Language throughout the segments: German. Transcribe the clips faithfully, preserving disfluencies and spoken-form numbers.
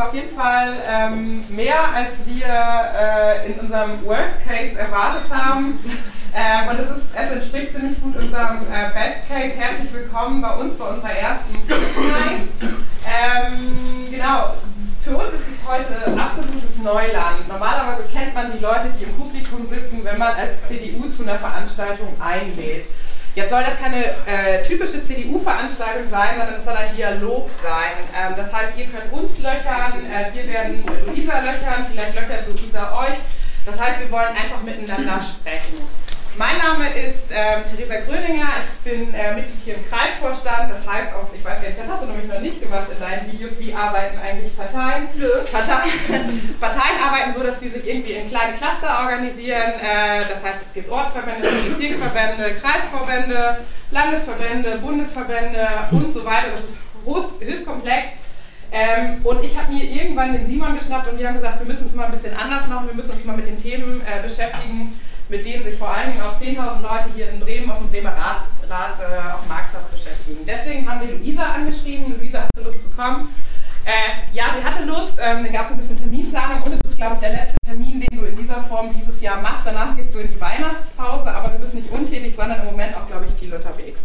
auf jeden Fall ähm, mehr, als wir äh, in unserem Worst Case erwartet haben. Ähm, und es, ist, es entspricht ziemlich gut unserem äh, Best Case. Herzlich willkommen bei uns, bei unserer ersten Night. Ähm, genau, für uns ist es heute absolutes Neuland. Normalerweise kennt man die Leute, die im Publikum sitzen, wenn man als C D U zu einer Veranstaltung einlädt. Jetzt soll das keine äh, typische C D U-Veranstaltung sein, sondern es soll ein Dialog sein. Ähm, das heißt, ihr könnt uns löchern, äh, wir werden Luisa löchern, vielleicht löchert Luisa euch. Das heißt, wir wollen einfach miteinander sprechen. Mein Name ist ähm, Theresa Gröninger, ich bin äh, Mitglied hier im Kreisvorstand, das heißt auch, ich weiß gar nicht, das hast du nämlich noch nicht gemacht in deinen Videos, wie arbeiten eigentlich Parteien? Nö. Parteien, Parteien arbeiten so, dass sie sich irgendwie in kleine Cluster organisieren, äh, das heißt, es gibt Ortsverbände, Bezirksverbände, Kreisverbände, Landesverbände, Bundesverbände und so weiter, das ist höchst, höchst komplex. Ähm, und ich habe mir irgendwann den Simon geschnappt und wir haben gesagt, wir müssen es mal ein bisschen anders machen, wir müssen uns mal mit den Themen äh, beschäftigen, mit denen sich vor allen Dingen auch zehntausend Leute hier in Bremen auf dem Bremer Rad, Rad äh, auf dem Marktplatz beschäftigen. Deswegen haben wir Luisa angeschrieben. Luisa, hast du Lust zu kommen? Äh, ja, sie hatte Lust, ähm, dann gab es ein bisschen Terminplanung und es ist, glaube ich, der letzte Termin, den du in dieser Form dieses Jahr machst. Danach gehst du in die Weihnachtspause, aber du bist nicht untätig, sondern im Moment auch, glaube ich, viel unterwegs.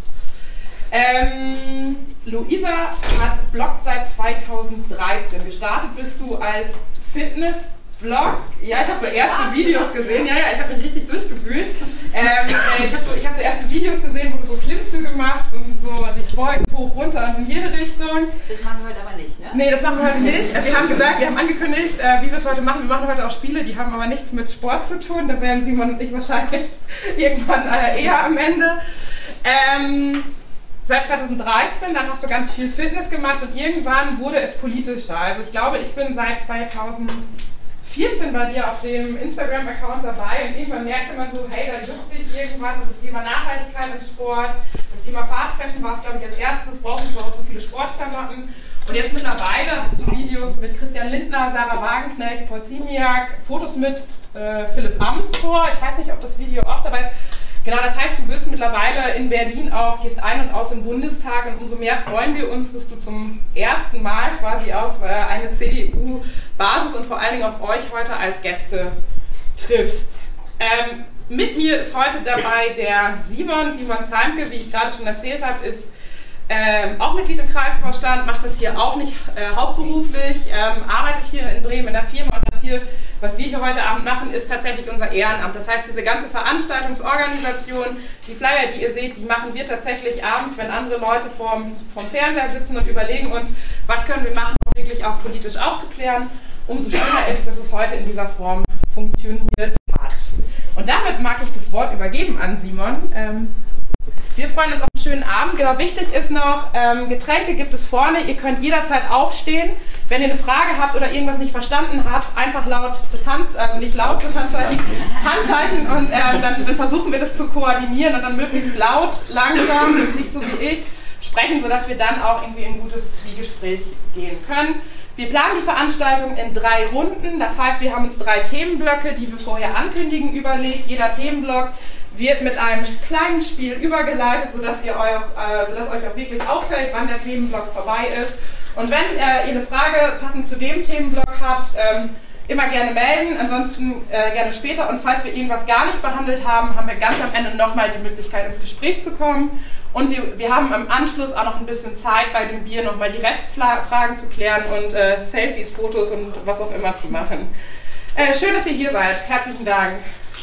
Ähm, Luisa hat bloggt seit zweitausenddreizehn. Gestartet bist du als Fitness Blog, ja, ich habe so erste Videos gesehen, ja, ja, ich habe mich richtig durchgewühlt. Ähm, äh, ich habe so, hab so erste Videos gesehen, wo du so Klimmzüge machst und so dich beugst, hoch, runter und in jede Richtung. Das machen wir heute aber nicht, ne? Nee, das machen wir heute nicht. Wir haben gesagt, wir haben angekündigt, äh, wie wir es heute machen. Wir machen heute auch Spiele, die haben aber nichts mit Sport zu tun. Da werden Simon und ich wahrscheinlich irgendwann äh, eher am Ende. Ähm, Seit zweitausenddreizehn, dann hast du ganz viel Fitness gemacht und irgendwann wurde es politischer. Also ich glaube, ich bin seit zweitausendvierzehn bei dir auf dem Instagram-Account dabei und irgendwann merkte man so, hey, da juckt dich irgendwas und das Thema Nachhaltigkeit im Sport, das Thema Fast Fashion war es, glaube ich, als erstes, brauchen wir überhaupt so viele Sportklamotten und jetzt mittlerweile hast du Videos mit Christian Lindner, Sarah Wagenknecht, Paul Ziemiak, Fotos mit äh, Philipp Amthor, ich weiß nicht, ob das Video auch dabei ist. Genau, das heißt, du bist mittlerweile in Berlin auch, gehst ein und aus im Bundestag und umso mehr freuen wir uns, dass du zum ersten Mal quasi auf äh, eine C D U-Basis und vor allen Dingen auf euch heute als Gäste triffst. Ähm, mit mir ist heute dabei der Simon, Simon Zeimke, wie ich gerade schon erzählt habe, ist ähm, auch Mitglied im Kreisvorstand, macht das hier auch nicht äh, hauptberuflich, ähm, arbeitet hier in Bremen in der Firma und das hier, was wir hier heute Abend machen, ist tatsächlich unser Ehrenamt. Das heißt, diese ganze Veranstaltungsorganisation, die Flyer, die ihr seht, die machen wir tatsächlich abends, wenn andere Leute vorm, vorm Fernseher sitzen und überlegen uns, was können wir machen, um wirklich auch politisch aufzuklären. Umso schöner ist, dass es heute in dieser Form funktioniert hat. Und damit mag ich das Wort übergeben an Simon. Ähm, Wir freuen uns auf einen schönen Abend. Genau, wichtig ist noch, ähm, Getränke gibt es vorne. Ihr könnt jederzeit aufstehen. Wenn ihr eine Frage habt oder irgendwas nicht verstanden habt, einfach laut das Hand, also nicht laut das Handzeichen, Handzeichen und äh, dann, dann versuchen wir das zu koordinieren und dann möglichst laut, langsam und nicht so wie ich sprechen, sodass wir dann auch irgendwie in ein gutes Zwiegespräch gehen können. Wir planen die Veranstaltung in drei Runden. Das heißt, wir haben uns drei Themenblöcke, die wir vorher ankündigen, überlegt. Jeder Themenblock wird mit einem kleinen Spiel übergeleitet, sodass, ihr euch, äh, sodass euch auch wirklich auffällt, wann der Themenblock vorbei ist. Und wenn äh, ihr eine Frage passend zu dem Themenblock habt, ähm, immer gerne melden, ansonsten äh, gerne später. Und falls wir irgendwas gar nicht behandelt haben, haben wir ganz am Ende nochmal die Möglichkeit, ins Gespräch zu kommen. Und wir, wir haben im Anschluss auch noch ein bisschen Zeit, bei dem Bier nochmal die Restfragen zu klären und äh, Selfies, Fotos und was auch immer zu machen. Äh, schön, dass ihr hier seid. Herzlichen Dank.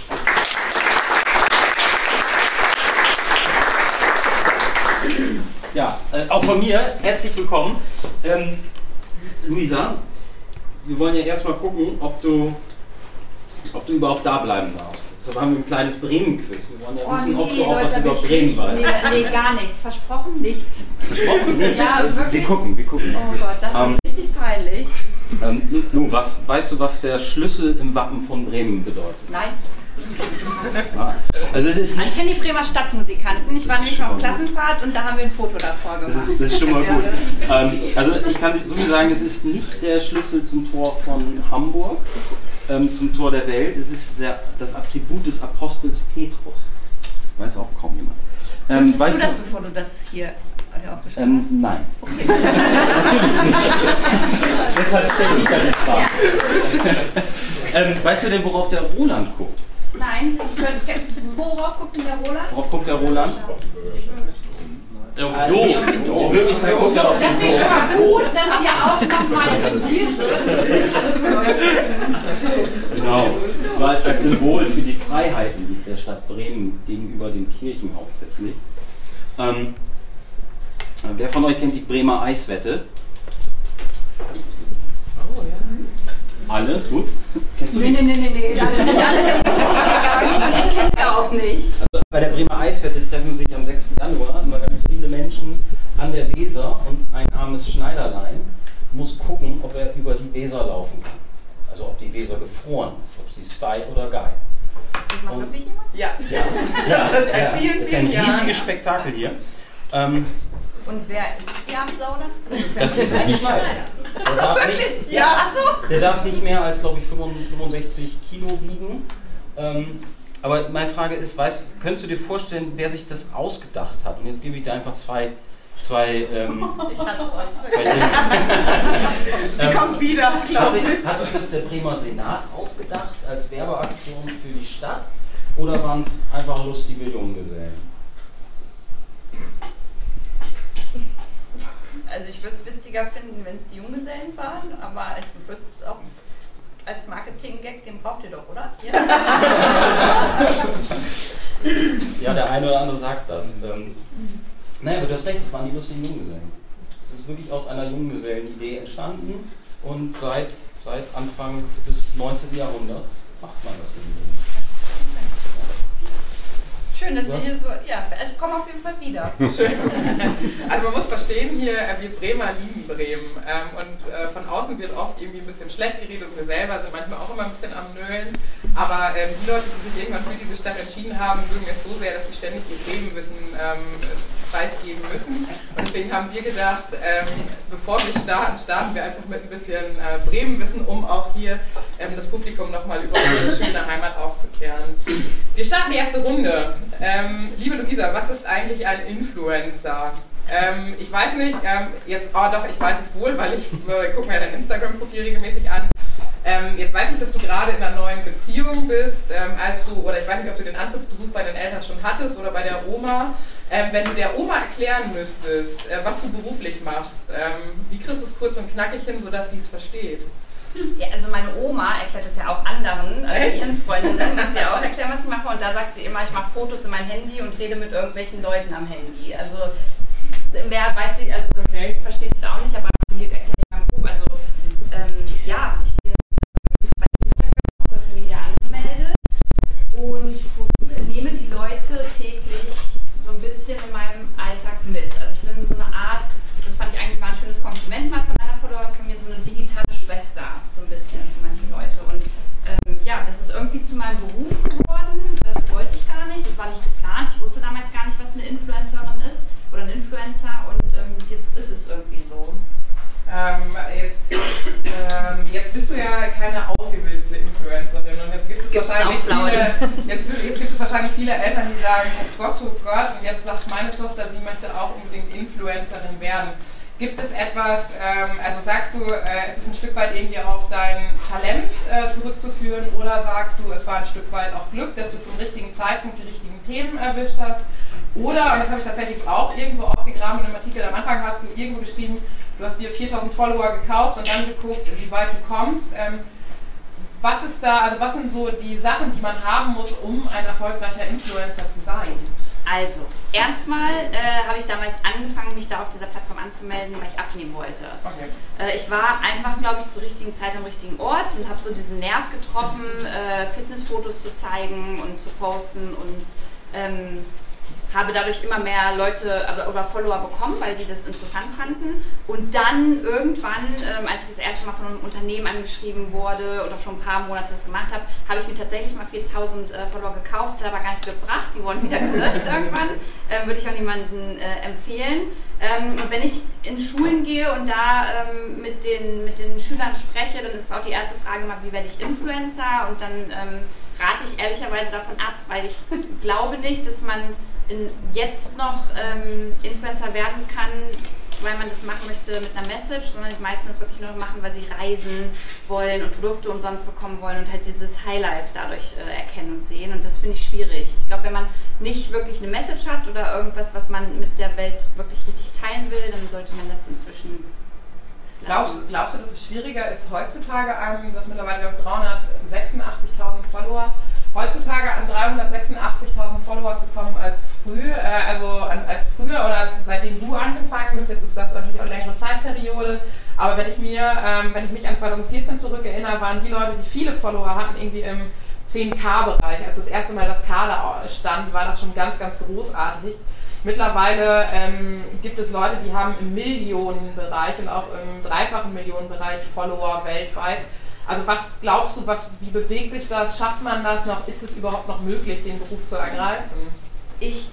Ja, äh, auch von mir herzlich willkommen. Ähm, Luisa, wir wollen ja erstmal gucken, ob du, ob du überhaupt da bleiben darfst. Deshalb haben wir ein kleines Bremen-Quiz. Wir wollen ja oh, wissen, nee, ob du auch Leute, was über Bremen nicht, weißt. Nee, nee, gar nichts. Versprochen nichts. Versprochen nicht? Ja, wirklich. Wir gucken, wir gucken. Oh Gott, das ähm, ist richtig peinlich. Ähm, Lu, was, weißt du, was der Schlüssel im Wappen von Bremen bedeutet? Nein. Ah, also es ist nicht, ich kenne die Bremer Stadtmusikanten. Ich war nämlich mal auf Klassenfahrt und da haben wir ein Foto davor gemacht. Das ist, das ist schon mal gut. ähm, also ich kann so viel sagen, es ist nicht der Schlüssel zum Tor von Hamburg, ähm, zum Tor der Welt. Es ist der, das Attribut des Apostels Petrus. Weiß auch kaum jemand. Ähm, Wusstest weißt du das, bevor du das hier Hat er aufgeschrieben? Ähm, nein. Okay. Natürlich nicht. Deshalb stelle ich da die Frage. Ja. ähm, weißt du denn, worauf der Roland guckt? Nein. Worauf guckt denn der Roland? Worauf guckt der Roland? Auf den Doof. In Wirklichkeit guckt er auf Das den ist schon Doof. mal gut, dass hier auch nochmal diskutiert wird. Genau. Das war als Symbol für die Freiheiten der Stadt Bremen gegenüber den Kirchen hauptsächlich. Ähm, wer von euch kennt die Bremer Eiswette? Oh, ja. Alle? Gut. Kennst du die? Nee, nee, nee, nee, nee. Alle nicht alle. Ich kenne sie auch nicht. Also bei der Bremer Eiswette treffen sich am sechsten Januar immer ganz viele Menschen an der Weser und ein armes Schneiderlein muss gucken, ob er über die Weser laufen kann. Also ob die Weser gefroren ist, ob sie Sky oder Guy. Das macht wirklich jemand? Ja. Ja, ja, Das ist ja, vielen, das ist vielen ein Jahren. riesiges Spektakel hier. Ähm, Und wer ist die Abendsau dann? das ist ein Schneider. Der Achso, darf wirklich? nicht- Ja. Achso. Der darf nicht mehr als, glaube ich, fünfundsechzig Kilo wiegen. Ähm, aber meine Frage ist, weißt, könntest du dir vorstellen, wer sich das ausgedacht hat? Und jetzt gebe ich dir einfach zwei, zwei, ähm, Ich hasse euch. zwei Dinge. Sie Ähm, kommt wieder, Hat glaube sich, ich. hat sich das der Bremer Senat ausgedacht als Werbeaktion für die Stadt? Oder waren es einfach lustige Junggesellen? Also ich würde es witziger finden, wenn es die Junggesellen waren, aber ich würde es auch als Marketing-Gag, den braucht ihr doch, oder? Ja. Ja, der eine oder andere sagt das. Ähm, naja, aber du hast recht, es waren die lustigen Junggesellen. Es ist wirklich aus einer Junggesellen-Idee entstanden und seit, seit Anfang des neunzehnten Jahrhunderts macht man das in Schön, dass ihr Was? hier so, ja, ich komme auf jeden Fall wieder. Schön. Also man muss verstehen, hier, äh, wir Bremer lieben Bremen. Ähm, und äh, von außen wird oft irgendwie ein bisschen schlecht geredet und wir selber sind manchmal auch immer ein bisschen am Nölen. Aber ähm, die Leute, die sich irgendwann für diese Stadt entschieden haben, mögen es so sehr, dass sie ständig ihr Bremenwissen ähm, preisgeben müssen. Und deswegen haben wir gedacht, ähm, bevor wir starten, starten wir einfach mit ein bisschen äh, Bremenwissen, um auch hier ähm, das Publikum nochmal über unsere schöne Heimat aufzuklären. Wir starten die erste Runde. Ähm, liebe Luisa, was ist eigentlich ein Influencer? Ähm, ich weiß nicht, ähm, jetzt, oh doch, ich weiß es wohl, weil ich äh, gucke mir dein Instagram-Profil regelmäßig an. Ähm, jetzt weiß ich, dass du gerade in einer neuen Beziehung bist, ähm, als du, oder ich weiß nicht, ob du den Antrittsbesuch bei den Eltern schon hattest oder bei der Oma. Ähm, wenn du der Oma erklären müsstest, äh, was du beruflich machst, ähm, wie kriegst du es kurz und knackig hin, sodass sie es versteht? Ja, also meine Oma erklärt das ja auch anderen, also ihren Freundinnen, muss ja auch erklären, was ich mache. Und da sagt sie immer, ich mache Fotos in mein Handy und rede mit irgendwelchen Leuten am Handy. Also mehr weiß sie, also das Okay. versteht sie auch nicht, aber wie erkläre ich meinen Beruf? Also ähm, ja, ich bin bei Instagram auf Social Media angemeldet und nehme die Leute täglich so ein bisschen in meinem Alltag mit. Also ich bin so eine Art, das fand ich eigentlich mal ein schönes Kompliment mal von einer Followerin von mir, so eine digitale Schwester, so ein bisschen für manche Leute. Und ähm, ja, das ist irgendwie zu meinem Beruf geworden. Äh, das wollte ich gar nicht, das war nicht geplant. Ich wusste damals gar nicht, was eine Influencerin ist oder ein Influencer und ähm, jetzt ist es irgendwie so. Ähm, jetzt, ähm, jetzt bist du ja keine ausgebildete Influencerin und jetzt gibt es Gibt's wahrscheinlich auch viele, Lautes. jetzt, jetzt gibt es wahrscheinlich viele Eltern, die sagen, oh Gott, oh Gott, und jetzt sagt meine Tochter, sie möchte auch unbedingt Influencerin werden. Gibt es etwas, ähm, also sagst du, äh, es ist ein Stück weit irgendwie auf dein Talent äh, zurückzuführen oder sagst du, es war ein Stück weit auch Glück, dass du zum richtigen Zeitpunkt die richtigen Themen erwischt hast? Oder, und das habe ich tatsächlich auch irgendwo ausgegraben in einem Artikel, am Anfang hast du irgendwo geschrieben, du hast dir viertausend Follower gekauft und dann geguckt, wie weit du kommst. Ähm, was ist da, also was sind so die Sachen, die man haben muss, um ein erfolgreicher Influencer zu sein? Also, erstmal äh, habe ich damals angefangen, mich da auf dieser Plattform anzumelden, weil ich abnehmen wollte. Okay. Äh, ich war einfach, glaube ich, zur richtigen Zeit am richtigen Ort und habe so diesen Nerv getroffen, äh, Fitnessfotos zu zeigen und zu posten und ähm, habe dadurch immer mehr Leute, also oder Follower bekommen, weil die das interessant fanden. Und dann irgendwann, ähm, als ich das erste Mal von einem Unternehmen angeschrieben wurde oder schon ein paar Monate das gemacht habe, habe ich mir tatsächlich mal viertausend äh, Follower gekauft. Das hat aber gar nichts gebracht. Die wurden wieder gelöscht irgendwann. Ähm, würde ich auch niemandem äh, empfehlen. Ähm, und wenn ich in Schulen gehe und da ähm, mit, den, mit den Schülern spreche, dann ist auch die erste Frage immer, wie werde ich Influencer? Und dann ähm, rate ich ehrlicherweise davon ab, weil ich glaube nicht, dass man in, jetzt noch ähm, Influencer werden kann, weil man das machen möchte mit einer Message, sondern die meisten das wirklich nur machen, weil sie reisen wollen und Produkte umsonst bekommen wollen und halt dieses Highlife dadurch äh, erkennen und sehen. Und das finde ich schwierig. Ich glaube, wenn man nicht wirklich eine Message hat oder irgendwas, was man mit der Welt wirklich richtig teilen will, dann sollte man das inzwischen Glaubst, glaubst du, dass es schwieriger ist, heutzutage an, du hast mittlerweile dreihundertsechsundachtzigtausend Follower, heutzutage an dreihundertsechsundachtzigtausend Follower zu kommen als früh, äh, also an, als früher oder seitdem du angefangen bist, jetzt ist das natürlich auch eine längere Zeitperiode, aber wenn ich mir, ähm, wenn ich mich an zweitausendvierzehn zurückerinnere, waren die Leute, die viele Follower hatten, irgendwie im zehn K Bereich. Als das erste Mal das K da stand, war das schon ganz, ganz großartig. Mittlerweile ähm, gibt es Leute, die haben im Millionenbereich und auch im dreifachen Millionenbereich Follower weltweit. Also was glaubst du, was, wie bewegt sich das? Schafft man das noch? Ist es überhaupt noch möglich, den Beruf zu ergreifen? Ich...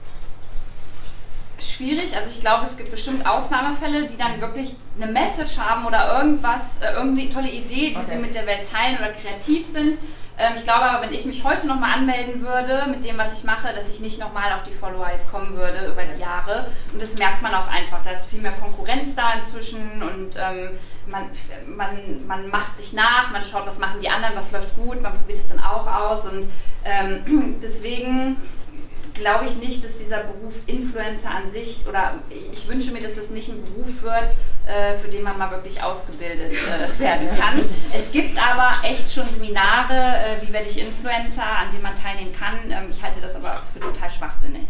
Schwierig, also ich glaube, es gibt bestimmt Ausnahmefälle, die dann wirklich eine Message haben oder irgendwas, äh, irgendeine tolle Idee, die okay. sie mit der Welt teilen oder kreativ sind. Ähm, ich glaube aber, wenn ich mich heute nochmal anmelden würde mit dem, was ich mache, dass ich nicht nochmal auf die Follower jetzt kommen würde über die Jahre. Und das merkt man auch einfach, da ist viel mehr Konkurrenz da inzwischen und ähm, man, man, man macht sich nach, man schaut, was machen die anderen, was läuft gut, man probiert es dann auch aus und ähm, deswegen glaube ich nicht, dass dieser Beruf Influencer an sich, oder ich wünsche mir, dass das nicht ein Beruf wird, äh, für den man mal wirklich ausgebildet äh, werden kann. Es gibt aber echt schon Seminare, äh, wie werde ich Influencer, an denen man teilnehmen kann. Ähm, ich halte das aber für total schwachsinnig.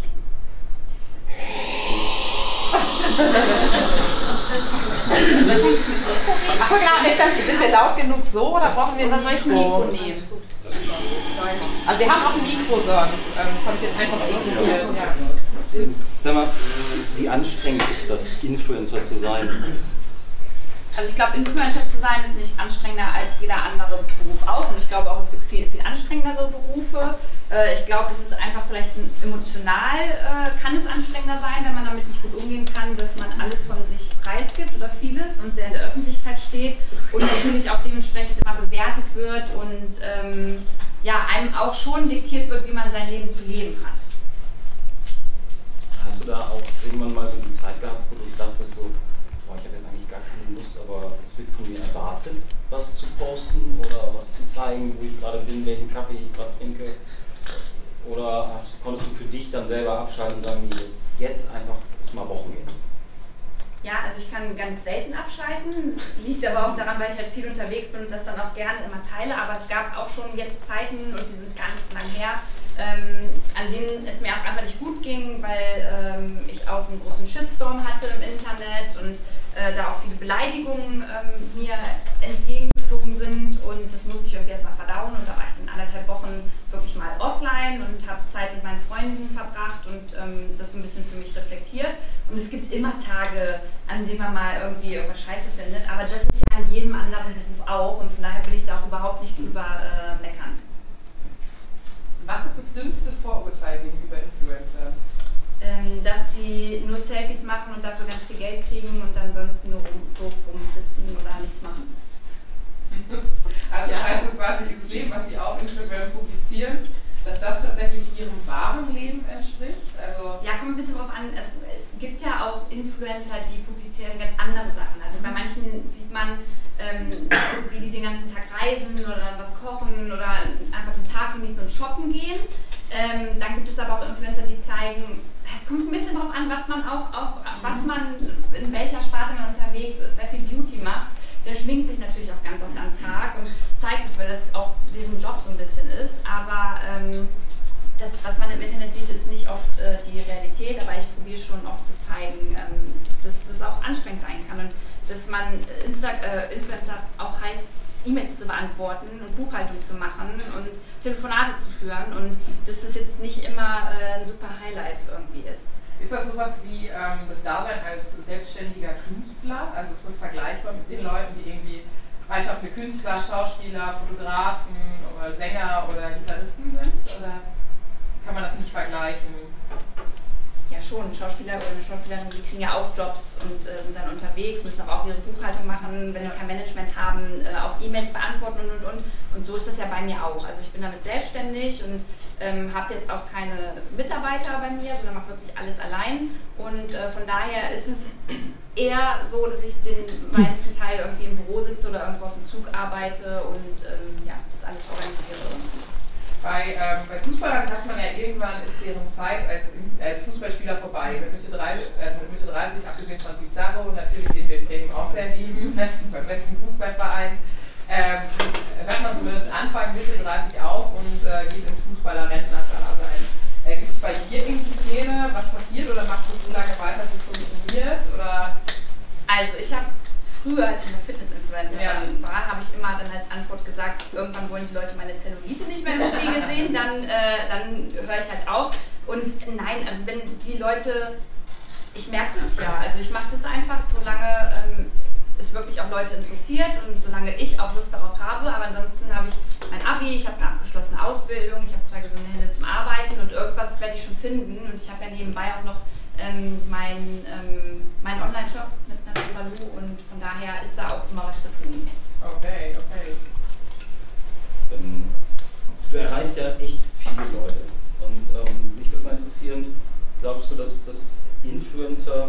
Achso, genau, ist das, sind wir laut genug so oder brauchen wir ein Mikro? Soll ich ein Mikro nehmen? Also wir haben auch ein Mikro sonst. Ähm, das habe ich jetzt einfach irgendwie. Ja. Sag mal, wie anstrengend ist das, Influencer zu sein? Also ich glaube, Influencer zu sein ist nicht anstrengender als jeder andere Beruf auch. Und ich glaube auch, es gibt viel, viel anstrengendere Berufe. Äh, ich glaube, es ist einfach vielleicht ein, emotional, äh, kann es anstrengender sein, wenn man damit nicht gut umgehen kann, dass man alles von sich preisgibt oder vieles und sehr in der Öffentlichkeit steht und natürlich auch dementsprechend immer bewertet wird und ähm, ja, einem auch schon diktiert wird, wie man sein Leben zu leben hat. Hast du da auch irgendwann mal so eine Zeit gehabt, wo du dachtest so, boah, ich habe jetzt eigentlich gar keine Lust, aber es wird von mir erwartet, was zu posten oder was zu zeigen, wo ich gerade bin, welchen Kaffee ich gerade trinke? Oder hast, konntest du für dich dann selber abschalten und sagen, jetzt, jetzt einfach erstmal Wochen gehen? Ja, also ich kann ganz selten abschalten. Es liegt aber auch daran, weil ich halt viel unterwegs bin und das dann auch gerne immer teile. Aber es gab auch schon jetzt Zeiten, und die sind gar nicht so lange her, ähm, an denen es mir auch einfach nicht gut ging, weil ähm, ich auch einen großen Shitstorm hatte im Internet und äh, da auch viele Beleidigungen ähm, mir entgegengeflogen sind. Und das musste ich irgendwie erstmal verdauen. Und da war ich in anderthalb Wochen wirklich mal offline und habe Zeit mit meinen Freunden verbracht und ähm, das so ein bisschen für mich reflektiert. Und es gibt immer Tage, an denen man mal irgendwie irgendwas Scheiße findet, aber das ist ja in jedem anderen Beruf auch und von daher will ich da auch überhaupt nicht drüber äh, meckern. Was ist das dümmste Vorurteil gegenüber Influencern? Ähm, dass die nur Selfies machen und dafür ganz viel Geld kriegen und ansonsten nur rum, doof rumsitzen oder nichts machen. Also das heißt so quasi dieses Leben, was sie auf Instagram publizieren, dass das tatsächlich ihrem wahren Leben entspricht? Also ja, kommt ein bisschen drauf an. Es, es gibt ja auch Influencer, die publizieren ganz andere Sachen. Also bei manchen sieht man, ähm, wie die den ganzen Tag reisen oder dann was kochen oder einfach den Tag genießen und shoppen gehen. Ähm, dann gibt es aber auch Influencer, die zeigen, es kommt ein bisschen drauf an, was man auch, auch was man, in welcher Sparte man unterwegs ist, wer viel Beauty macht. Der schminkt sich natürlich auch ganz oft am Tag und zeigt es, weil das auch deren Job so ein bisschen ist. Aber ähm, das, was man im Internet sieht, ist nicht oft äh, die Realität. Aber ich probiere schon oft zu zeigen, ähm, dass es auch anstrengend sein kann und dass man Insta äh, Influencer auch heißt, E-Mails zu beantworten und Buchhaltung zu machen und Telefonate zu führen und dass das jetzt nicht immer äh, ein super Highlife irgendwie ist. Ist das sowas wie ähm, das Dasein als selbstständiger Künstler? Also ist das vergleichbar mit den Leuten, die irgendwie freischaffende Künstler, Schauspieler, Fotografen oder Sänger oder Gitarristen sind? Oder kann man das nicht vergleichen? Ja, schon. Schauspieler oder eine Schauspielerin, die kriegen ja auch Jobs und äh, sind dann unterwegs, müssen aber auch ihre Buchhaltung machen, wenn die kein Management haben, äh, auch E-Mails beantworten und und und. Und so ist das ja bei mir auch. Also ich bin damit selbstständig und ähm, habe jetzt auch keine Mitarbeiter bei mir, sondern mache wirklich alles allein. Und äh, von daher ist es eher so, dass ich den meisten Teil irgendwie im Büro sitze oder irgendwo aus dem Zug arbeite und ähm, ja, das alles organisiere. Bei, ähm, bei Fußballern sagt man ja, irgendwann ist deren Zeit als, als Fußballspieler vorbei. Mit Mitte dreißig, also mit Mitte dreißig, abgesehen von Pizarro, natürlich, den wir in Bremen auch sehr lieben, beim letzten Fußballverein, ähm, hört man so mit Anfang, Mitte dreißig auf und äh, geht ins Fußballer-Rentner-Dasein. Äh, Gibt es bei dir irgendwie Pläne, was passiert, oder machst du so lange weiter, bis es funktioniert? Oder? Also ich habe früher, als ich noch Fitness-Influencerin ja. war, habe ich immer dann als Antwort gesagt, irgendwann wollen die Leute meine Zellulite nicht mehr im Spiegel sehen, dann, äh, dann höre ich halt auf. Und nein, also wenn die Leute, ich merke das ja, also ich mache das einfach, solange ähm, es wirklich auch Leute interessiert und solange ich auch Lust darauf habe, aber ansonsten habe ich mein Abi, ich habe eine abgeschlossene Ausbildung, ich habe zwei gesunde Hände zum Arbeiten und irgendwas werde ich schon finden und ich habe ja nebenbei auch noch ähm, mein, ähm, mein Online-Shop mit Naturaloo und von daher ist da auch immer was zu tun. Okay, okay. Ähm, du erreichst ja echt viele Leute und ähm, mich würde mal interessieren, glaubst du, dass, dass Influencer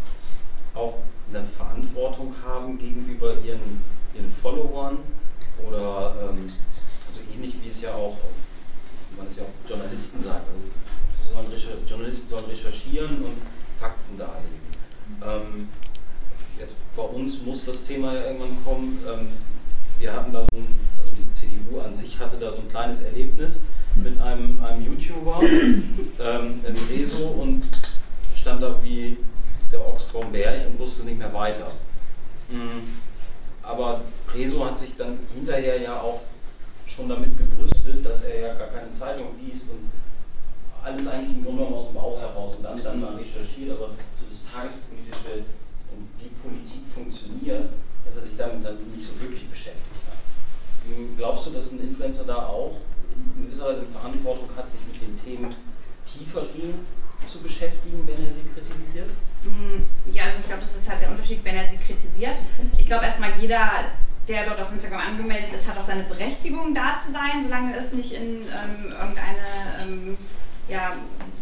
auch eine Verantwortung haben gegenüber ihren, ihren Followern oder ähm, also ähnlich wie es ja auch, wie man es ja auch Journalisten sagt, also sollen Journalisten sollen recherchieren und Fakten darlegen. Ähm, jetzt bei uns muss das Thema ja irgendwann kommen. Ähm, wir hatten da so ein, also die C D U an sich hatte da so ein kleines Erlebnis mit einem, einem YouTuber, ähm, im Rezo, und stand da wie der Ochs vorm Berg und wusste nicht mehr weiter. Mhm. Aber Rezo hat sich dann hinterher ja auch schon damit gebrüstet, dass er ja gar keine Zeitung liest und alles eigentlich im Grunde genommen aus dem Bauch heraus und dann, dann mal recherchiert, aber so das Tagespolitische und wie Politik funktioniert, dass er sich damit dann nicht so wirklich beschäftigt hat. Glaubst du, dass ein Influencer da auch in gewisser Weise eine Verantwortung hat, sich mit den Themen tiefergehend zu beschäftigen, wenn er sie kritisiert? Ja, also ich glaube, das ist halt der Unterschied, wenn er sie kritisiert. Ich glaube erstmal, jeder, der dort auf Instagram angemeldet ist, hat auch seine Berechtigung, da zu sein, solange es nicht in ähm, irgendeine ähm, ja,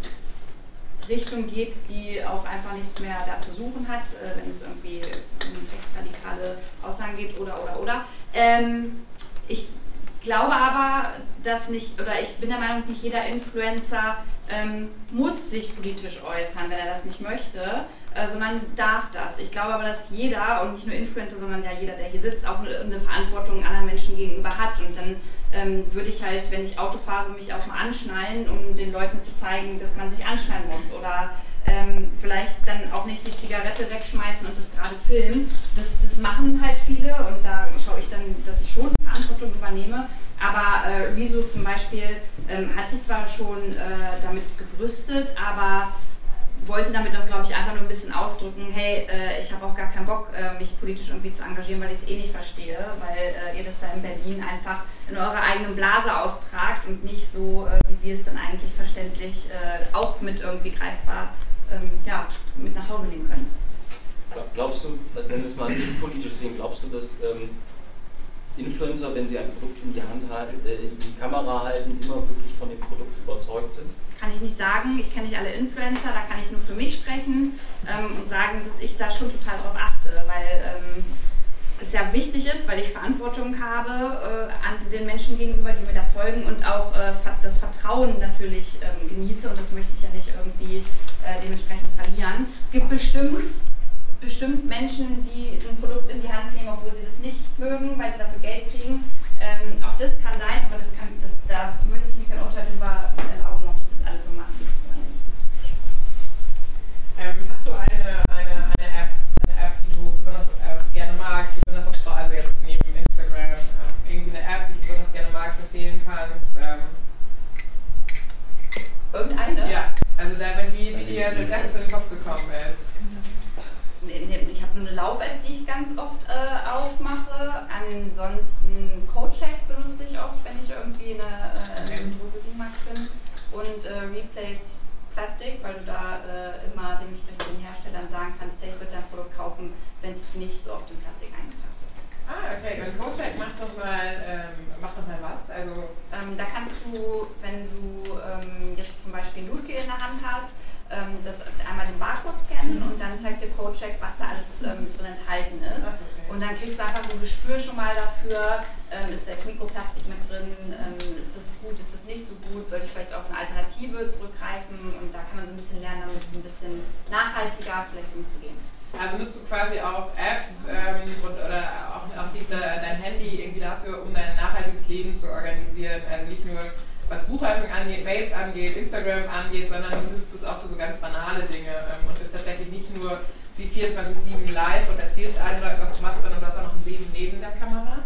Richtung geht, die auch einfach nichts mehr da zu suchen hat, äh, wenn es irgendwie um rechtsradikale Aussagen geht oder oder oder. Ähm, ich glaube aber, dass nicht, oder ich bin der Meinung, nicht jeder Influencer ähm, muss sich politisch äußern, wenn er das nicht möchte, äh, sondern darf das. Ich glaube aber, dass jeder, und nicht nur Influencer, sondern ja jeder, der hier sitzt, auch eine, eine Verantwortung anderen Menschen gegenüber hat. Und dann ähm, würde ich halt, wenn ich Auto fahre, mich auch mal anschnallen, um den Leuten zu zeigen, dass man sich anschnallen muss. Oder ähm, vielleicht dann auch nicht die Zigarette wegschmeißen und das gerade filmen. Das, das machen halt viele und da schaue ich dann, dass ich schon Verantwortung übernehme. Aber äh, Rezo zum Beispiel ähm, hat sich zwar schon äh, damit gebrüstet, aber wollte damit auch, glaube ich, einfach nur ein bisschen ausdrücken, hey, äh, ich habe auch gar keinen Bock, äh, mich politisch irgendwie zu engagieren, weil ich es eh nicht verstehe, weil äh, ihr das da in Berlin einfach in eurer eigenen Blase austragt und nicht so, äh, wie wir es dann eigentlich verständlich äh, auch mit irgendwie greifbar ähm, ja, mit nach Hause nehmen können. Glaubst du, wenn wir es mal nicht politisch sehen, glaubst du, dass ähm, Influencer, wenn sie ein Produkt in die Hand halten, äh, in die Kamera halten, immer wirklich von dem Produkt überzeugt sind? Kann ich nicht sagen, ich kenne nicht alle Influencer, da kann ich nur für mich sprechen ähm, und sagen, dass ich da schon total drauf achte, weil ähm, es ja wichtig ist, weil ich Verantwortung habe äh, an den Menschen gegenüber, die mir da folgen und auch äh, das Vertrauen natürlich ähm, genieße und das möchte ich ja nicht irgendwie äh, dementsprechend verlieren. Es gibt bestimmt, bestimmt Menschen, die ein Produkt in die Hand nehmen, obwohl sie das nicht mögen, weil sie dafür Geld kriegen. Ähm, auch das kann sein, aber das kann, das, da möchte ich mir kein Urteil drüber erlauben, ob das jetzt alle so machen. Ähm, hast du eine, eine, eine, App, eine App, die du besonders äh, gerne magst, die besonders auf, also jetzt neben Instagram, äh, irgendwie eine App, die du besonders gerne magst, empfehlen kannst? Ähm, Irgendeine? Ja, also da, wenn die, die dir als erstes in den Kopf gekommen ist. Ich habe nur eine Lauf-App, die ich ganz oft äh, aufmache. Ansonsten CodeCheck benutze ich oft, wenn ich irgendwie eine, äh, eine Bewegung bin. Und äh, Replays Mikroplastik, weil du da äh, immer dementsprechend den Herstellern sagen kannst, hey, ich würde dein Produkt kaufen, wenn es jetzt nicht so oft in Plastik eingepackt ist. Ah, okay. Und CoCheck macht noch mal, ähm, macht noch mal was? Also ähm, da kannst du, wenn du ähm, jetzt zum Beispiel ein Duschgel in der Hand hast, ähm, das einmal den Barcode scannen und dann zeigt dir CoCheck, was da alles ähm, drin enthalten ist. Ach, okay. Und dann kriegst du einfach ein Gespür schon mal dafür, ähm, ist da jetzt Mikroplastik mit drin, ähm, ist das gut, ist das nicht so gut, sollte ich vielleicht auf eine Alternative zurückgreifen, und da kann man so ein bisschen lernen, damit so ein bisschen nachhaltiger vielleicht umzugehen. Also nutzt du quasi auch Apps ähm, und, oder auch, auch die, dein Handy irgendwie dafür, um dein nachhaltiges Leben zu organisieren, also nicht nur was Buchhaltung angeht, Mails angeht, Instagram angeht, sondern du nutzt es auch für so ganz banale Dinge ähm, und ist tatsächlich nicht nur wie vierundzwanzig sieben live und erzählst allen Leuten, was du machst, sondern du hast auch noch ein Leben neben der Kamera.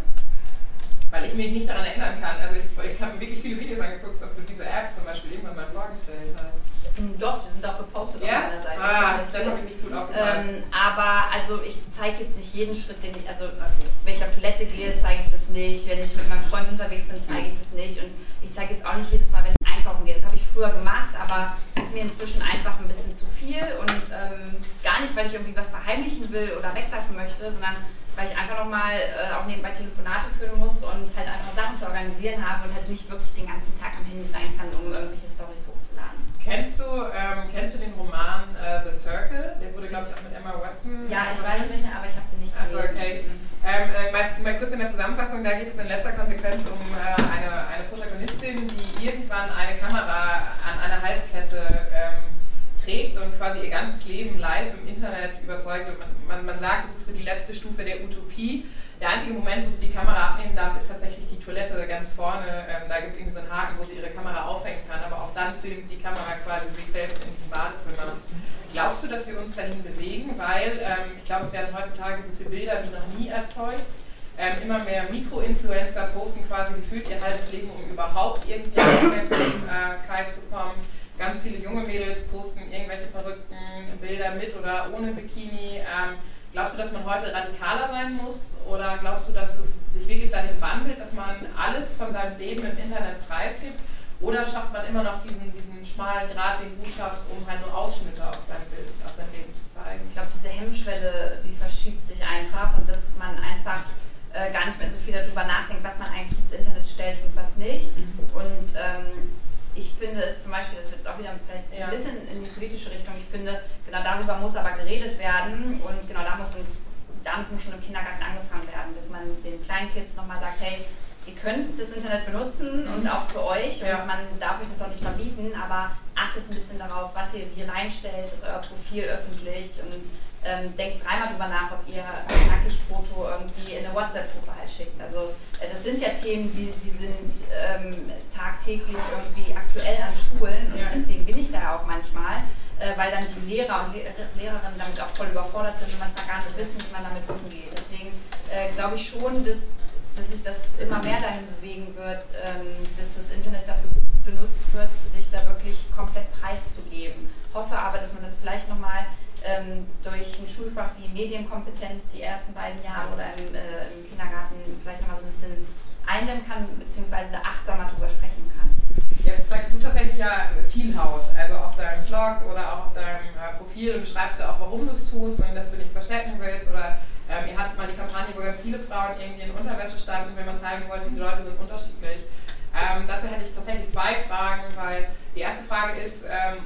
Weil ich mich nicht daran erinnern kann. Also ich, ich habe mir wirklich viele Videos angeguckt, ob du diese Apps zum Beispiel irgendwann mal vorgestellt hast. Doch, die sind auch gepostet ja? auf meiner Seite. Ah, dann habe ich nicht gut aufgepasst. Ähm, aber also ich zeige jetzt nicht jeden Schritt, den ich, also okay. Wenn ich auf Toilette gehe, zeige ich das nicht. Wenn ich mit meinem Freund unterwegs bin, zeige ich das nicht. Und ich zeige jetzt auch nicht jedes Mal, wenn ich einkaufen gehe. Das habe ich früher gemacht, aber das ist mir inzwischen einfach ein bisschen zu viel. Und ähm, gar nicht, weil ich irgendwie was verheimlichen will oder weglassen möchte, sondern weil ich einfach nochmal äh, auch nebenbei Telefonate führen muss und halt einfach Sachen zu organisieren habe und halt nicht wirklich den ganzen Tag am Handy sein kann, um irgendwelche Storys hochzuladen. Kennst du, ähm, kennst du den Roman äh, The Circle? Der wurde, glaube ich, auch mit Emma Watson. Ja, ich weiß welche, aber ich habe den nicht gelesen. Also, okay. Ähm, äh, mal, mal kurz in der Zusammenfassung, da geht es in letzter Konsequenz um äh, eine, eine Protagonistin, die irgendwann eine Kamera an einer Halskette ähm, trägt und quasi ihr ganzes Leben live im Internet überzeugt. Und man, man, man sagt, es ist so die letzte Stufe der Utopie. Der einzige Moment, wo sie die Kamera abnehmen darf, ist tatsächlich die Toilette ganz vorne. Ähm, da gibt es irgendwie so einen Haken, wo sie ihre Kamera aufhängen kann, aber auch dann filmt die Kamera quasi sich selbst in diesem Badezimmer. Glaubst du, dass wir uns dahin bewegen? Weil ähm, ich glaube, es werden heutzutage so viele Bilder wie noch nie erzeugt. Ähm, immer mehr Mikro-Influencer posten quasi gefühlt ihr halbes Leben, um überhaupt irgendwie an Aufmerksamkeit zu kommen. Ganz viele junge Mädels posten irgendwelche verrückten Bilder mit oder ohne Bikini. Ähm, glaubst du, dass man heute radikaler sein muss? Oder glaubst du, dass es sich wirklich dahin wandelt, dass man alles von seinem Leben im Internet preisgibt? Oder schafft man immer noch diesen, diesen schmalen Grat, den du schaffst, um halt nur Ausschnitte aus deinem, Bild, aus deinem Leben zu zeigen? Ich glaube, diese Hemmschwelle, die verschiebt sich einfach, und dass man einfach äh, gar nicht mehr so viel darüber nachdenkt, was man eigentlich ins Internet stellt und was nicht. Mhm. Und ähm, ich finde es zum Beispiel, das wird jetzt auch wieder vielleicht ja. ein bisschen in die politische Richtung, ich finde, genau darüber muss aber geredet werden, und genau da muss, damit muss schon im Kindergarten angefangen werden, dass man den kleinen Kids nochmal sagt, hey, ihr könnt das Internet benutzen und auch für euch, und ja. man darf euch das auch nicht verbieten, aber achtet ein bisschen darauf, was ihr wie reinstellt, ist euer Profil öffentlich, und ähm, denkt dreimal drüber nach, ob ihr ein Nackig-Foto irgendwie in eine WhatsApp-Gruppe halt schickt. Also äh, das sind ja Themen, die, die sind ähm, tagtäglich irgendwie aktuell an Schulen, und ja. deswegen bin ich da ja auch manchmal, äh, weil dann die Lehrer und Le Lehrerinnen damit auch voll überfordert sind und manchmal gar nicht wissen, wie man damit umgeht. Deswegen äh, glaube ich schon, dass dass sich das immer mehr dahin bewegen wird, ähm, dass das Internet dafür benutzt wird, sich da wirklich komplett preiszugeben. Hoffe aber, dass man das vielleicht nochmal ähm, durch ein Schulfach wie Medienkompetenz die ersten beiden Jahre oder im, äh, im Kindergarten vielleicht nochmal so ein bisschen eindämmen kann, beziehungsweise achtsamer darüber sprechen kann. Jetzt zeigst du tatsächlich ja viel Haut, also auf deinem Blog oder auch auf deinem äh, Profil, und beschreibst du auch, warum du es tust und dass du nichts verstecken willst, oder Ähm, ihr hattet mal die Kampagne, wo ganz viele Frauen irgendwie in Unterwäsche standen, wenn man zeigen wollte, die Leute sind unterschiedlich. Ähm, dazu hätte ich tatsächlich zwei Fragen, weil die erste Frage ist, ähm,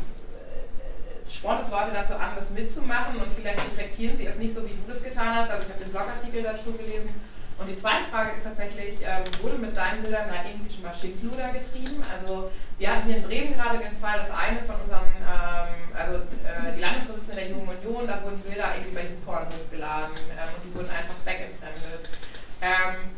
spornt es Leute dazu an, das mitzumachen, und vielleicht reflektieren sie es nicht so, wie du das getan hast, also ich habe den Blogartikel dazu gelesen. Und die zweite Frage ist tatsächlich, ähm, wurde mit deinen Bildern da irgendwie schon mal Schindluder getrieben? Also wir hatten hier in Bremen gerade den Fall, dass eine von unseren, ähm, also äh, die Landesvorsitzende der Jungen Union, da wurden Bilder irgendwie bei YouPorn hochgeladen, ähm, und die wurden einfach zweckentfremdet. Ähm,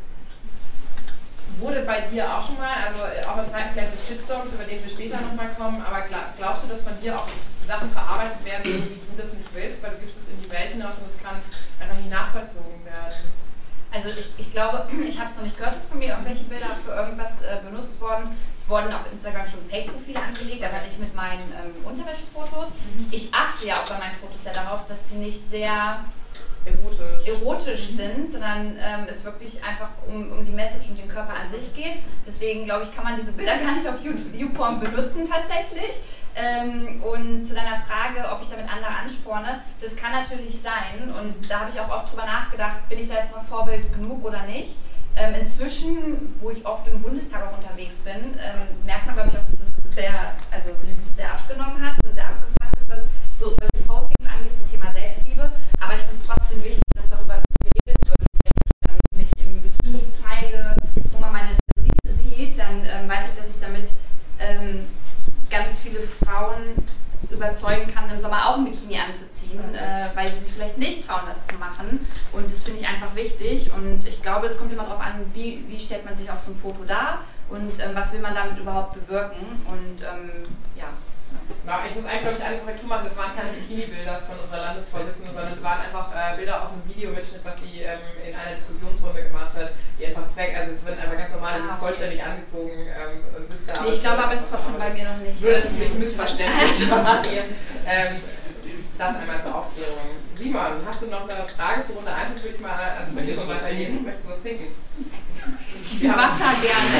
wurde bei dir auch schon mal, also auch in Zeiten vielleicht des Shitstorms, über den wir später nochmal kommen, aber glaubst du, dass von dir auch Sachen verarbeitet werden, wie du das nicht willst, weil du gibst es in die Welt hinaus und es kann einfach nicht nachvollzogen werden? Also ich, ich glaube, ich habe es noch nicht gehört, dass von mir irgendwelche Bilder für irgendwas äh, benutzt wurden. Es wurden auf Instagram schon Fake-Profile angelegt, aber nicht mit meinen ähm, Unterwäschefotos. Mhm. Ich achte ja auch bei meinen Fotos ja darauf, dass sie nicht sehr erotisch, erotisch mhm. sind, sondern ähm, es wirklich einfach um, um die Message und den Körper an sich geht. Deswegen glaube ich, kann man diese Bilder gar nicht auf YouPorn benutzen tatsächlich. Ähm, und zu deiner Frage, ob ich damit andere ansporne, das kann natürlich sein. Und da habe ich auch oft drüber nachgedacht, bin ich da jetzt noch Vorbild genug oder nicht. Ähm, inzwischen, wo ich oft im Bundestag auch unterwegs bin, ähm, merkt man, glaube ich, auch, dass es sehr, also sehr abgenommen hat und sehr abgeflacht ist, was so solche Postings angeht zum Thema Selbstliebe. Aber ich finde es trotzdem wichtig, dass darüber geredet wird. Wenn ich ähm, mich im Bikini zeige, wo man meine Zellulite sieht, dann ähm, weiß ich, dass ich damit ähm, ganz viele Frauen überzeugen kann, im Sommer auch ein Bikini anzuziehen, äh, weil sie sich vielleicht nicht trauen, das zu machen. Und das finde ich einfach wichtig. Und ich glaube, es kommt immer darauf an, wie, wie stellt man sich auf so einem Foto dar und ähm, was will man damit überhaupt bewirken. Und ähm, ja. Genau, ich muss eigentlich, glaube ich, eine Korrektur machen. Das waren keine Bikini-Bilder von unserer Landesvorsitzenden, sondern es waren einfach äh, Bilder aus einem Videomitschnitt, was sie ähm, in einer Diskussionsrunde gemacht hat, die einfach Zweck, also es wird einfach ganz normal, sie ist vollständig angezogen ähm, und sitzt da. Nee, ich glaube aber, es ist trotzdem bei mir noch nicht. Nur, dass es nicht missverständlich war. ähm, das einmal zur Aufklärung. Simon, hast du noch eine Frage zur Runde eins? Würde ich mal ans Mikrofon weitergeben. Möchtest du was trinken? Wir Wasser gerne.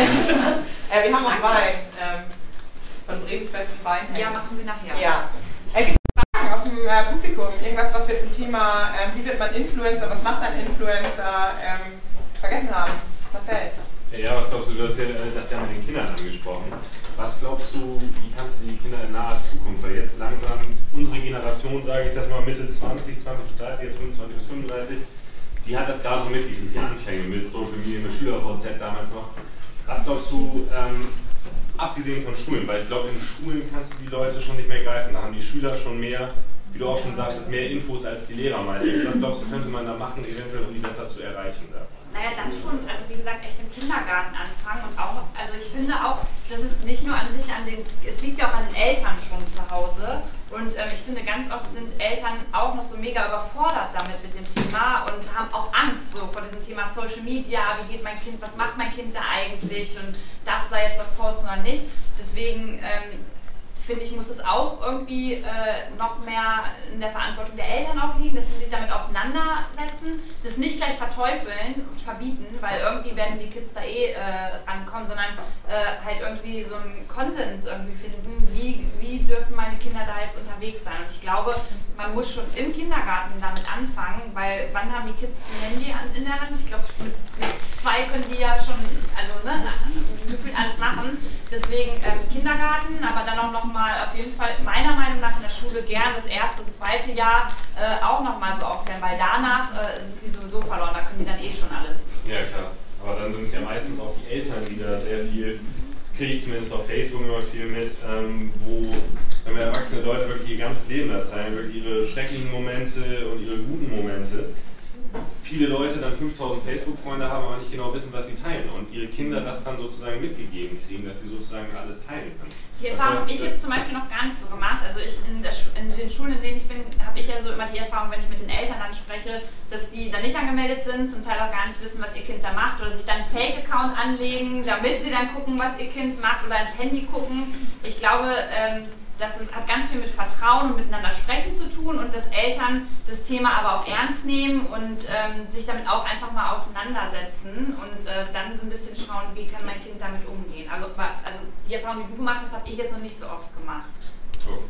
äh, wir haben noch Wein. Ähm, Von Bremens besten Wein. Ja, machen wir nachher. Ja. Äh, gibt es Fragen aus dem äh, Publikum? Irgendwas, was wir zum Thema, ähm, wie wird man Influencer, was macht ein Influencer, ähm, vergessen haben? Marcel? Ja, was glaubst du, du hast ja das ja mit den Kindern angesprochen. Was glaubst du, wie kannst du die Kinder in naher Zukunft, weil jetzt langsam unsere Generation, sage ich das mal, Mitte zwanzig, zwanzig bis dreißig, jetzt fünfundzwanzig bis fünfunddreißig, die hat das gerade so mitgekriegt, die Anfänge mit Social Media, mit SchülerVZ damals noch. Was glaubst du, ähm, abgesehen von Schulen, weil ich glaube, in Schulen kannst du die Leute schon nicht mehr greifen. Da haben die Schüler schon mehr, wie du auch schon sagtest, mehr Infos als die Lehrer meistens. Was glaubst du, könnte man da machen, eventuell, um die besser zu erreichen? Da? Naja, dann schon, also wie gesagt, echt im Kindergarten anfangen und auch, also ich finde auch, das ist nicht nur an sich an den, es liegt ja auch an den Eltern schon zu Hause und ähm, ich finde, ganz oft sind Eltern auch noch so mega überfordert damit mit dem Thema und haben auch Angst so vor diesem Thema Social Media, wie geht mein Kind, was macht mein Kind da eigentlich und darf es da jetzt was posten oder nicht. Deswegen ähm, finde ich, muss es auch irgendwie äh, noch mehr in der Verantwortung der Eltern auch liegen, dass sie sich damit auseinandersetzen, das nicht gleich verteufeln und verbieten, weil irgendwie werden die Kids da eh äh, rankommen, sondern äh, halt irgendwie so einen Konsens irgendwie finden, wie, wie dürfen meine Kinder da jetzt unterwegs sein. Und ich glaube, man muss schon im Kindergarten damit anfangen, weil wann haben die Kids ein Handy an, in der Hand? Ich glaube, mit, mit zwei können die ja schon, also ne, gefühlt alles machen. Deswegen ähm, Kindergarten, aber dann auch nochmal auf jeden Fall meiner Meinung nach in der Schule gern das erste und zweite Jahr äh, auch nochmal so aufklären, weil danach äh, sind die sowieso verloren, da können die dann eh schon alles. Ja klar, aber dann sind es ja meistens auch die Eltern, die da sehr viel, kriege ich zumindest auf Facebook immer viel mit, ähm, wo wenn wir erwachsene Leute wirklich ihr ganzes Leben da teilen, wirklich ihre schrecklichen Momente und ihre guten Momente, viele Leute dann fünftausend Facebook-Freunde haben, aber nicht genau wissen, was sie teilen und ihre Kinder das dann sozusagen mitgegeben kriegen, dass sie sozusagen alles teilen können. Die Erfahrung habe ich jetzt zum Beispiel noch gar nicht so gemacht. Also ich in, der, in den Schulen, in denen ich bin, habe ich ja so immer die Erfahrung, wenn ich mit den Eltern dann spreche, dass die dann nicht angemeldet sind, zum Teil auch gar nicht wissen, was ihr Kind da macht oder sich dann einen Fake-Account anlegen, damit sie dann gucken, was ihr Kind macht oder ins Handy gucken. Ich glaube, ähm, das ist, hat ganz viel mit Vertrauen und miteinander sprechen zu tun und dass Eltern das Thema aber auch ernst nehmen und ähm, sich damit auch einfach mal auseinandersetzen und äh, dann so ein bisschen schauen, wie kann mein Kind damit umgehen. Also, also die Erfahrung, die du gemacht hast, habe ich jetzt noch nicht so oft gemacht. Oh.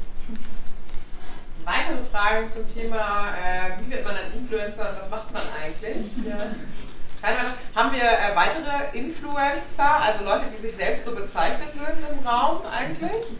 Weitere Fragen zum Thema, äh, wie wird man ein Influencer und was macht man eigentlich? Ja. Haben wir äh, weitere Influencer, also Leute, die sich selbst so bezeichnen würden im Raum eigentlich?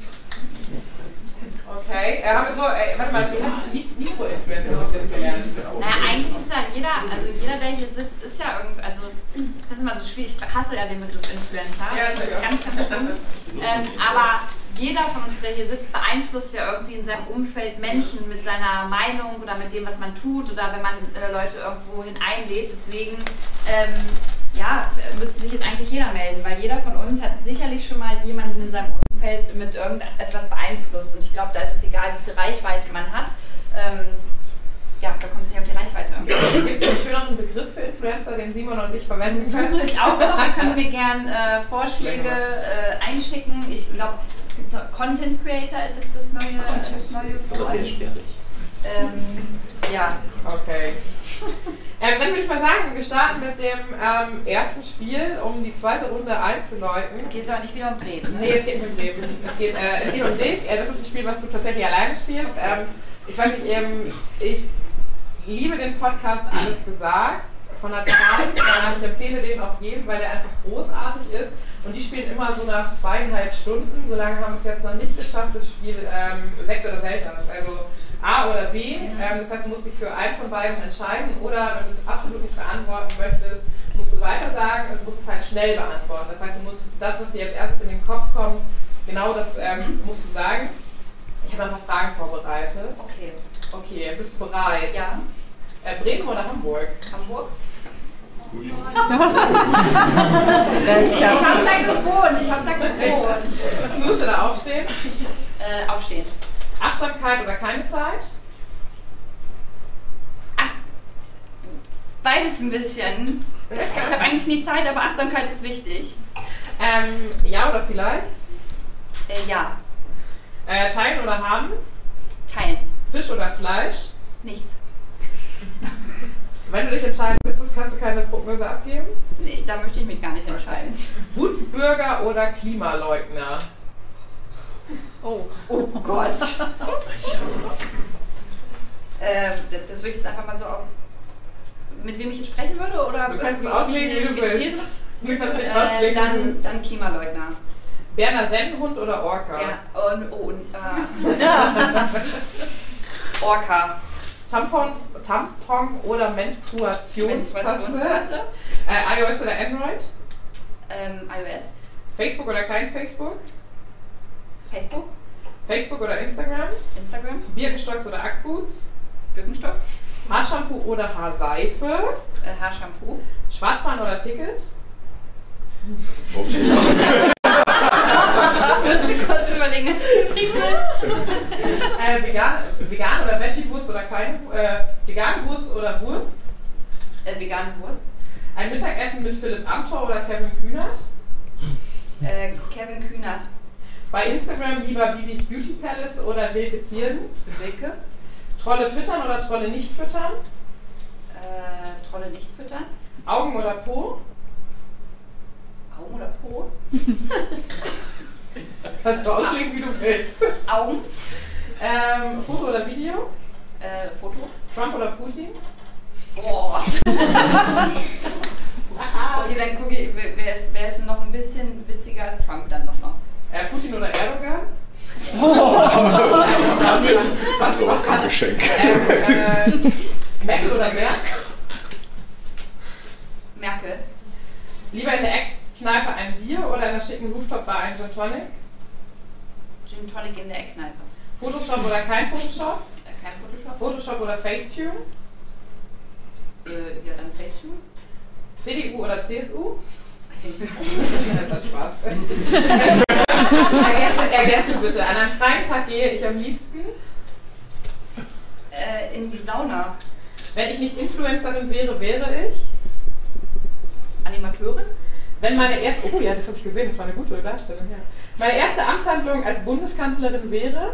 Okay, äh, haben wir so, äh, warte mal, du hast Mikro-Influencer noch jetzt gelernt. Naja, eigentlich ist ja jeder, also jeder, der hier sitzt, ist ja irgendwie, also das ist immer so schwierig, ich hasse ja den Begriff Influencer, ja, das ist ganz, ganz schlimm. Ähm, aber jeder von uns, der hier sitzt, beeinflusst ja irgendwie in seinem Umfeld Menschen mit seiner Meinung oder mit dem, was man tut oder wenn man äh, Leute irgendwohin einlädt. Deswegen ähm, ja, müsste sich jetzt eigentlich jeder melden, weil jeder von uns hat sicherlich schon mal jemanden in seinem Umfeld mit irgendetwas beeinflusst. Und ich glaube, da ist es egal, wie viel Reichweite man hat. Ähm, ja, da kommt es nicht auf die Reichweite an. Gibt es einen schöneren Begriff für Influencer, den Simon und ich verwenden können? Suche ich auch noch. Da können wir gerne äh, Vorschläge äh, einschicken. Ich glaube, es gibt so Content Creator ist jetzt das neue. Das neue aber sehr sperrig. Ähm, ja. Okay. Ähm, dann würde ich mal sagen, wir starten mit dem ähm, ersten Spiel, um die zweite Runde einzuläuten. Es geht aber nicht wieder um Dreh, ne? Nee, es geht nicht um Dreh. Es geht, äh, es geht um dich. Äh, das ist ein Spiel, was du tatsächlich alleine spielst. Ähm, ich weiß nicht, ähm, ich liebe den Podcast Alles gesagt von der Time. Äh, ich empfehle den auch jedem, weil der einfach großartig ist. Und die spielen immer so nach zweieinhalb Stunden. So lange haben wir es jetzt noch nicht geschafft, das Spiel ähm, Sekt oder Selters. Also A oder B. Ähm, das heißt, du musst dich für eins von beiden entscheiden. Oder wenn du es absolut nicht beantworten möchtest, musst du weiter sagen und du musst es halt schnell beantworten. Das heißt, du musst das, was dir jetzt erstes in den Kopf kommt, genau das ähm, musst du sagen. Ich habe ein paar Fragen vorbereitet. Okay. Okay, bist du bereit? Ja. Äh, Bremen oder Hamburg? Hamburg? Ui. Ich habe da gewohnt, ich habe da gewohnt. Was musst du da aufstehen? Äh, aufstehen. Achtsamkeit oder keine Zeit? Ach, beides ein bisschen. Ich habe eigentlich nie Zeit, aber Achtsamkeit ist wichtig. Ähm, ja oder vielleicht? Äh, ja. Äh, teilen oder haben? Teilen. Fisch oder Fleisch? Nichts. Wenn du dich entscheiden müsstest, kannst du keine Prognose abgeben? Ich, da möchte ich mich gar nicht entscheiden. Wutbürger oder Klimaleugner? Oh, oh Gott. äh, das würde ich jetzt einfach mal so auf, mit wem ich jetzt sprechen würde? Oder Du kannst es wie ich auslegen, wie du identifiziere? willst. Du kannst dich Äh, auslegen. dann, dann Klimaleugner. Berner Sennenhund oder Orca? Ja, und, oh, und, äh, Orca. Tampon, Tampon oder Menstruationstasse? Menstruationstasse. Äh, iOS oder Android? Ähm, iOS. Facebook oder kein Facebook? Facebook. Facebook oder Instagram? Instagram. Birkenstocks oder Ackboots? Birkenstocks. Haarshampoo oder Haarseife? Äh, Haarshampoo. Schwarzfahren oder Ticket? Würdest du kurz überlegen, als ich getrieben wird? Äh, vegan, vegan oder Veggie-Wurst oder keine äh, vegane Wurst oder Wurst? Äh, vegane Wurst. Ein Mittagessen mit Philipp Amthor oder Kevin Kühnert? Äh, Kevin Kühnert. Bei Instagram lieber Bibis Beauty Palace oder Wilke Zierden? Wilke. Trolle füttern oder Trolle nicht füttern? Äh, Trolle nicht füttern. Augen oder Po? Augen oder Po? Kannst du auslegen, wie du willst. Augen. Ähm, Foto oder Video? Äh, Foto. Trump oder Putin? Boah. Okay, dann gucke ich, wer ist, wer ist noch ein bisschen witziger als Trump dann noch noch? Äh, Putin oder Erdogan? Nichts. Was So ein Geschenk. Ähm, äh, Merkel oder Merkel? Merkel. Lieber in der Eckkneipe ein Bier oder in der schicken Rooftop-Bar ein Gin Tonic? Gin Tonic in der Eckkneipe. Photoshop oder kein Photoshop? Äh, kein Photoshop. Photoshop oder Facetune? Äh, ja, dann Facetune. C D U oder C S U? Das hat Spaß. ergänze, ergänze bitte. An einem freien Tag gehe ich am liebsten? Äh, in die Sauna. Wenn ich nicht Influencerin wäre, wäre ich? Animateurin. Wenn meine erste, oh ja, das habe ich gesehen, das war eine gute Darstellung, ja. Meine erste Amtshandlung als Bundeskanzlerin wäre?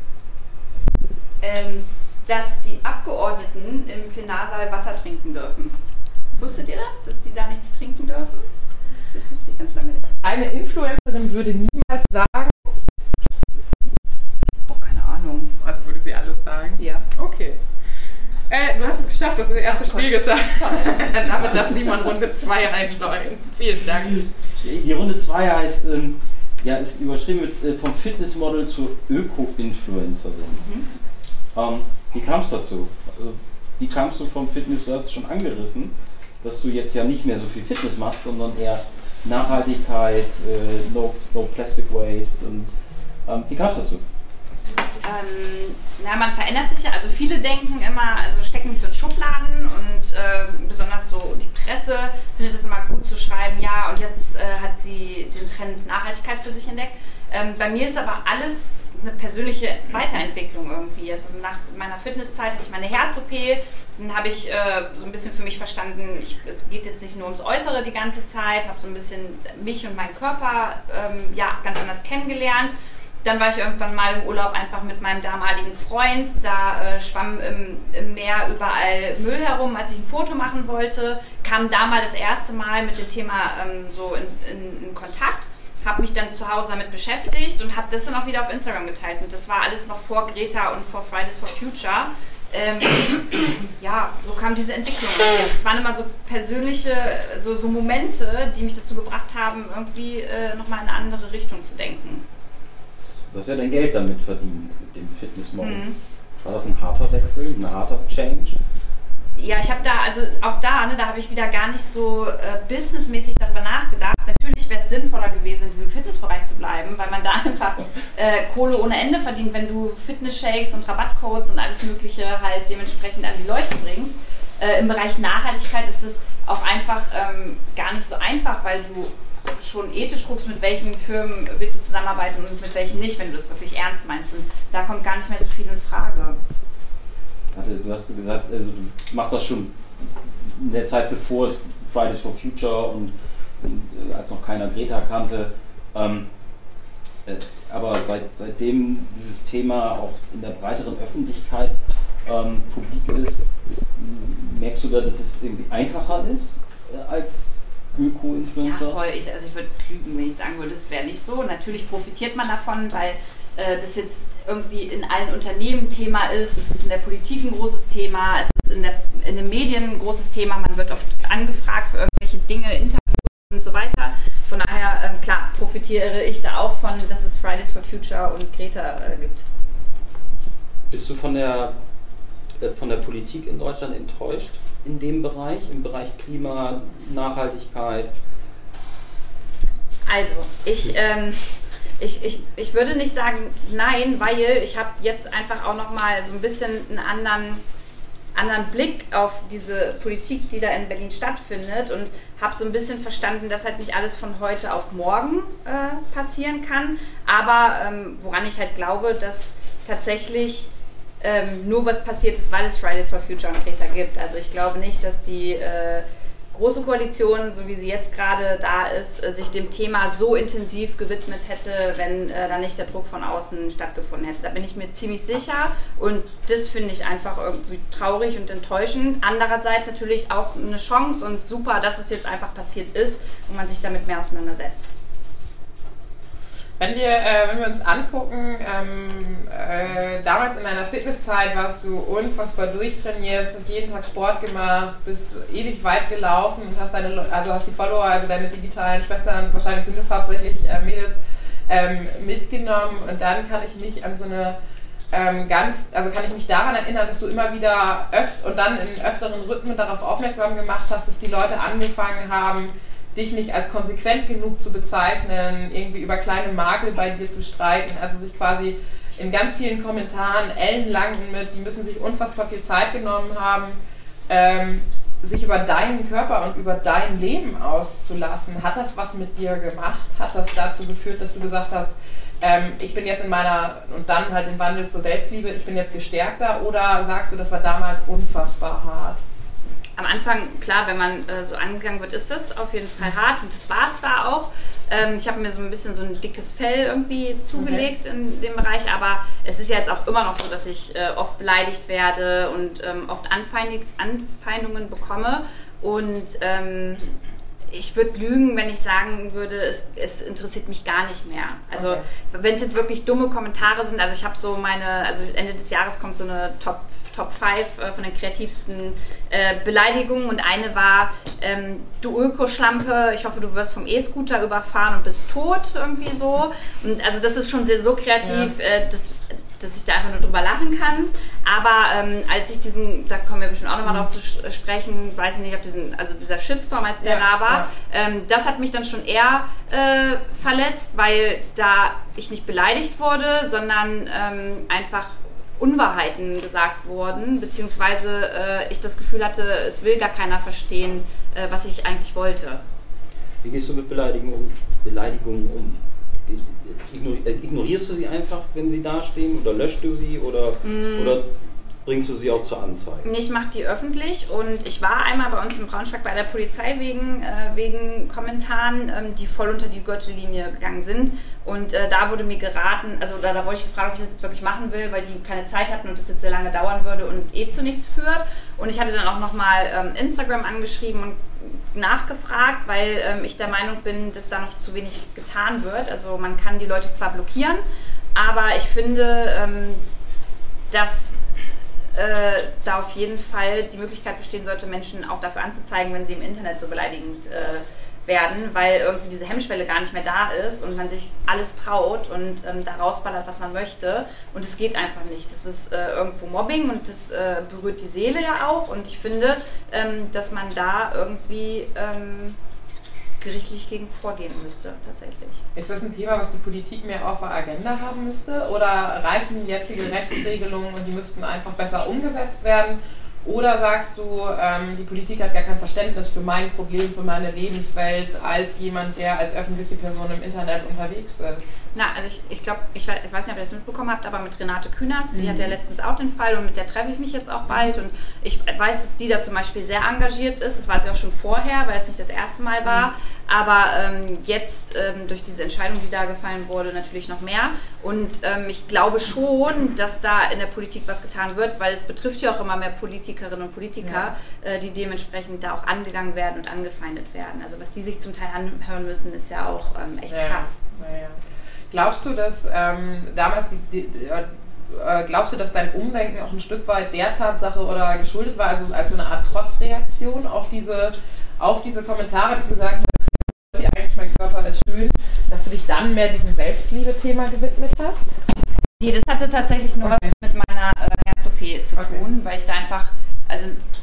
Ähm, dass die Abgeordneten im Plenarsaal Wasser trinken dürfen. Wusstet ihr das, dass die da nichts trinken dürfen? Das wusste ich ganz lange nicht. Eine Influencerin würde niemals sagen? Oh, keine Ahnung. Also würde sie alles sagen? Ja. Okay. Äh, du hast es geschafft, du hast das erste Ach, Spiel Gott. geschafft. Damit darf Simon Runde zwei einläuten. Vielen Dank. Die Runde zwei heißt, ähm, ja, ist überschrieben mit äh, vom Fitnessmodel zur Öko-Influencerin. Mhm. Ähm, wie kam es dazu? Also, wie kamst du vom Fitness, du hast es schon angerissen, dass du jetzt ja nicht mehr so viel Fitness machst, sondern eher Nachhaltigkeit, äh, no, no Plastic Waste. Und, ähm, wie kam es dazu? Ähm, na, man verändert sich ja. Also viele denken immer, also stecken mich so in Schubladen und äh, besonders so die Presse findet es immer gut zu schreiben, ja, und jetzt äh, hat sie den Trend Nachhaltigkeit für sich entdeckt. Ähm, bei mir ist aber alles eine persönliche Weiterentwicklung irgendwie. Also nach meiner Fitnesszeit hatte ich meine Herz-O P, dann habe ich äh, so ein bisschen für mich verstanden, ich, es geht jetzt nicht nur ums Äußere die ganze Zeit, habe so ein bisschen mich und meinen Körper ähm, ja, ganz anders kennengelernt. dann war ich irgendwann mal im Urlaub einfach mit meinem damaligen Freund. Da äh, schwamm im, im Meer überall Müll herum, als ich ein Foto machen wollte. Kam da mal das erste Mal mit dem Thema ähm, so in, in, in Kontakt. Habe mich dann zu Hause damit beschäftigt und habe das dann auch wieder auf Instagram geteilt. Und das war alles noch vor Greta und vor Fridays for Future. Ähm, ja, so kam diese Entwicklung. Es waren immer so persönliche, so, so Momente, die mich dazu gebracht haben, irgendwie äh, nochmal in eine andere Richtung zu denken. Du hast ja dein Geld damit verdient, mit dem Fitnessmodel. Mhm. War das ein harter Wechsel, ein harter Change? Ja, ich habe da, also auch da, ne, da habe ich wieder gar nicht so äh, businessmäßig darüber nachgedacht. Natürlich wäre es sinnvoller gewesen, in diesem Fitnessbereich zu bleiben, weil man da einfach äh, Kohle ohne Ende verdient, wenn du Fitness-Shakes und Rabattcodes und alles Mögliche halt dementsprechend an die Leute bringst. Äh, Im Bereich Nachhaltigkeit ist es auch einfach ähm, gar nicht so einfach, weil du schon ethisch guckst, mit welchen Firmen willst du zusammenarbeiten und mit welchen nicht, wenn du das wirklich ernst meinst. Und da kommt gar nicht mehr so viel in Frage. Du hast gesagt, also du machst das schon in der Zeit, bevor es Fridays for Future und, und als noch keiner Greta kannte. Ähm, äh, aber seit, seitdem dieses Thema auch in der breiteren Öffentlichkeit ähm, publik ist, merkst du da, dass es irgendwie einfacher ist äh, als Öko-Influencer? Ja, voll. Ich, also ich würde lügen, wenn ich sagen würde, es wäre nicht so. Natürlich profitiert man davon, weil äh, das jetzt irgendwie in allen Unternehmen Thema ist, es ist in der Politik ein großes Thema, es ist in, der, in den Medien ein großes Thema, man wird oft angefragt für irgendwelche Dinge, Interviews und so weiter. Von daher, ähm, klar, profitiere ich da auch von, dass es Fridays for Future und Greta äh, gibt. Bist du von der, äh, von der Politik in Deutschland enttäuscht in dem Bereich, im Bereich Klima, Nachhaltigkeit? Also, ich... Ähm, Ich, ich, ich würde nicht sagen nein, weil ich habe jetzt einfach auch nochmal so ein bisschen einen anderen, anderen Blick auf diese Politik, die da in Berlin stattfindet und habe so ein bisschen verstanden, dass halt nicht alles von heute auf morgen äh, passieren kann, aber ähm, woran ich halt glaube, dass tatsächlich ähm, nur was passiert ist, weil es Fridays for Future und Greta gibt. Also ich glaube nicht, dass die äh, Große Koalition, so wie sie jetzt gerade da ist, sich dem Thema so intensiv gewidmet hätte, wenn äh, da nicht der Druck von außen stattgefunden hätte. Da bin ich mir ziemlich sicher und das finde ich einfach irgendwie traurig und enttäuschend. Andererseits natürlich auch eine Chance und super, dass es jetzt einfach passiert ist und man sich damit mehr auseinandersetzt. Wenn wir, äh, wenn wir uns angucken, ähm, äh, damals in deiner Fitnesszeit warst du unfassbar durchtrainiert, hast jeden Tag Sport gemacht, bist ewig weit gelaufen und hast deine, also hast die Follower, also deine digitalen Schwestern, wahrscheinlich sind das hauptsächlich äh, Mädels, ähm, mitgenommen und dann kann ich mich an so eine ähm, ganz, also kann ich mich daran erinnern, dass du immer wieder öfter und dann in öfteren Rhythmen darauf aufmerksam gemacht hast, dass die Leute angefangen haben, dich nicht als konsequent genug zu bezeichnen, irgendwie über kleine Makel bei dir zu streiten, also sich quasi in ganz vielen Kommentaren ellenlang mit, die müssen sich unfassbar viel Zeit genommen haben, ähm, sich über deinen Körper und über dein Leben auszulassen. Hat das was mit dir gemacht? Hat das dazu geführt, dass du gesagt hast, ähm, ich bin jetzt in meiner, und dann halt den Wandel zur Selbstliebe, ich bin jetzt gestärkter, oder sagst du, das war damals unfassbar hart? Am Anfang, klar, wenn man äh, so angegangen wird, ist das auf jeden Fall hart und das war es da auch. Ähm, ich habe mir so ein bisschen so ein dickes Fell irgendwie zugelegt okay. in dem Bereich, aber es ist ja jetzt auch immer noch so, dass ich äh, oft beleidigt werde und ähm, oft Anfeind Anfeindungen bekomme und ähm, ich würde lügen, wenn ich sagen würde, es, es interessiert mich gar nicht mehr. Also okay. wenn es jetzt wirklich dumme Kommentare sind, also ich habe so meine, also Ende des Jahres kommt so eine Top Top fünf äh, von den kreativsten äh, Beleidigungen und eine war, ähm, du Ökoschlampe, ich hoffe, du wirst vom E-Scooter überfahren und bist tot, irgendwie so. Und also das ist schon sehr so kreativ, ja. äh, dass, dass ich da einfach nur drüber lachen kann. Aber ähm, als ich diesen, da kommen wir bestimmt auch nochmal mhm. drauf zu sprechen, weiß ich nicht, ob diesen, also dieser Shitstorm, als der ja, da war, ja. ähm, das hat mich dann schon eher äh, verletzt, weil da ich nicht beleidigt wurde, sondern ähm, einfach Unwahrheiten gesagt wurden, beziehungsweise äh, ich das Gefühl hatte, es will gar keiner verstehen, äh, was ich eigentlich wollte. Wie gehst du mit Beleidigungen um? Beleidigungen um? Ignorierst du sie einfach, wenn sie dastehen, oder löscht du sie, oder, mm. oder bringst du sie auch zur Anzeige? Ich mache die öffentlich und ich war einmal bei uns in Braunschweig bei der Polizei wegen, äh, wegen Kommentaren, ähm, die voll unter die Gürtellinie gegangen sind Und äh, da wurde mir geraten, also da, da wurde ich gefragt, ob ich das jetzt wirklich machen will, weil die keine Zeit hatten und das jetzt sehr lange dauern würde und eh zu nichts führt. Und ich hatte dann auch nochmal ähm, Instagram angeschrieben und nachgefragt, weil ähm, ich der Meinung bin, dass da noch zu wenig getan wird. Also man kann die Leute zwar blockieren, aber ich finde, ähm, dass äh, da auf jeden Fall die Möglichkeit bestehen sollte, Menschen auch dafür anzuzeigen, wenn sie im Internet so beleidigend äh, werden, weil irgendwie diese Hemmschwelle gar nicht mehr da ist und man sich alles traut und ähm, da rausballert, was man möchte. Und es geht einfach nicht. Das ist äh, irgendwo Mobbing und das äh, berührt die Seele ja auch. Und ich finde, ähm, dass man da irgendwie ähm, gerichtlich gegen vorgehen müsste, tatsächlich. Ist das ein Thema, was die Politik mehr auf der Agenda haben müsste? Oder reichen jetzige Rechtsregelungen und die müssten einfach besser umgesetzt werden? Oder sagst du, ähm, die Politik hat gar kein Verständnis für mein Problem, für meine Lebenswelt, als jemand, der als öffentliche Person im Internet unterwegs ist? Na, also ich, ich glaube, ich, ich weiß nicht, ob ihr das mitbekommen habt, aber mit Renate Künast, mhm. die hat ja letztens auch den Fall und mit der treffe ich mich jetzt auch bald. Und ich weiß, dass die da zum Beispiel sehr engagiert ist. Das war sie auch schon vorher, weil es nicht das erste Mal war. Mhm. Aber ähm, jetzt ähm, durch diese Entscheidung, die da gefallen wurde, natürlich noch mehr. Und ähm, ich glaube schon, dass da in der Politik was getan wird, weil es betrifft ja auch immer mehr Politikerinnen und Politiker, ja. äh, die dementsprechend da auch angegangen werden und angefeindet werden. Also was die sich zum Teil anhören müssen, ist ja auch ähm, echt ja. krass. Ja, ja. Glaubst du, dass ähm, damals die, die äh, glaubst du, dass dein Umdenken auch ein Stück weit der Tatsache oder geschuldet war, also als so eine Art Trotzreaktion auf diese, auf diese Kommentare, dass du gesagt hast, eigentlich mein Körper ist schön, dass du dich dann mehr diesem Selbstliebe-Thema gewidmet hast? Nee, das hatte tatsächlich nur okay. was mit meiner äh, Herz-O P zu okay. tun, weil ich da einfach, also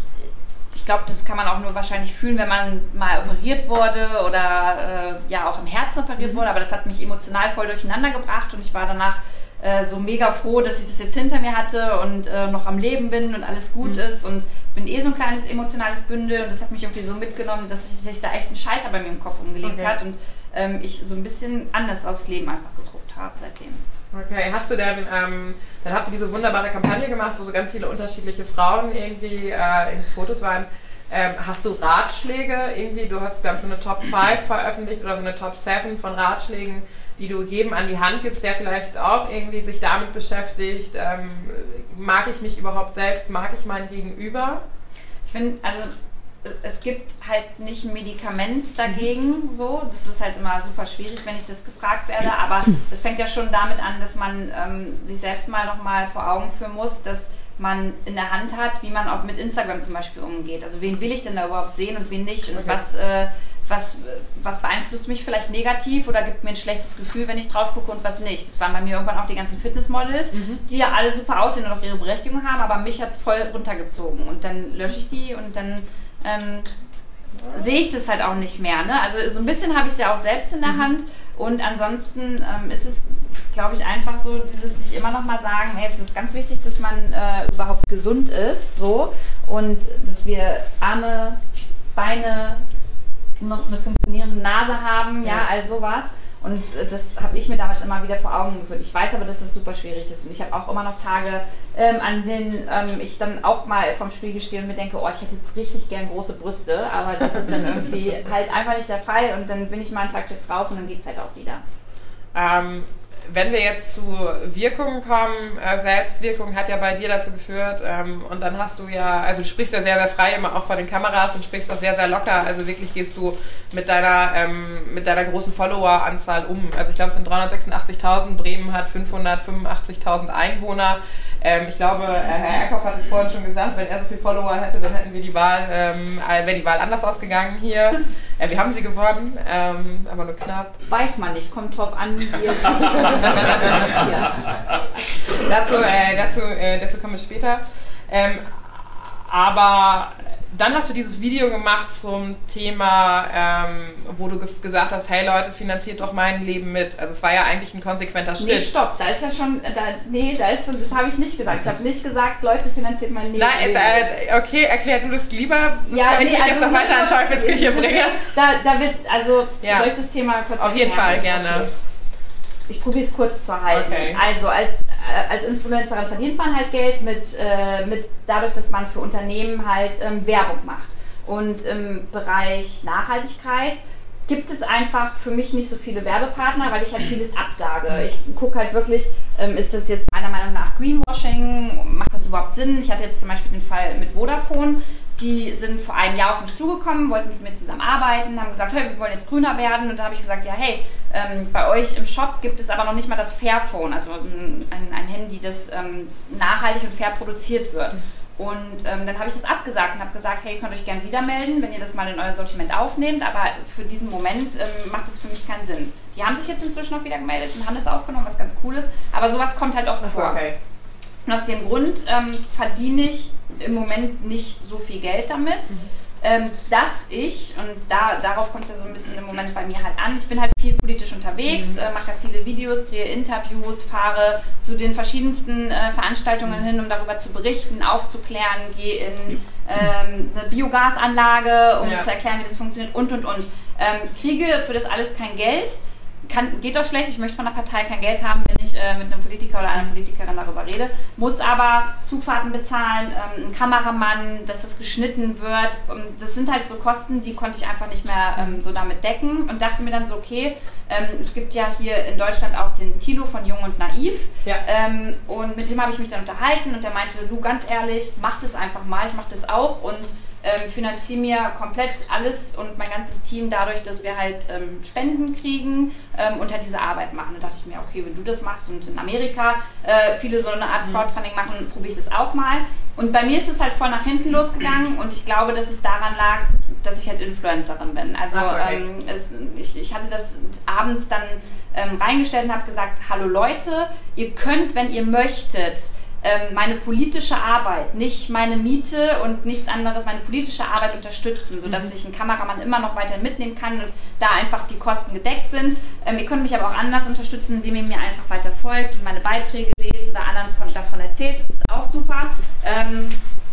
ich glaube, das kann man auch nur wahrscheinlich fühlen, wenn man mal operiert wurde oder äh, ja auch im Herzen operiert mhm. wurde, aber das hat mich emotional voll durcheinander gebracht und ich war danach äh, so mega froh, dass ich das jetzt hinter mir hatte und äh, noch am Leben bin und alles gut mhm. ist und bin eh so ein kleines emotionales Bündel und das hat mich irgendwie so mitgenommen, dass sich, sich da echt ein Schalter bei mir im Kopf umgelegt okay. hat und ähm, ich so ein bisschen anders aufs Leben einfach geguckt habe seitdem. Okay, hast du denn, ähm, dann habt ihr diese wunderbare Kampagne gemacht, wo so ganz viele unterschiedliche Frauen irgendwie äh, in Fotos waren. Ähm, hast du Ratschläge irgendwie, du hast glaube ich so eine Top fünf veröffentlicht oder so eine Top sieben von Ratschlägen, die du jedem an die Hand gibst, der vielleicht auch irgendwie sich damit beschäftigt, ähm, mag ich mich überhaupt selbst, mag ich mein Gegenüber? Ich finde, also es gibt halt nicht ein Medikament dagegen, so. Das ist halt immer super schwierig, wenn ich das gefragt werde, aber das fängt ja schon damit an, dass man ähm, sich selbst mal nochmal vor Augen führen muss, dass man in der Hand hat, wie man auch mit Instagram zum Beispiel umgeht. Also wen will ich denn da überhaupt sehen und wen nicht und okay. was, äh, was, was beeinflusst mich vielleicht negativ oder gibt mir ein schlechtes Gefühl, wenn ich drauf gucke und was nicht. Das waren bei mir irgendwann auch die ganzen Fitnessmodels, mhm. die ja alle super aussehen und auch ihre Berechtigung haben, aber mich hat es voll runtergezogen und dann lösche ich die und dann ähm, sehe ich das halt auch nicht mehr. Ne? Also so ein bisschen habe ich es ja auch selbst in der mhm. Hand und ansonsten ähm, ist es, glaube ich, einfach so, dieses sich immer noch mal sagen, hey, es ist ganz wichtig, dass man äh, überhaupt gesund ist, so, und dass wir Arme, Beine, noch eine funktionierende Nase haben, ja, ja all sowas. Und äh, das habe ich mir damals immer wieder vor Augen geführt. Ich weiß aber, dass es super schwierig ist. Und ich habe auch immer noch Tage, ähm, an denen ähm, ich dann auch mal vorm Spiegel stehe und mir denke, oh, ich hätte jetzt richtig gern große Brüste. Aber das ist dann irgendwie halt einfach nicht der Fall. Und dann bin ich mal einen Tag schlecht drauf und dann geht es halt auch wieder. Ähm, wenn wir jetzt zu Wirkungen kommen, äh, Selbstwirkung hat ja bei dir dazu geführt ähm, und dann hast du ja, also du sprichst ja sehr, sehr frei immer auch vor den Kameras und sprichst auch sehr, sehr locker, also wirklich gehst du mit deiner, ähm, mit deiner großen Follower-Anzahl um. Also ich glaube, es sind dreihundertsechsundachtzigtausend, Bremen hat fünfhundertfünfundachtzigtausend Einwohner. Ähm, ich glaube, äh, Herr Eckhoff hat es vorhin schon gesagt, wenn er so viele Follower hätte, dann hätten wir die Wahl, ähm, wäre die Wahl anders ausgegangen hier. Äh, wir haben sie gewonnen, ähm, aber nur knapp. Weiß man nicht, kommt drauf an, wie ihr es dazu, äh, dazu, äh, dazu kommen wir später. Ähm, aber dann hast du dieses Video gemacht zum Thema, ähm, wo du ge- gesagt hast, hey Leute, finanziert doch mein Leben mit. Also es war ja eigentlich ein konsequenter Schritt. Nee, stopp, da ist ja schon, da, nee, da ist schon, das habe ich nicht gesagt. Ich habe nicht gesagt, Leute, finanziert mein Leben Nein, mit. Äh, okay, erklär du das lieber, ja, bevor nee, ich mich also jetzt noch weiter an Teufelsküche bringe. Da, da wird, also, ja. soll ich das Thema kurz Auf jeden Fall, gerne. Okay. Ich probiere es kurz zu halten. Okay. Also als, äh, als Influencerin verdient man halt Geld mit, äh, mit dadurch, dass man für Unternehmen halt ähm, Werbung macht. Und im Bereich Nachhaltigkeit gibt es einfach für mich nicht so viele Werbepartner, weil ich halt vieles absage. Ich gucke halt wirklich, ähm, ist das jetzt meiner Meinung nach Greenwashing, macht das überhaupt Sinn? Ich hatte jetzt zum Beispiel den Fall mit Vodafone, die sind vor einem Jahr auf mich zugekommen, wollten mit mir zusammenarbeiten, haben gesagt, hey, wir wollen jetzt grüner werden, und da habe ich gesagt, ja, hey, ähm, bei euch im Shop gibt es aber noch nicht mal das Fairphone, also ein, ein Handy, das ähm, nachhaltig und fair produziert wird. Und ähm, dann habe ich das abgesagt und habe gesagt, hey, ihr könnt euch gerne wieder melden, wenn ihr das mal in euer Sortiment aufnehmt, aber für diesen Moment ähm, macht das für mich keinen Sinn. Die haben sich jetzt inzwischen auch wieder gemeldet und haben das aufgenommen, was ganz cool ist, aber sowas kommt halt oft vor. Okay. Und aus dem Grund ähm, verdiene ich im Moment nicht so viel Geld damit, mhm. ähm, dass ich, und da, darauf kommt es ja so ein bisschen im Moment bei mir halt an, ich bin halt viel politisch unterwegs, mhm. äh, mache ja viele Videos, drehe Interviews, fahre zu den verschiedensten äh, Veranstaltungen hin, um darüber zu berichten, aufzuklären, gehe in ähm, eine Biogasanlage, um ja. zu erklären, wie das funktioniert und und und. Ähm, kriege für das alles kein Geld. Kann, geht doch schlecht, ich möchte von der Partei kein Geld haben, wenn ich äh, mit einem Politiker oder einer Politikerin darüber rede, muss aber Zugfahrten bezahlen, ähm, einen Kameramann, dass das geschnitten wird. Das sind halt so Kosten, die konnte ich einfach nicht mehr ähm, so damit decken, und dachte mir dann so, okay, ähm, es gibt ja hier in Deutschland auch den Thilo von Jung und Naiv, ja. ähm, und mit dem habe ich mich dann unterhalten, und der meinte, du, ganz ehrlich, mach das einfach mal, ich mach das auch, und Ähm, finanziere mir komplett alles und mein ganzes Team dadurch, dass wir halt ähm, Spenden kriegen ähm, und halt diese Arbeit machen. Da dachte ich mir, okay, wenn du das machst und in Amerika äh, viele so eine Art Crowdfunding machen, probiere ich das auch mal. Und bei mir ist es halt voll nach hinten losgegangen, und ich glaube, dass es daran lag, dass ich halt Influencerin bin. Also okay. ähm, es, ich, ich hatte das abends dann ähm, reingestellt und habe gesagt, hallo Leute, ihr könnt, wenn ihr möchtet, meine politische Arbeit, nicht meine Miete und nichts anderes, meine politische Arbeit unterstützen, sodass mhm. ich einen Kameramann immer noch weiter mitnehmen kann und da einfach die Kosten gedeckt sind. Ähm, ihr könnt mich aber auch anders unterstützen, indem ihr mir einfach weiter folgt und meine Beiträge lest oder anderen von, davon erzählt. Das ist auch super. Ähm,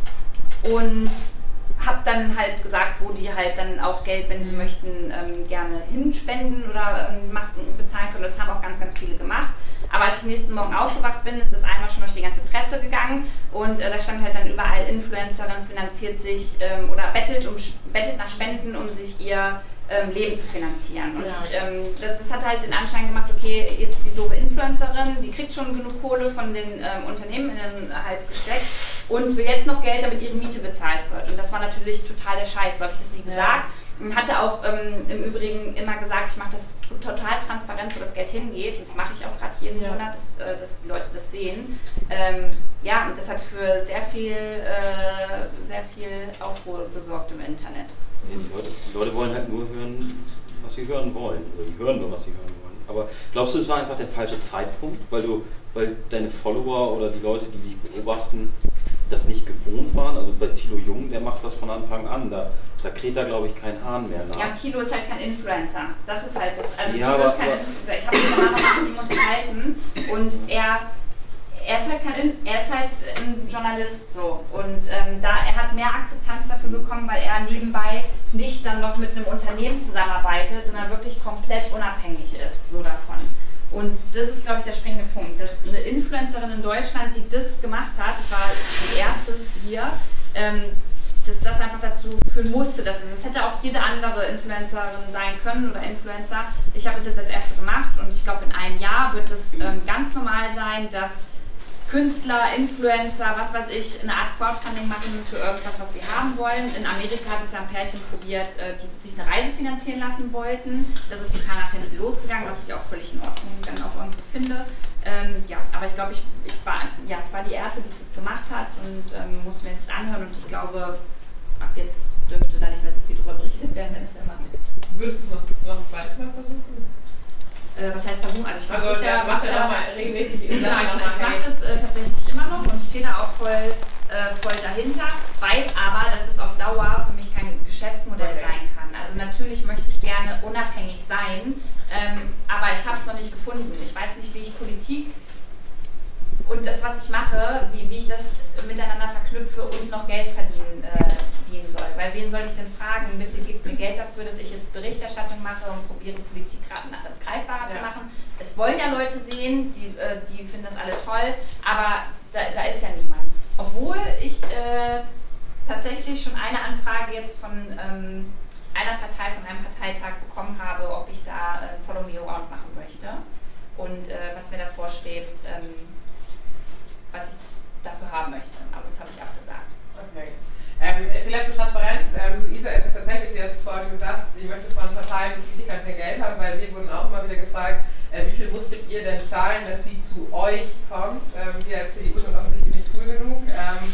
und habe dann halt gesagt, wo die halt dann auch Geld, wenn sie möchten, ähm, gerne hinspenden oder ähm, machen, bezahlen können. Das haben auch ganz, ganz viele gemacht. Aber als ich nächsten Morgen aufgewacht bin, ist das einmal schon durch die ganze Presse gegangen, und äh, da stand halt dann überall, Influencerin finanziert sich ähm, oder bettelt, um, bettelt nach Spenden, um sich ihr ähm, Leben zu finanzieren. Und ja. ich, ähm, das, das hat halt den Anschein gemacht, okay, jetzt die doofe Influencerin, die kriegt schon genug Kohle von den ähm, Unternehmen in den Hals gesteckt und will jetzt noch Geld, damit ihre Miete bezahlt wird. Und das war natürlich total der Scheiß, so habe ich das nie gesagt. Ja. Hatte auch ähm, im Übrigen immer gesagt, ich mache das total transparent, wo das Geld hingeht, und das mache ich auch gerade jeden ja. Monat, dass, äh, dass die Leute das sehen. Ähm, ja, und das hat für sehr viel, äh, sehr viel Aufruhr gesorgt im Internet. Ja, die, Leute, die Leute wollen halt nur hören, was sie hören wollen, oder die hören nur, was sie hören wollen. Aber glaubst du, es war einfach der falsche Zeitpunkt, weil du, weil deine Follower oder die Leute, die dich beobachten, das nicht gewohnt waren? Also bei Thilo Jung, der macht das von Anfang an, da Da kräht da, glaube ich, kein Hahn mehr nach. Ja, Thilo ist halt kein Influencer. Das ist halt das. Also ja, Thilo ist kein Influencer. Ich habe mich danach noch mit ihm unterhalten, und er, er ist halt kein, er ist halt ein Journalist so. Und ähm, da, er hat mehr Akzeptanz dafür bekommen, weil er nebenbei nicht dann noch mit einem Unternehmen zusammenarbeitet, sondern wirklich komplett unabhängig ist so davon. Und das ist, glaube ich, der springende Punkt, dass eine Influencerin in Deutschland, die das gemacht hat, ich war die erste hier, ähm, dass das einfach dazu führen musste, dass es, es hätte auch jede andere Influencerin sein können oder Influencer. Ich habe es jetzt als erste gemacht, und ich glaube, in einem Jahr wird es ähm, ganz normal sein, dass Künstler, Influencer, was weiß ich, eine Art Crowdfunding machen für irgendwas, was sie haben wollen. In Amerika hat es ja ein Pärchen probiert, äh, die sich eine Reise finanzieren lassen wollten. Das ist total nach hinten losgegangen, was ich auch völlig in Ordnung dann auch irgendwo finde. Ähm, ja, aber ich glaube, ich, ich, war, ja, ich war die Erste, die es jetzt gemacht hat, und ähm, muss mir es jetzt anhören, und ich glaube, ab jetzt dürfte da nicht mehr so viel drüber berichtet werden, wenn es der macht. Würdest du es noch, noch ein zweites Mal versuchen? Äh, was heißt versuchen? Also ich mache also, das ja, machst ja mal regelmäßig. Genau, ich, ich mache das äh, tatsächlich immer noch, und ich stehe da auch voll, äh, voll dahinter, weiß aber, dass das auf Dauer für mich kein Geschäftsmodell okay. sein kann. Also natürlich möchte ich gerne unabhängig sein, ähm, aber ich habe es noch nicht gefunden. Ich weiß nicht, wie ich Politik und das, was ich mache, wie, wie ich das miteinander verknüpfe und noch Geld verdienen äh, dienen soll. Weil wen soll ich denn fragen? Bitte gebt mir Geld dafür, dass ich jetzt Berichterstattung mache und probiere, Politik greifbarer ja. zu machen. Es wollen ja Leute sehen, die, äh, die finden das alle toll, aber da, da ist ja niemand. Obwohl ich äh, tatsächlich schon eine Anfrage jetzt von ähm, einer Partei von einem Parteitag bekommen habe, ob ich da ein Follow Me Around machen möchte und äh, was mir davor schwebt, ähm, was ich dafür haben möchte. Aber das habe ich abgesagt. Okay. Ähm, vielleicht zur Transparenz. Ähm, Luisa ist tatsächlich, sie hat es vorhin gesagt, sie möchte von Parteien und Politikern mehr Geld haben, weil wir wurden auch immer wieder gefragt, äh, wie viel musstet ihr denn zahlen, dass die zu euch kommt? Ähm, wir als C D U sind offensichtlich nicht cool genug. Ähm,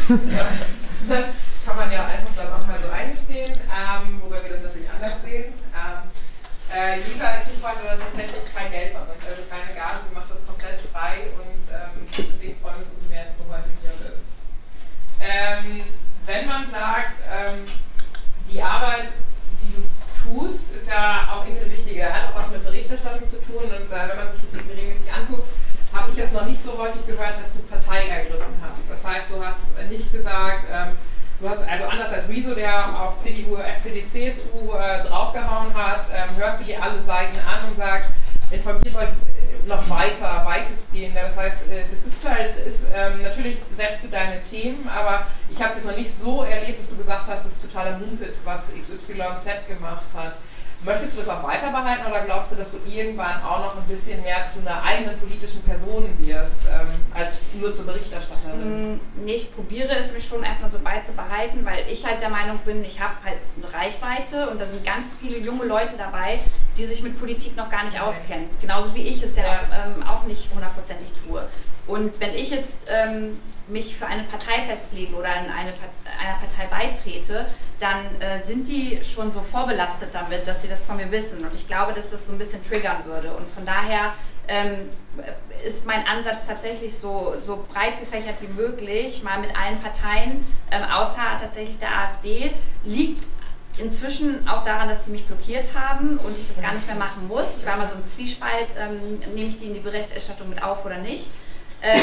kann man ja einfach dann auch mal so eingestehen, ähm, wobei wir das natürlich anders sehen. Ähm, äh, Lisa als ich wollte tatsächlich kein Geld von uns, also keine Gage, sie macht das komplett frei und ähm, deswegen freuen wir uns umso mehr, dass du heute hier bist. Ähm, wenn man sagt, ähm, die Arbeit, die du tust, ist ja auch irgendwie eine wichtige, hat auch was mit Berichterstattung zu tun und äh, wenn man sich das irgendwie regelmäßig anguckt, habe ich jetzt noch nicht so häufig gehört, dass du Partei ergriffen hast. Das heißt, du hast nicht gesagt, ähm, du hast also anders als Rezo, der auf C D U, S P D, C S U äh, draufgehauen hat, ähm, hörst du dir alle Seiten an und sagst, informiert euch noch weiter, weitestgehend. Das heißt, äh, das ist halt, ist, ähm, natürlich setzt du deine Themen, aber ich habe es jetzt noch nicht so erlebt, dass du gesagt hast, das ist totaler Mumpitz, was X Y Z gemacht hat. Möchtest du das auch weiter behalten oder glaubst du, dass du irgendwann auch noch ein bisschen mehr zu einer eigenen politischen Person wirst, ähm, als nur zur Berichterstatterin? Nee, ich probiere es mich schon erstmal so beizubehalten, weil ich halt der Meinung bin, ich habe halt eine Reichweite und da sind ganz viele junge Leute dabei, die sich mit Politik noch gar nicht auskennen. Genauso wie ich es ja, ja. Ähm, auch nicht hundertprozentig tue. Und wenn ich jetzt ähm, mich für eine Partei festlege oder in eine einer Partei beitrete, dann äh, sind die schon so vorbelastet damit, dass sie das von mir wissen. Und ich glaube, dass das so ein bisschen triggern würde. Und von daher ähm, ist mein Ansatz tatsächlich so, so breit gefächert wie möglich, mal mit allen Parteien, ähm, außer tatsächlich der AfD, liegt inzwischen auch daran, dass sie mich blockiert haben und ich das gar nicht mehr machen muss. Ich war mal so im Zwiespalt, ähm, nehme ich die in die Berichterstattung mit auf oder nicht. Ähm,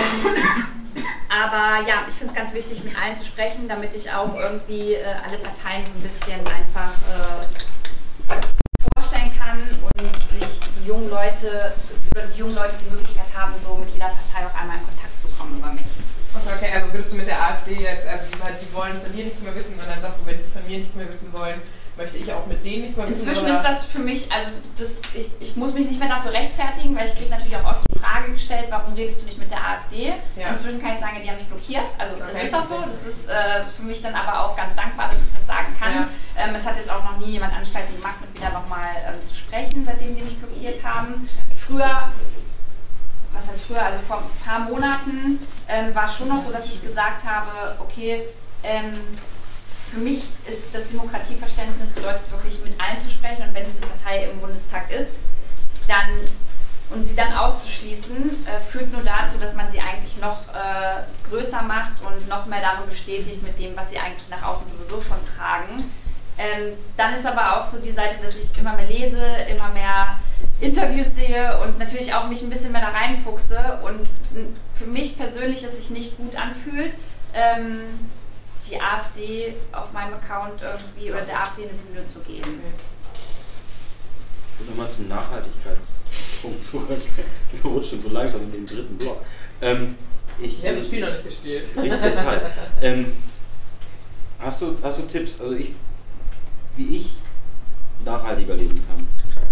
aber ja, ich finde es ganz wichtig, mit allen zu sprechen, damit ich auch irgendwie äh, alle Parteien so ein bisschen einfach äh, vorstellen kann und sich die jungen Leute, oder die jungen Leute die Möglichkeit haben, so mit jeder Partei auch einmal in Kontakt zu kommen über mich. Okay, also würdest du mit der AfD jetzt, also die wollen von dir nichts mehr wissen und dann sagst du, wenn die von mir nichts mehr wissen wollen, möchte ich auch mit denen nichts mehr wissen? Inzwischen ist das für mich, also das, ich, ich muss mich nicht mehr dafür rechtfertigen, weil ich kriege natürlich auch oft die Frage gestellt, warum redest du nicht mit der AfD? Ja. Inzwischen kann ich sagen, die haben mich blockiert, also okay, es ist auch so, das ist äh, für mich dann aber auch ganz dankbar, dass ich das sagen kann. Ja. Ähm, es hat jetzt auch noch nie jemand Anstalten gemacht, mit mir da nochmal ähm, zu sprechen, seitdem die mich blockiert haben. Früher, was heißt früher, also vor ein paar Monaten ähm, war es schon noch so, dass ich gesagt habe, okay, ähm, für mich ist das Demokratieverständnis bedeutet wirklich mit allen zu sprechen und wenn diese Partei im Bundestag ist, dann und sie dann auszuschließen, äh, führt nur dazu, dass man sie eigentlich noch äh, größer macht und noch mehr darin bestätigt mit dem, was sie eigentlich nach außen sowieso schon tragen. Ähm, dann ist aber auch so die Seite, dass ich immer mehr lese, immer mehr Interviews sehe und natürlich auch mich ein bisschen mehr da reinfuchse und für mich persönlich es sich nicht gut anfühlt, ähm, die AfD auf meinem Account irgendwie oder der AfD eine Bühne zu geben. Ich will nochmal zum Nachhaltigkeitspunkt zurück. Wir rutschen so langsam in den dritten Block. Ähm, ich, Wir haben das Spiel noch nicht gespielt. Richtig, deshalb. Ähm, hast, du, hast du Tipps, also ich, wie ich nachhaltiger leben kann?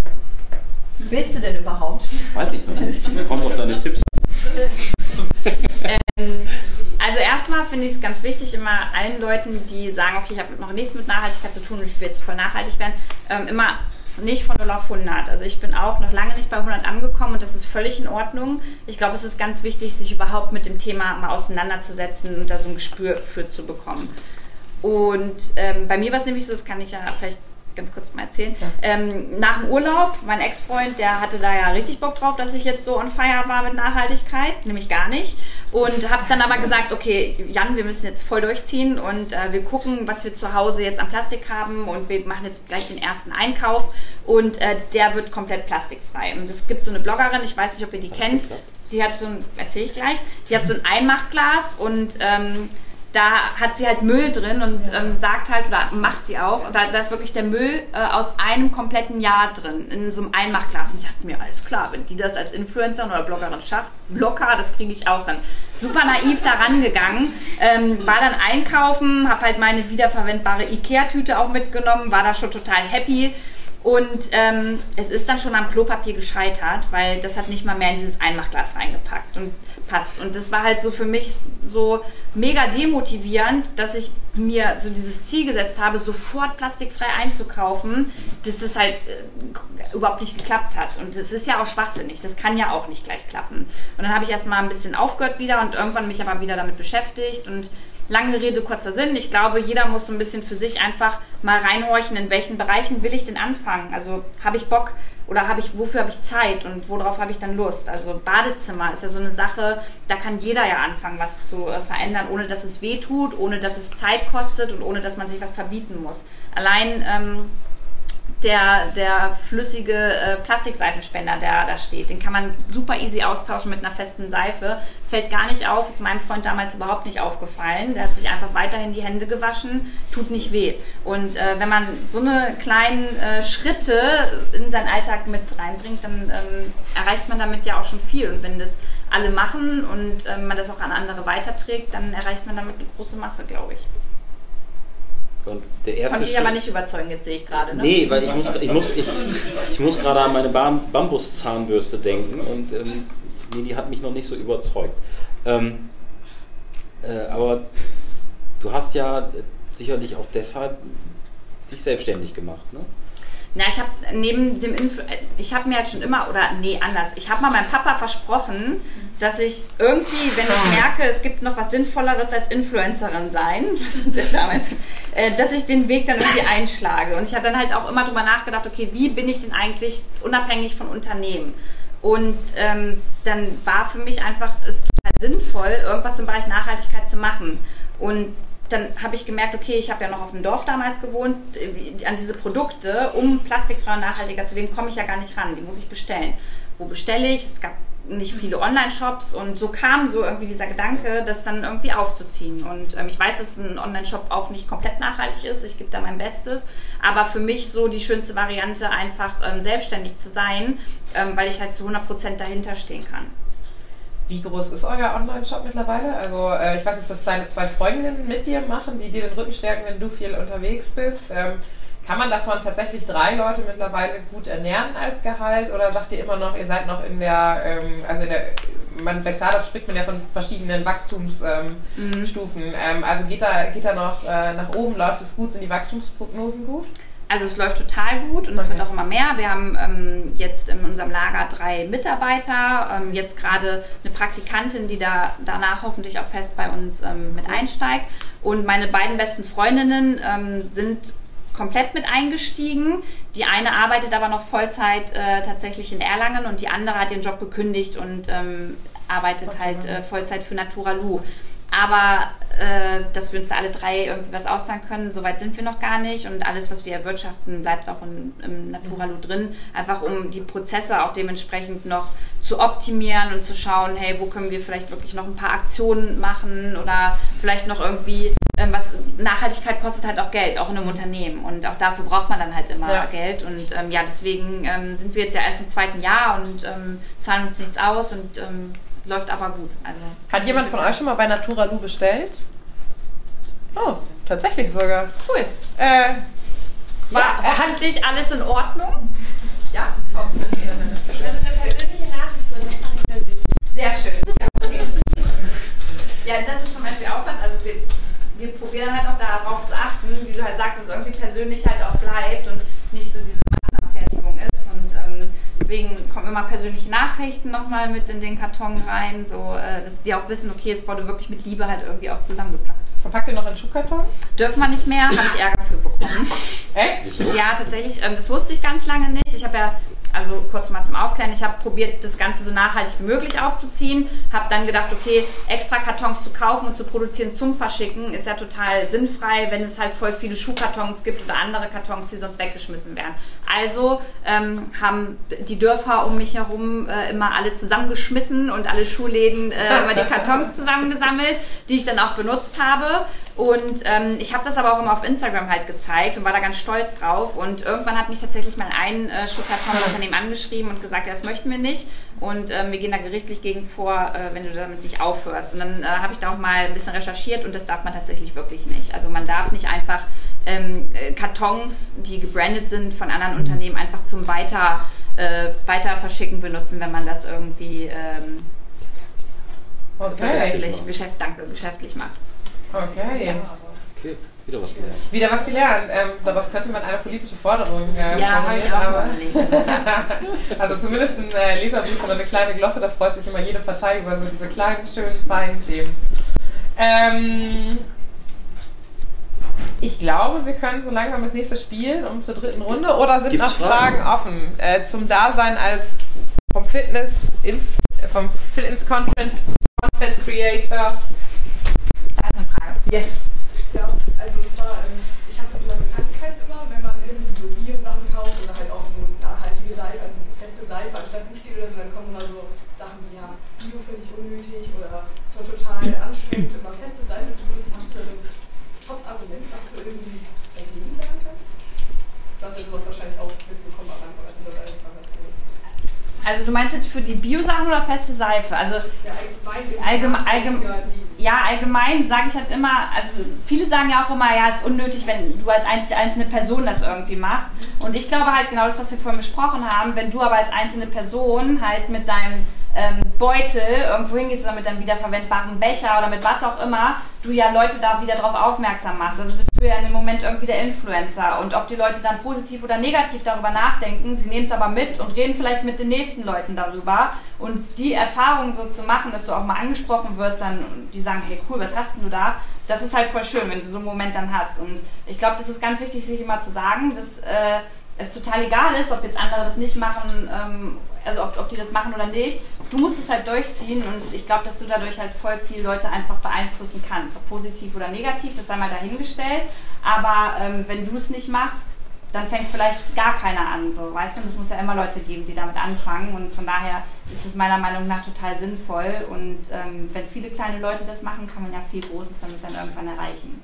Willst du denn überhaupt? Weiß ich noch nicht. Kommt auf deine Tipps an. ähm, Also erstmal finde ich es ganz wichtig, immer allen Leuten, die sagen, okay, ich habe noch nichts mit Nachhaltigkeit zu tun und ich will jetzt voll nachhaltig werden, ähm, immer nicht von null auf hundert. Also ich bin auch noch lange nicht bei hundert angekommen und das ist völlig in Ordnung. Ich glaube, es ist ganz wichtig, sich überhaupt mit dem Thema mal auseinanderzusetzen und da so ein Gespür für zu bekommen. Und ähm, bei mir war es nämlich so, das kann ich ja vielleicht ganz kurz mal erzählen. Ja. Ähm, nach dem Urlaub, mein Ex-Freund, der hatte da ja richtig Bock drauf, dass ich jetzt so on fire war mit Nachhaltigkeit, nämlich gar nicht. Und habe dann aber gesagt, okay, Jan, wir müssen jetzt voll durchziehen und äh, wir gucken, was wir zu Hause jetzt an Plastik haben und wir machen jetzt gleich den ersten Einkauf und äh, der wird komplett plastikfrei. Und es gibt so eine Bloggerin, ich weiß nicht, ob ihr die kennt, die hat so ein, erzähle ich gleich, die hat so ein Einmachglas und ähm, da hat sie halt Müll drin und ähm, sagt halt, oder macht sie auch, da, da ist wirklich der Müll äh, aus einem kompletten Jahr drin, in so einem Einmachglas. Und ich dachte mir, alles klar, wenn die das als Influencerin oder Bloggerin schafft, locker, das kriege ich auch hin. Super naiv da rangegangen, ähm, war dann einkaufen, habe halt meine wiederverwendbare Ikea-Tüte auch mitgenommen, war da schon total happy. Und ähm, es ist dann schon am Klopapier gescheitert, weil das hat nicht mal mehr in dieses Einmachglas reingepackt und passt. Und das war halt so für mich so mega demotivierend, dass ich mir so dieses Ziel gesetzt habe, sofort plastikfrei einzukaufen, dass das halt äh, überhaupt nicht geklappt hat. Und das ist ja auch schwachsinnig, das kann ja auch nicht gleich klappen. Und dann habe ich erstmal ein bisschen aufgehört wieder und irgendwann mich aber wieder damit beschäftigt und lange Rede, kurzer Sinn. Ich glaube, jeder muss so ein bisschen für sich einfach mal reinhorchen, in welchen Bereichen will ich denn anfangen. Also habe ich Bock oder habe ich, wofür habe ich Zeit und worauf habe ich dann Lust? Also Badezimmer ist ja so eine Sache, da kann jeder ja anfangen, was zu äh, verändern, ohne dass es weh tut, ohne dass es Zeit kostet und ohne dass man sich was verbieten muss. Allein ähm, Der, der flüssige äh, Plastikseifenspender, der da steht, den kann man super easy austauschen mit einer festen Seife. Fällt gar nicht auf, ist meinem Freund damals überhaupt nicht aufgefallen. Der hat sich einfach weiterhin die Hände gewaschen, tut nicht weh. Und äh, wenn man so eine kleinen äh, Schritte in seinen Alltag mit reinbringt, dann ähm, erreicht man damit ja auch schon viel. Und wenn das alle machen und äh, man das auch an andere weiterträgt, dann erreicht man damit eine große Masse, glaube ich. Und der erste Konnte ich aber nicht überzeugen, jetzt sehe ich gerade. Ne? Nee, weil ich muss, ich muss, ich, ich muss gerade an meine Bam Bambuszahnbürste denken und ähm, nee, die hat mich noch nicht so überzeugt. Ähm, äh, aber du hast ja sicherlich auch deshalb dich selbstständig gemacht, ne? Na, ich habe neben dem Influ ich habe mir halt schon immer, oder nee, anders, ich habe mal meinem Papa versprochen, dass ich irgendwie, wenn ich merke, es gibt noch was Sinnvolleres als Influencerin sein, damals, äh, dass ich den Weg dann irgendwie einschlage. Und ich habe dann halt auch immer drüber nachgedacht, okay, wie bin ich denn eigentlich unabhängig von Unternehmen? Und ähm, dann war für mich einfach es total sinnvoll, irgendwas im Bereich Nachhaltigkeit zu machen. Und dann habe ich gemerkt, okay, ich habe ja noch auf dem Dorf damals gewohnt, an diese Produkte, um plastikfrei und nachhaltiger zu leben, komme ich ja gar nicht ran, die muss ich bestellen. Wo bestelle ich? Es gab nicht viele Online-Shops und so kam so irgendwie dieser Gedanke, das dann irgendwie aufzuziehen. Und ähm, ich weiß, dass ein Online-Shop auch nicht komplett nachhaltig ist, ich gebe da mein Bestes, aber für mich so die schönste Variante, einfach ähm, selbstständig zu sein, ähm, weil ich halt zu hundert Prozent dahinter stehen kann. Wie groß ist euer Online-Shop mittlerweile? Also äh, ich weiß jetzt, dass deine zwei Freundinnen mit dir machen, die dir den Rücken stärken, wenn du viel unterwegs bist. Ähm, kann man davon tatsächlich drei Leute mittlerweile gut ernähren als Gehalt? Oder sagt ihr immer noch, ihr seid noch in der, ähm, also in der, man, bei Startups spricht man ja von verschiedenen Wachstumsstufen. Ähm, mhm. ähm, also geht da, geht da noch äh, nach oben, läuft es gut, sind die Wachstumsprognosen gut? Also es läuft total gut und okay. Es wird auch immer mehr. Wir haben ähm, jetzt in unserem Lager drei Mitarbeiter, ähm, jetzt gerade eine Praktikantin, die da danach hoffentlich auch fest bei uns ähm, mit einsteigt. Und meine beiden besten Freundinnen ähm, sind komplett mit eingestiegen. Die eine arbeitet aber noch Vollzeit äh, tatsächlich in Erlangen und die andere hat ihren Job gekündigt und ähm, arbeitet okay. halt äh, Vollzeit für Naturalu. Aber äh, dass wir uns da alle drei irgendwie was auszahlen können, so weit sind wir noch gar nicht. Und alles, was wir erwirtschaften, bleibt auch in, im Naturalu drin. Einfach um die Prozesse auch dementsprechend noch zu optimieren und zu schauen, hey, wo können wir vielleicht wirklich noch ein paar Aktionen machen oder vielleicht noch irgendwie, ähm, was Nachhaltigkeit kostet halt auch Geld, auch in einem Unternehmen. Und auch dafür braucht man dann halt immer ja. Geld. Und ähm, ja, deswegen ähm, sind wir jetzt ja erst im zweiten Jahr und ähm, zahlen uns nichts aus und ähm, läuft aber gut. Also, hat jemand von euch schon mal bei Naturalu bestellt? Oh, tatsächlich sogar. Cool. Äh, war ja, hoffentlich alles in Ordnung? Ja? Oh, okay. Also eine persönliche Nachricht drin, das fand ich sehr süß. Sehr schön. Ja, okay. Ja, das ist zum Beispiel auch was, also wir, wir probieren halt auch darauf zu achten, wie du halt sagst, dass es irgendwie persönlich halt auch bleibt und nicht so diese Massenabfertigung ist. Und ähm, deswegen kommen immer persönliche Nachrichten nochmal mit in den Karton rein, so äh, dass die auch wissen, okay, es wurde wirklich mit Liebe halt irgendwie auch zusammengepackt. Verpackt ihr noch in Schuhkarton? Dürfen wir nicht mehr, habe ich Ärger für bekommen. Echt? Ja, tatsächlich. Ähm, das wusste ich ganz lange nicht. Ich habe ja also kurz mal zum Aufklären, ich habe probiert, das Ganze so nachhaltig wie möglich aufzuziehen, habe dann gedacht, okay, extra Kartons zu kaufen und zu produzieren zum Verschicken ist ja total sinnfrei, wenn es halt voll viele Schuhkartons gibt oder andere Kartons, die sonst weggeschmissen werden. Also ähm, haben die Dörfer um mich herum äh, immer alle zusammengeschmissen und alle Schuhläden äh, immer die Kartons zusammengesammelt, die ich dann auch benutzt habe. Und ähm, ich habe das aber auch immer auf Instagram halt gezeigt und war da ganz stolz drauf. Und irgendwann hat mich tatsächlich mal ein äh, Schuhkartonunternehmen angeschrieben und gesagt, ja, das möchten wir nicht. Und ähm, wir gehen da gerichtlich gegen vor, äh, wenn du damit nicht aufhörst. Und dann äh, habe ich da auch mal ein bisschen recherchiert und das darf man tatsächlich wirklich nicht. Also man darf nicht einfach ähm, Kartons, die gebrandet sind von anderen Unternehmen, einfach zum Weiter, äh, weiter verschicken benutzen, wenn man das irgendwie ähm, Okay. geschäftlich, geschäft, danke, geschäftlich macht. Okay. Okay, wieder was gelernt. Wieder was gelernt. Ähm, daraus könnte man eine politische Forderung äh, Ja, habe ich auch aber überlegt. also zumindest ein äh, Leserbrief oder eine kleine Glosse, da freut sich immer jede Partei über so diese kleinen, schönen, feinen Themen. Ähm, ich glaube, wir können so langsam das nächste spielen, um zur dritten Runde. Oder sind Gibt's noch Fragen? Fragen offen äh, zum Dasein als vom Fitness, Inf vom Fitness Content, Content Creator? Da ist eine Frage. Yes. Ja, also und zwar, ähm, ich habe das in meinem Bekanntenkreis immer, wenn man irgendwie so Bio-Sachen kauft oder halt auch so nachhaltige Seife, also so feste Seife anstatt Duschgel oder so, dann kommen immer so Sachen wie, ja, Bio finde ich unnötig oder es war total anstrengend, immer feste Seife zu benutzen. Hast du da so ein Top-Argument, was du irgendwie dagegen sagen kannst? Du hast ja sowas wahrscheinlich auch mitbekommen am Anfang, als du das einfach was gehört. Also du meinst jetzt für die Bio-Sachen oder feste Seife? Also Ja, allgemein. Allgeme- allgeme- die, ja, allgemein sage ich halt immer, also viele sagen ja auch immer, ja, es ist unnötig, wenn du als einzelne Person das irgendwie machst. Und ich glaube halt genau das, was wir vorhin besprochen haben, wenn du aber als einzelne Person halt mit deinem ähm, Beutel irgendwo hingehst oder mit deinem wiederverwendbaren Becher oder mit was auch immer, du ja Leute da wieder drauf aufmerksam machst. Also bist du ja in dem Moment irgendwie der Influencer. Und ob die Leute dann positiv oder negativ darüber nachdenken, sie nehmen es aber mit und reden vielleicht mit den nächsten Leuten darüber. Und die Erfahrung so zu machen, dass du auch mal angesprochen wirst, dann die sagen, hey cool, was hast denn du da? Das ist halt voll schön, wenn du so einen Moment dann hast. Und ich glaube, das ist ganz wichtig, sich immer zu sagen, dass äh, es total egal ist, ob jetzt andere das nicht machen, ähm, also ob, ob die das machen oder nicht. Du musst es halt durchziehen und ich glaube, dass du dadurch halt voll viele Leute einfach beeinflussen kannst. Ob positiv oder negativ, das sei mal dahingestellt. Aber ähm, wenn du es nicht machst, dann fängt vielleicht gar keiner an. So, weißt du, und es muss ja immer Leute geben, die damit anfangen. Und von daher ist es meiner Meinung nach total sinnvoll. Und ähm, wenn viele kleine Leute das machen, kann man ja viel Großes damit dann irgendwann erreichen.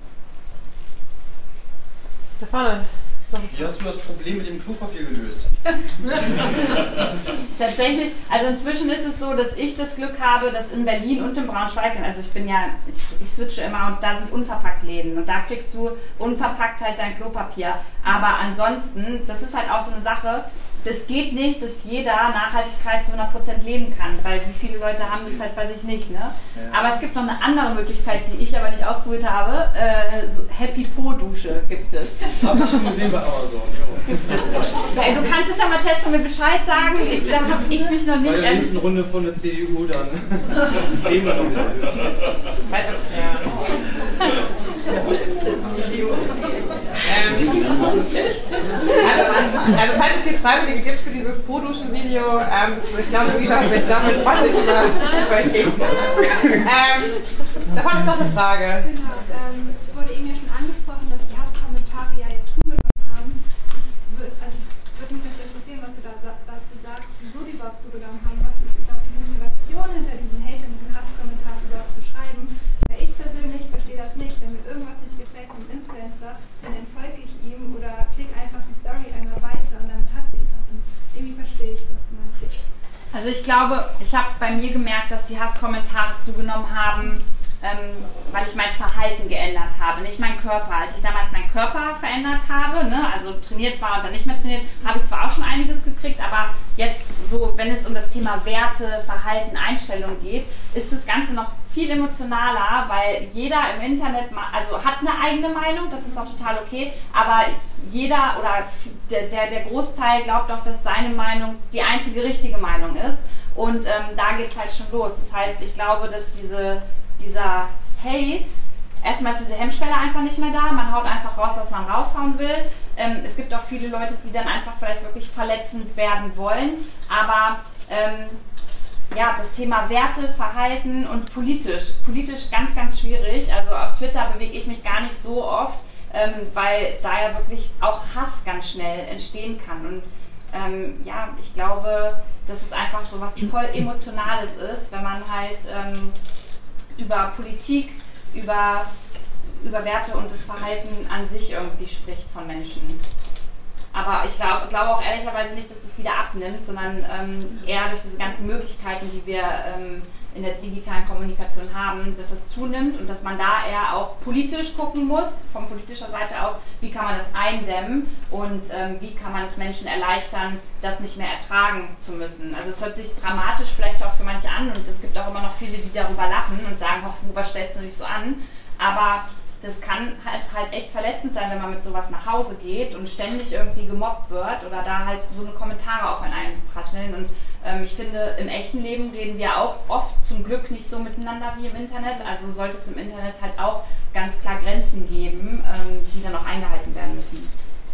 Da vorne. Wie hast du das Problem mit dem Klopapier gelöst? Tatsächlich, also inzwischen ist es so, dass ich das Glück habe, dass in Berlin und in Braunschweig, also ich bin ja, ich, ich switche immer und da sind Unverpackt-Läden und da kriegst du unverpackt halt dein Klopapier. Aber ansonsten, das ist halt auch so eine Sache, das geht nicht, dass jeder Nachhaltigkeit zu hundert Prozent leben kann, weil wie viele Leute haben das halt bei sich nicht, ne? Ja. Aber es gibt noch eine andere Möglichkeit, die ich aber nicht ausprobiert habe, äh, so Happy Po Dusche gibt es. Hab ich schon gesehen bei Amazon. Gibt es. Hey, du kannst es ja mal testen und mir Bescheid sagen, ich, da habe ich mich noch nicht... Bei der nächsten Runde von der C D U dann reden wir nochmal. Ja. ähm, also, also falls es hier Freiwillige gibt für dieses Po-Duschen-Video, ähm, ich glaube, Luisa hat sich damals freundlich über ähm, da vorne ist noch eine Frage. Genau, ähm, es wurde eben ja schon angesprochen, dass die Hasskommentare ja jetzt zugenommen haben. Ich würd, also würde mich das interessieren, was du da, dazu sagst, wieso die überhaupt zugenommen haben. Was ist überhaupt die Motivation hinter diesen Hate und diesen Hasskommentaren überhaupt zu schreiben? Weil ich persönlich verstehe das nicht. Wenn mir irgendwas nicht gefällt vom Influencer, dann entfolge ich ihm oder klicke einfach die Story einmal weiter und damit hat sich das. Und irgendwie verstehe ich das nicht. Also ich glaube, ich habe bei mir gemerkt, dass die Hasskommentare zugenommen haben, ähm, weil ich mein Verhalten geändert habe, nicht mein Körper. Als ich damals meinen Körper verändert habe, ne, also trainiert war und dann nicht mehr trainiert, habe ich zwar auch schon einiges gekriegt, aber jetzt so, wenn es um das Thema Werte, Verhalten, Einstellung geht, ist das Ganze noch viel emotionaler, weil jeder im Internet, also hat eine eigene Meinung, das ist auch total okay, aber jeder oder der, der, der Großteil glaubt auch, dass seine Meinung die einzige richtige Meinung ist und ähm, da geht es halt schon los. Das heißt, ich glaube, dass diese, dieser Hate, erstmal ist diese Hemmschwelle einfach nicht mehr da, man haut einfach raus, was man raushauen will Ähm, es gibt auch viele Leute, die dann einfach vielleicht wirklich verletzend werden wollen. Aber ähm, ja, das Thema Werte, Verhalten und politisch. Politisch ganz, ganz schwierig. Also auf Twitter bewege ich mich gar nicht so oft, ähm, weil da ja wirklich auch Hass ganz schnell entstehen kann. Und ähm, ja, ich glaube, dass es einfach so was voll Emotionales ist, wenn man halt ähm, über Politik, über, über Werte und das Verhalten an sich irgendwie spricht von Menschen. Aber ich glaube glaub auch ehrlicherweise nicht, dass das wieder abnimmt, sondern ähm, eher durch diese ganzen Möglichkeiten, die wir ähm, in der digitalen Kommunikation haben, dass es zunimmt und dass man da eher auch politisch gucken muss, von politischer Seite aus, wie kann man das eindämmen und ähm, wie kann man es Menschen erleichtern, das nicht mehr ertragen zu müssen. Also es hört sich dramatisch vielleicht auch für manche an und es gibt auch immer noch viele, die darüber lachen und sagen, oh, was stellst du dich so an? Aber das kann halt, halt echt verletzend sein, wenn man mit sowas nach Hause geht und ständig irgendwie gemobbt wird oder da halt so eine Kommentare auf einen prasseln. Und ähm, ich finde, im echten Leben reden wir auch oft zum Glück nicht so miteinander wie im Internet. Also sollte es im Internet halt auch ganz klar Grenzen geben, ähm, die dann auch eingehalten werden müssen.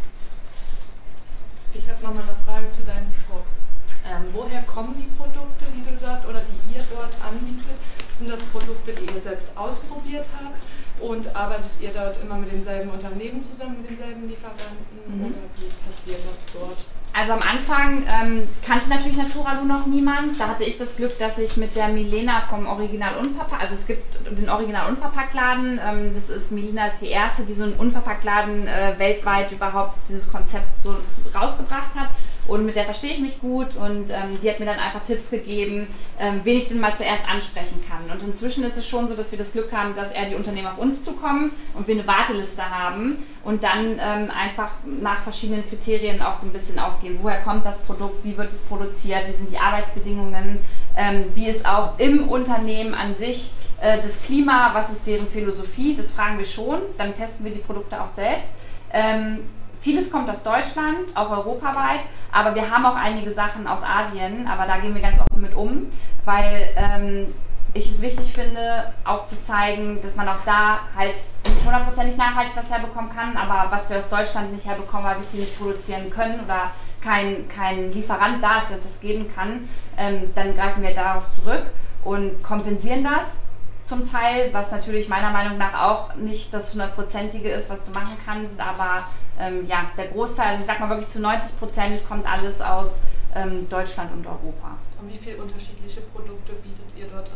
Ich habe nochmal eine Frage zu deinem Shop. Ähm, woher kommen die Produkte, die du dort oder die ihr dort anbietet? Sind das Produkte, die ihr selbst ausprobiert habt? Und arbeitet ihr dort immer mit denselben Unternehmen zusammen, mit denselben Lieferanten? Mhm. Oder wie passiert das dort? Also am Anfang ähm, kannte natürlich Naturalu noch niemand. Da hatte ich das Glück, dass ich mit der Milena vom Original Unverpackt, also es gibt den Original Unverpacktladen, ähm, das ist, Milena ist die erste, die so einen Unverpacktladen äh, weltweit überhaupt dieses Konzept so rausgebracht hat. Und mit der verstehe ich mich gut und ähm, die hat mir dann einfach Tipps gegeben, ähm, wen ich denn mal zuerst ansprechen kann. Und inzwischen ist es schon so, dass wir das Glück haben, dass eher die Unternehmen auf uns zukommen und wir eine Warteliste haben und dann ähm, einfach nach verschiedenen Kriterien auch so ein bisschen ausgehen. Woher kommt das Produkt, wie wird es produziert, wie sind die Arbeitsbedingungen, ähm, wie ist auch im Unternehmen an sich äh, das Klima, was ist deren Philosophie, das fragen wir schon, dann testen wir die Produkte auch selbst. Ähm, Vieles kommt aus Deutschland, auch europaweit, aber wir haben auch einige Sachen aus Asien, aber da gehen wir ganz offen mit um, weil ähm, ich es wichtig finde, auch zu zeigen, dass man auch da halt nicht hundertprozentig nachhaltig was herbekommen kann, aber was wir aus Deutschland nicht herbekommen, weil wir es hier nicht produzieren können oder kein, kein Lieferant da ist, der das geben kann, ähm, dann greifen wir darauf zurück und kompensieren das zum Teil, was natürlich meiner Meinung nach auch nicht das hundertprozentige ist, was du machen kannst, aber ähm, ja, der Großteil, also ich sag mal wirklich zu neunzig Prozent kommt alles aus ähm, Deutschland und Europa. Und wie viele unterschiedliche Produkte bietet ihr dort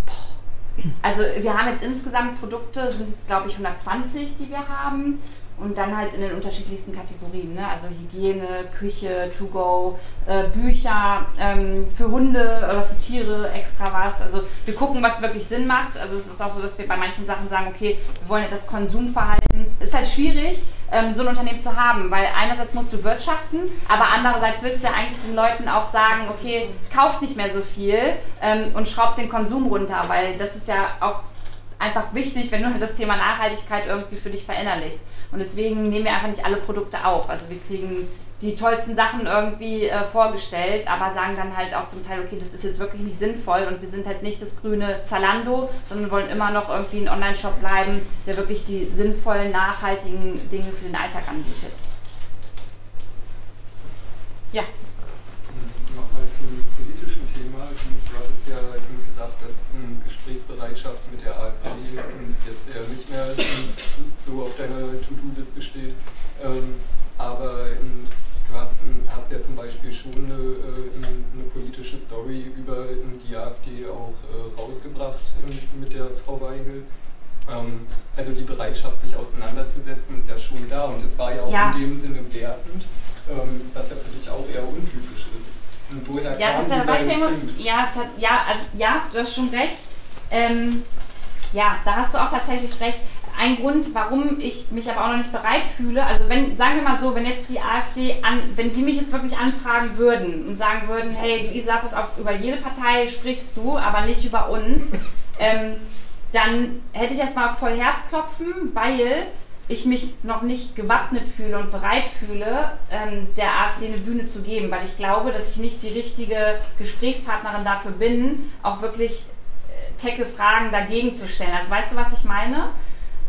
an? Also wir haben jetzt insgesamt Produkte, sind es glaube ich hundertzwanzig, die wir haben. Und dann halt in den unterschiedlichsten Kategorien, ne? Also Hygiene, Küche, To-Go, äh, Bücher, ähm, für Hunde oder für Tiere extra was. Also wir gucken, was wirklich Sinn macht. Also es ist auch so, dass wir bei manchen Sachen sagen, okay, wir wollen ja das Konsumverhalten. Es ist halt schwierig, ähm, so ein Unternehmen zu haben, weil einerseits musst du wirtschaften, aber andererseits willst du ja eigentlich den Leuten auch sagen, okay, kauft nicht mehr so viel ähm, und schraubt den Konsum runter, weil das ist ja auch einfach wichtig, wenn du das Thema Nachhaltigkeit irgendwie für dich verinnerlichst. Und deswegen nehmen wir einfach nicht alle Produkte auf. Also wir kriegen die tollsten Sachen irgendwie äh, vorgestellt, aber sagen dann halt auch zum Teil, okay, das ist jetzt wirklich nicht sinnvoll und wir sind halt nicht das grüne Zalando, sondern wollen immer noch irgendwie ein Online-Shop bleiben, der wirklich die sinnvollen, nachhaltigen Dinge für den Alltag anbietet. Ja. Nochmal zum politischen Thema. Du hattest ja gesagt, dass eine Gesprächsbereitschaft mit der AfD jetzt eher nicht mehr so auf deiner To-Do-Liste steht. Ähm, aber in, du hast, hast ja zum Beispiel schon eine, eine politische Story über die AfD auch äh, rausgebracht mit der Frau Weigel. Ähm, also die Bereitschaft, sich auseinanderzusetzen, ist ja schon da und es war ja auch ja. in dem Sinne wertend, ähm, was ja für dich auch eher untypisch ist. Und woher ja, kam dieser Instinkt? Ja, ja, also ja, du hast schon recht. Ähm, ja, da hast du auch tatsächlich recht. Ein Grund, warum ich mich aber auch noch nicht bereit fühle, also wenn, sagen wir mal so, wenn jetzt die AfD, an, wenn die mich jetzt wirklich anfragen würden und sagen würden, hey, du Isa, pass auf, über jede Partei sprichst du, aber nicht über uns, ähm, dann hätte ich erstmal voll Herzklopfen, weil ich mich noch nicht gewappnet fühle und bereit fühle, ähm, der AfD eine Bühne zu geben, weil ich glaube, dass ich nicht die richtige Gesprächspartnerin dafür bin, auch wirklich äh, kecke Fragen dagegen zu stellen. Also weißt du, was ich meine?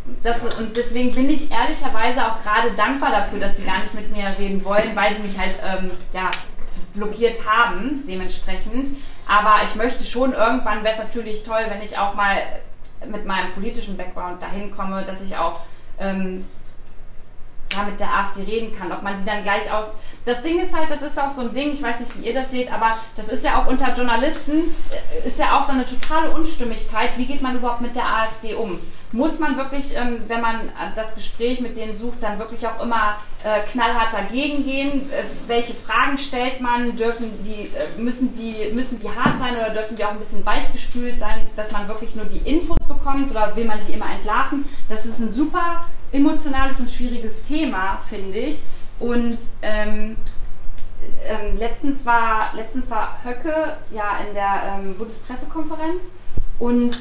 Das, und deswegen bin ich ehrlicherweise auch gerade dankbar dafür, dass sie gar nicht mit mir reden wollen, weil sie mich halt ähm, ja, blockiert haben, dementsprechend. Aber ich möchte schon, irgendwann wäre es natürlich toll, wenn ich auch mal mit meinem politischen Background dahin komme, dass ich auch ähm, ja, mit der AfD reden kann, ob man die dann gleich aus... Das Ding ist halt, das ist auch so ein Ding, ich weiß nicht, wie ihr das seht, aber das ist ja auch unter Journalisten, ist ja auch dann eine totale Unstimmigkeit, wie geht man überhaupt mit der AfD um? Muss man wirklich, ähm, wenn man das Gespräch mit denen sucht, dann wirklich auch immer äh, knallhart dagegen gehen? Äh, welche Fragen stellt man? Dürfen die, äh, müssen die, müssen die hart sein oder dürfen die auch ein bisschen weichgespült sein, dass man wirklich nur die Infos bekommt oder will man die immer entlarven? Das ist ein super emotionales und schwieriges Thema, finde ich. Und ähm, ähm, letztens, war, letztens war Höcke ja in der ähm, Bundespressekonferenz und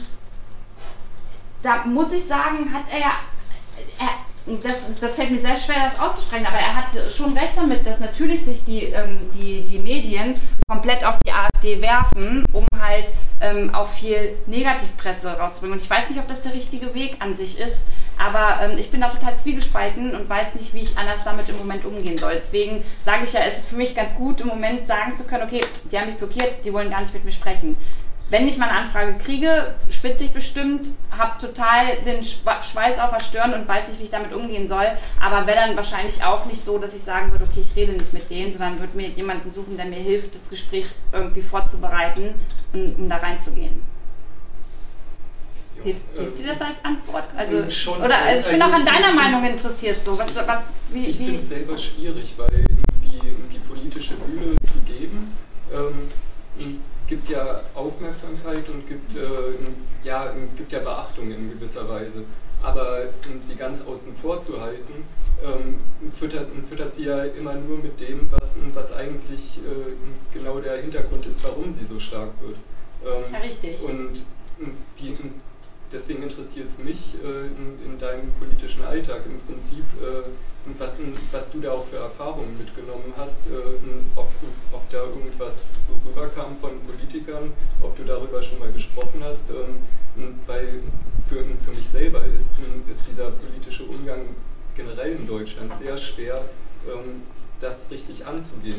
da muss ich sagen, hat er ja, er, das, das fällt mir sehr schwer, das auszusprechen, aber er hat schon recht damit, dass natürlich sich die, ähm, die, die Medien komplett auf die AfD werfen, um halt ähm, auch viel Negativpresse rauszubringen. Und ich weiß nicht, ob das der richtige Weg an sich ist, aber ähm, ich bin da total zwiegespalten und weiß nicht, wie ich anders damit im Moment umgehen soll. Deswegen sage ich ja, es ist für mich ganz gut, im Moment sagen zu können, okay, die haben mich blockiert, die wollen gar nicht mit mir sprechen. Wenn ich mal eine Anfrage kriege, spitze ich bestimmt, habe total den Schweiß auf der Stirn und weiß nicht, wie ich damit umgehen soll. Aber wäre dann wahrscheinlich auch nicht so, dass ich sagen würde, okay, ich rede nicht mit denen, sondern würde mir jemanden suchen, der mir hilft, das Gespräch irgendwie vorzubereiten, um, um da reinzugehen. Hilft, hilft dir das als Antwort? Also, Schon, oder, also ich bin also auch an ich deiner find, Meinung interessiert. So. Was, was, wie, ich wie? finde es selber schwierig, weil die, die politische Bühne zu geben, ähm, gibt ja Aufmerksamkeit und gibt, äh, ja, gibt ja Beachtung in gewisser Weise. Aber sie ganz außen vor zu halten, ähm, füttert, füttert sie ja immer nur mit dem, was, was eigentlich äh, genau der Hintergrund ist, warum sie so stark wird. Ähm, ja, richtig. Und die, deswegen interessiert es mich äh, in, in deinem politischen Alltag im Prinzip, äh, was, was du da auch für Erfahrungen mitgenommen hast, äh, ob, ob da irgendwas rüberkam von Politikern, ob du darüber schon mal gesprochen hast, ähm, weil für, für mich selber ist, ist dieser politische Umgang generell in Deutschland sehr schwer, ähm, das richtig anzugehen.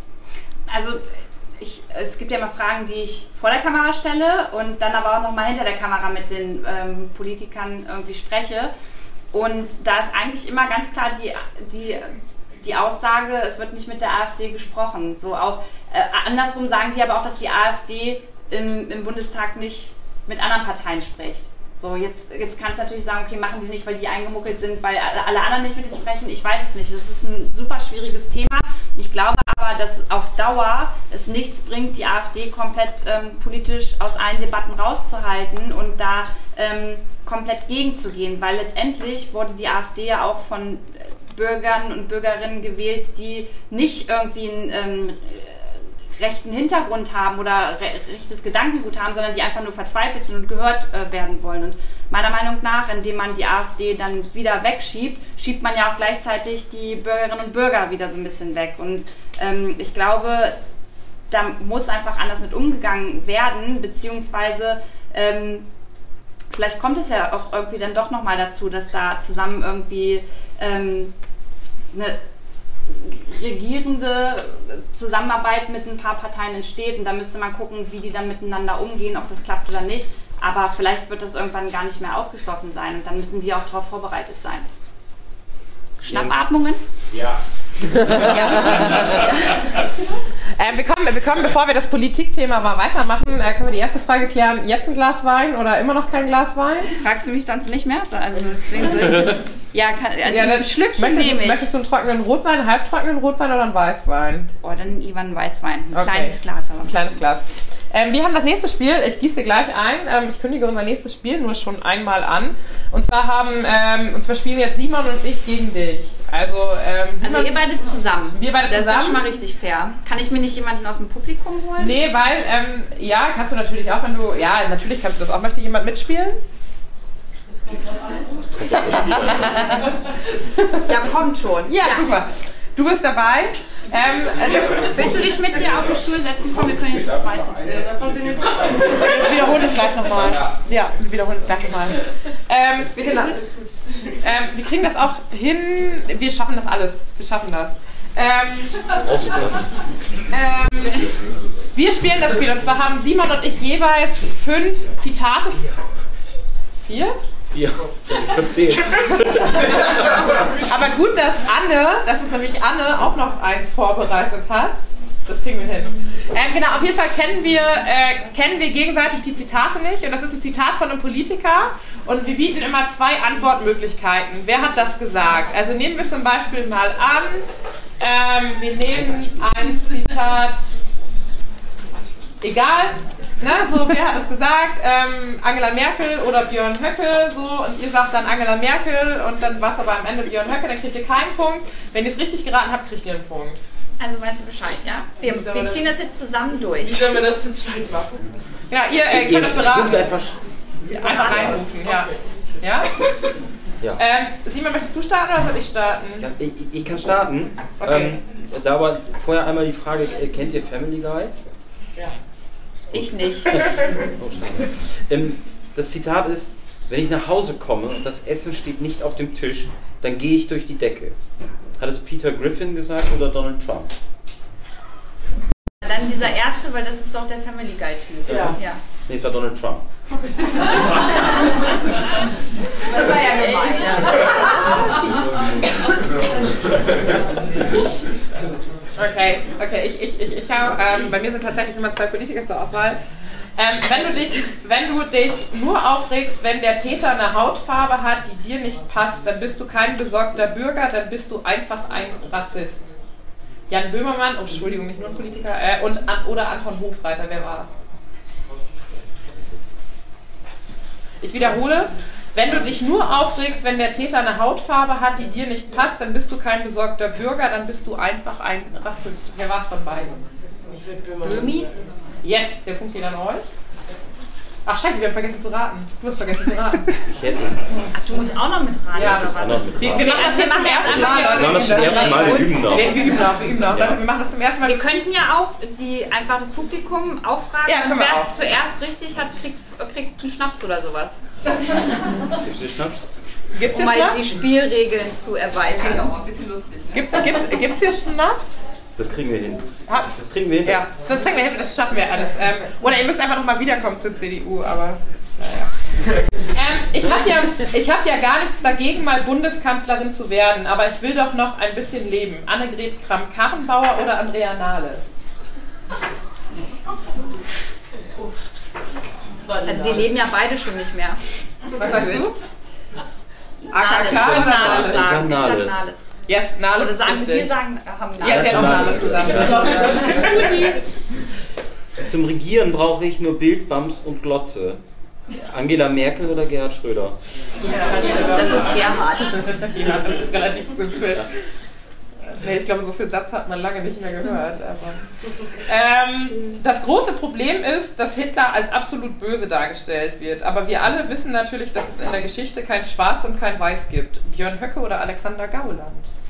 Also Ich, es gibt ja immer Fragen, die ich vor der Kamera stelle und dann aber auch nochmal hinter der Kamera mit den ähm, Politikern irgendwie spreche. Und da ist eigentlich immer ganz klar die, die, die Aussage, es wird nicht mit der AfD gesprochen. So auch, äh, andersrum sagen die aber auch, dass die AfD im, im Bundestag nicht mit anderen Parteien spricht. So, jetzt, jetzt kannst du natürlich sagen, okay, machen die nicht, weil die eingemuckelt sind, weil alle anderen nicht mit denen sprechen. Ich weiß es nicht. Das ist ein super schwieriges Thema. Ich glaube aber, dass auf Dauer es nichts bringt, die AfD komplett ähm, politisch aus allen Debatten rauszuhalten und da ähm, komplett gegenzugehen, weil letztendlich wurde die AfD ja auch von Bürgern und Bürgerinnen gewählt, die nicht irgendwie einen ähm, rechten Hintergrund haben oder re rechtes Gedankengut haben, sondern die einfach nur verzweifelt sind und gehört äh, werden wollen. Und meiner Meinung nach, indem man die AfD dann wieder wegschiebt, schiebt man ja auch gleichzeitig die Bürgerinnen und Bürger wieder so ein bisschen weg. Und ähm, ich glaube, da muss einfach anders mit umgegangen werden, beziehungsweise ähm, vielleicht kommt es ja auch irgendwie dann doch nochmal dazu, dass da zusammen irgendwie ähm, eine regierende Zusammenarbeit mit ein paar Parteien entsteht und da müsste man gucken, wie die dann miteinander umgehen, ob das klappt oder nicht. Aber vielleicht wird das irgendwann gar nicht mehr ausgeschlossen sein und dann müssen die auch darauf vorbereitet sein. Schnappatmungen? Ja. ja. äh, wir, kommen, wir kommen, bevor wir das Politikthema mal weitermachen, äh, können wir die erste Frage klären, jetzt ein Glas Wein oder immer noch kein Glas Wein? Fragst du mich sonst nicht mehr? Also deswegen so ich jetzt, ja, kann, also ja, ein Schlückchen möchtest, nehme ich. Möchtest du einen trockenen Rotwein, einen halbtrockenen Rotwein oder einen Weißwein? Oh, dann lieber einen Weißwein. Ein okay. kleines Glas aber. Ein kleines Glas. Ähm, wir haben das nächste Spiel, ich gieße gleich ein, ähm, ich kündige unser nächstes Spiel nur schon einmal an. Und zwar haben, ähm, und zwar spielen jetzt Simon und ich gegen dich. Also, ähm, also ihr beide zusammen. Wir beide das zusammen. Das ist schon mal richtig fair. Kann ich mir nicht jemanden aus dem Publikum holen? Nee, weil, ähm, ja, kannst du natürlich auch, wenn du, ja, natürlich kannst du das auch. Möchte jemand mitspielen? Ja, kommt schon. Ja, ja, super. Du bist dabei. Ähm, äh, Willst du dich mit hier auf den Stuhl setzen? Komm, wir können jetzt zu zweit sitzen. Wir wiederholen es gleich nochmal. Ja, wir wiederholen es gleich nochmal. Ähm, Willst genau. du sitzen? Ähm, wir kriegen das auch hin. Wir schaffen das alles. Wir schaffen das. Ähm, ähm, wir spielen das Spiel und zwar haben Simon und ich jeweils fünf Zitate. Vier? Ja, verzählt. Aber gut, dass Anne, das ist nämlich Anne, auch noch eins vorbereitet hat. Das kriegen wir hin. Ähm, genau, auf jeden Fall kennen wir, äh, kennen wir gegenseitig die Zitate nicht. Und das ist ein Zitat von einem Politiker. Und wir bieten immer zwei Antwortmöglichkeiten. Wer hat das gesagt? Also nehmen wir zum Beispiel mal an, ähm, wir nehmen ein Zitat, egal, ne, so, wer hat es gesagt? Ähm, Angela Merkel oder Björn Höcke, so, und ihr sagt dann Angela Merkel und dann war es aber am Ende Björn Höcke, dann kriegt ihr keinen Punkt. Wenn ihr es richtig geraten habt, kriegt ihr einen Punkt. Also weißt du Bescheid, ja? Wir, wir ziehen das jetzt zusammen durch. Wie sollen wir das zu zweit machen? Ja, ihr äh, könnt das beraten. Einfach, einfach reinrufen, ja. Ja? ja. Ähm, Simon, möchtest du starten oder soll ich starten? Ich, ich kann starten. Okay. Ähm, da aber vorher einmal die Frage, kennt ihr Family Guy? Ja. Ich nicht. Oh, ähm, das Zitat ist, wenn ich nach Hause komme und das Essen steht nicht auf dem Tisch, dann gehe ich durch die Decke. Hat es Peter Griffin gesagt oder Donald Trump? Dann dieser erste, weil das ist doch der Family Guy-Typ. Ja. ja. Nee, es war Donald Trump. Das war ja gemein. Okay, okay, ich, ich, ich, ich habe, ähm, bei mir sind tatsächlich immer zwei Politiker zur Auswahl. Ähm, wenn, du dich, wenn du dich nur aufregst, wenn der Täter eine Hautfarbe hat, die dir nicht passt, dann bist du kein besorgter Bürger, dann bist du einfach ein Rassist. Jan Böhmermann, oh, Entschuldigung, nicht nur ein Politiker, äh, und, an, oder Anton Hofreiter, wer war's? Ich wiederhole, wenn du dich nur aufregst, wenn der Täter eine Hautfarbe hat, die dir nicht passt, dann bist du kein besorgter Bürger, dann bist du einfach ein Rassist. Wer war's von beiden? Ich würde Böhmermann. Böhmi? Yes, der Punkt geht an euch. Ach scheiße, wir haben vergessen zu raten. Du hast vergessen zu raten. Ich hätte. Ach, du musst auch noch mit raten. Ja, oder was? Noch mit wir, wir machen das jetzt zum ersten Mal. Wir machen das zum ersten Mal, wir üben noch. Wir, wir üben noch, wir üben noch. Ja. Wir machen das zum ersten Mal. Wir könnten ja auch die, einfach das Publikum auch fragen, ja, und wer es zuerst richtig hat, kriegt, kriegt einen Schnaps oder sowas. Gibt es Schnaps? Gibt's um hier mal Schnaps? die Spielregeln zu erweitern. Genau, ein bisschen lustig. Gibt's, gibt's, gibt's hier Schnaps? Das kriegen wir hin. Das kriegen wir hin. Ja, das kriegen wir hin, das schaffen wir alles. Ähm, oder ihr müsst einfach nochmal wiederkommen zur C D U, aber naja. ähm, ich habe ja, ich hab ja gar nichts dagegen, mal Bundeskanzlerin zu werden, aber ich will doch noch ein bisschen leben. Annegret Kramp-Karrenbauer oder Andrea Nahles? Also die leben ja beide schon nicht mehr. Was sagst du? Nahles. A K K oder Nahles Nahles? sagen. Ich sag Nahles. Nahles. Yes, Nahles. Oder sagen, richtig. wir sagen, haben Ja, Nahles. sie hat auch Nahles gesagt. Zum Regieren brauche ich nur Bildbums und Glotze. Angela Merkel oder Gerhard Schröder? Das ist Gerhard. Ja, das ist relativ simpel. Nee, ich glaube, so viel Satz hat man lange nicht mehr gehört. Aber. Ähm, das große Problem ist, dass Hitler als absolut böse dargestellt wird. Aber wir alle wissen natürlich, dass es in der Geschichte kein Schwarz und kein Weiß gibt. Björn Höcke oder Alexander Gauland?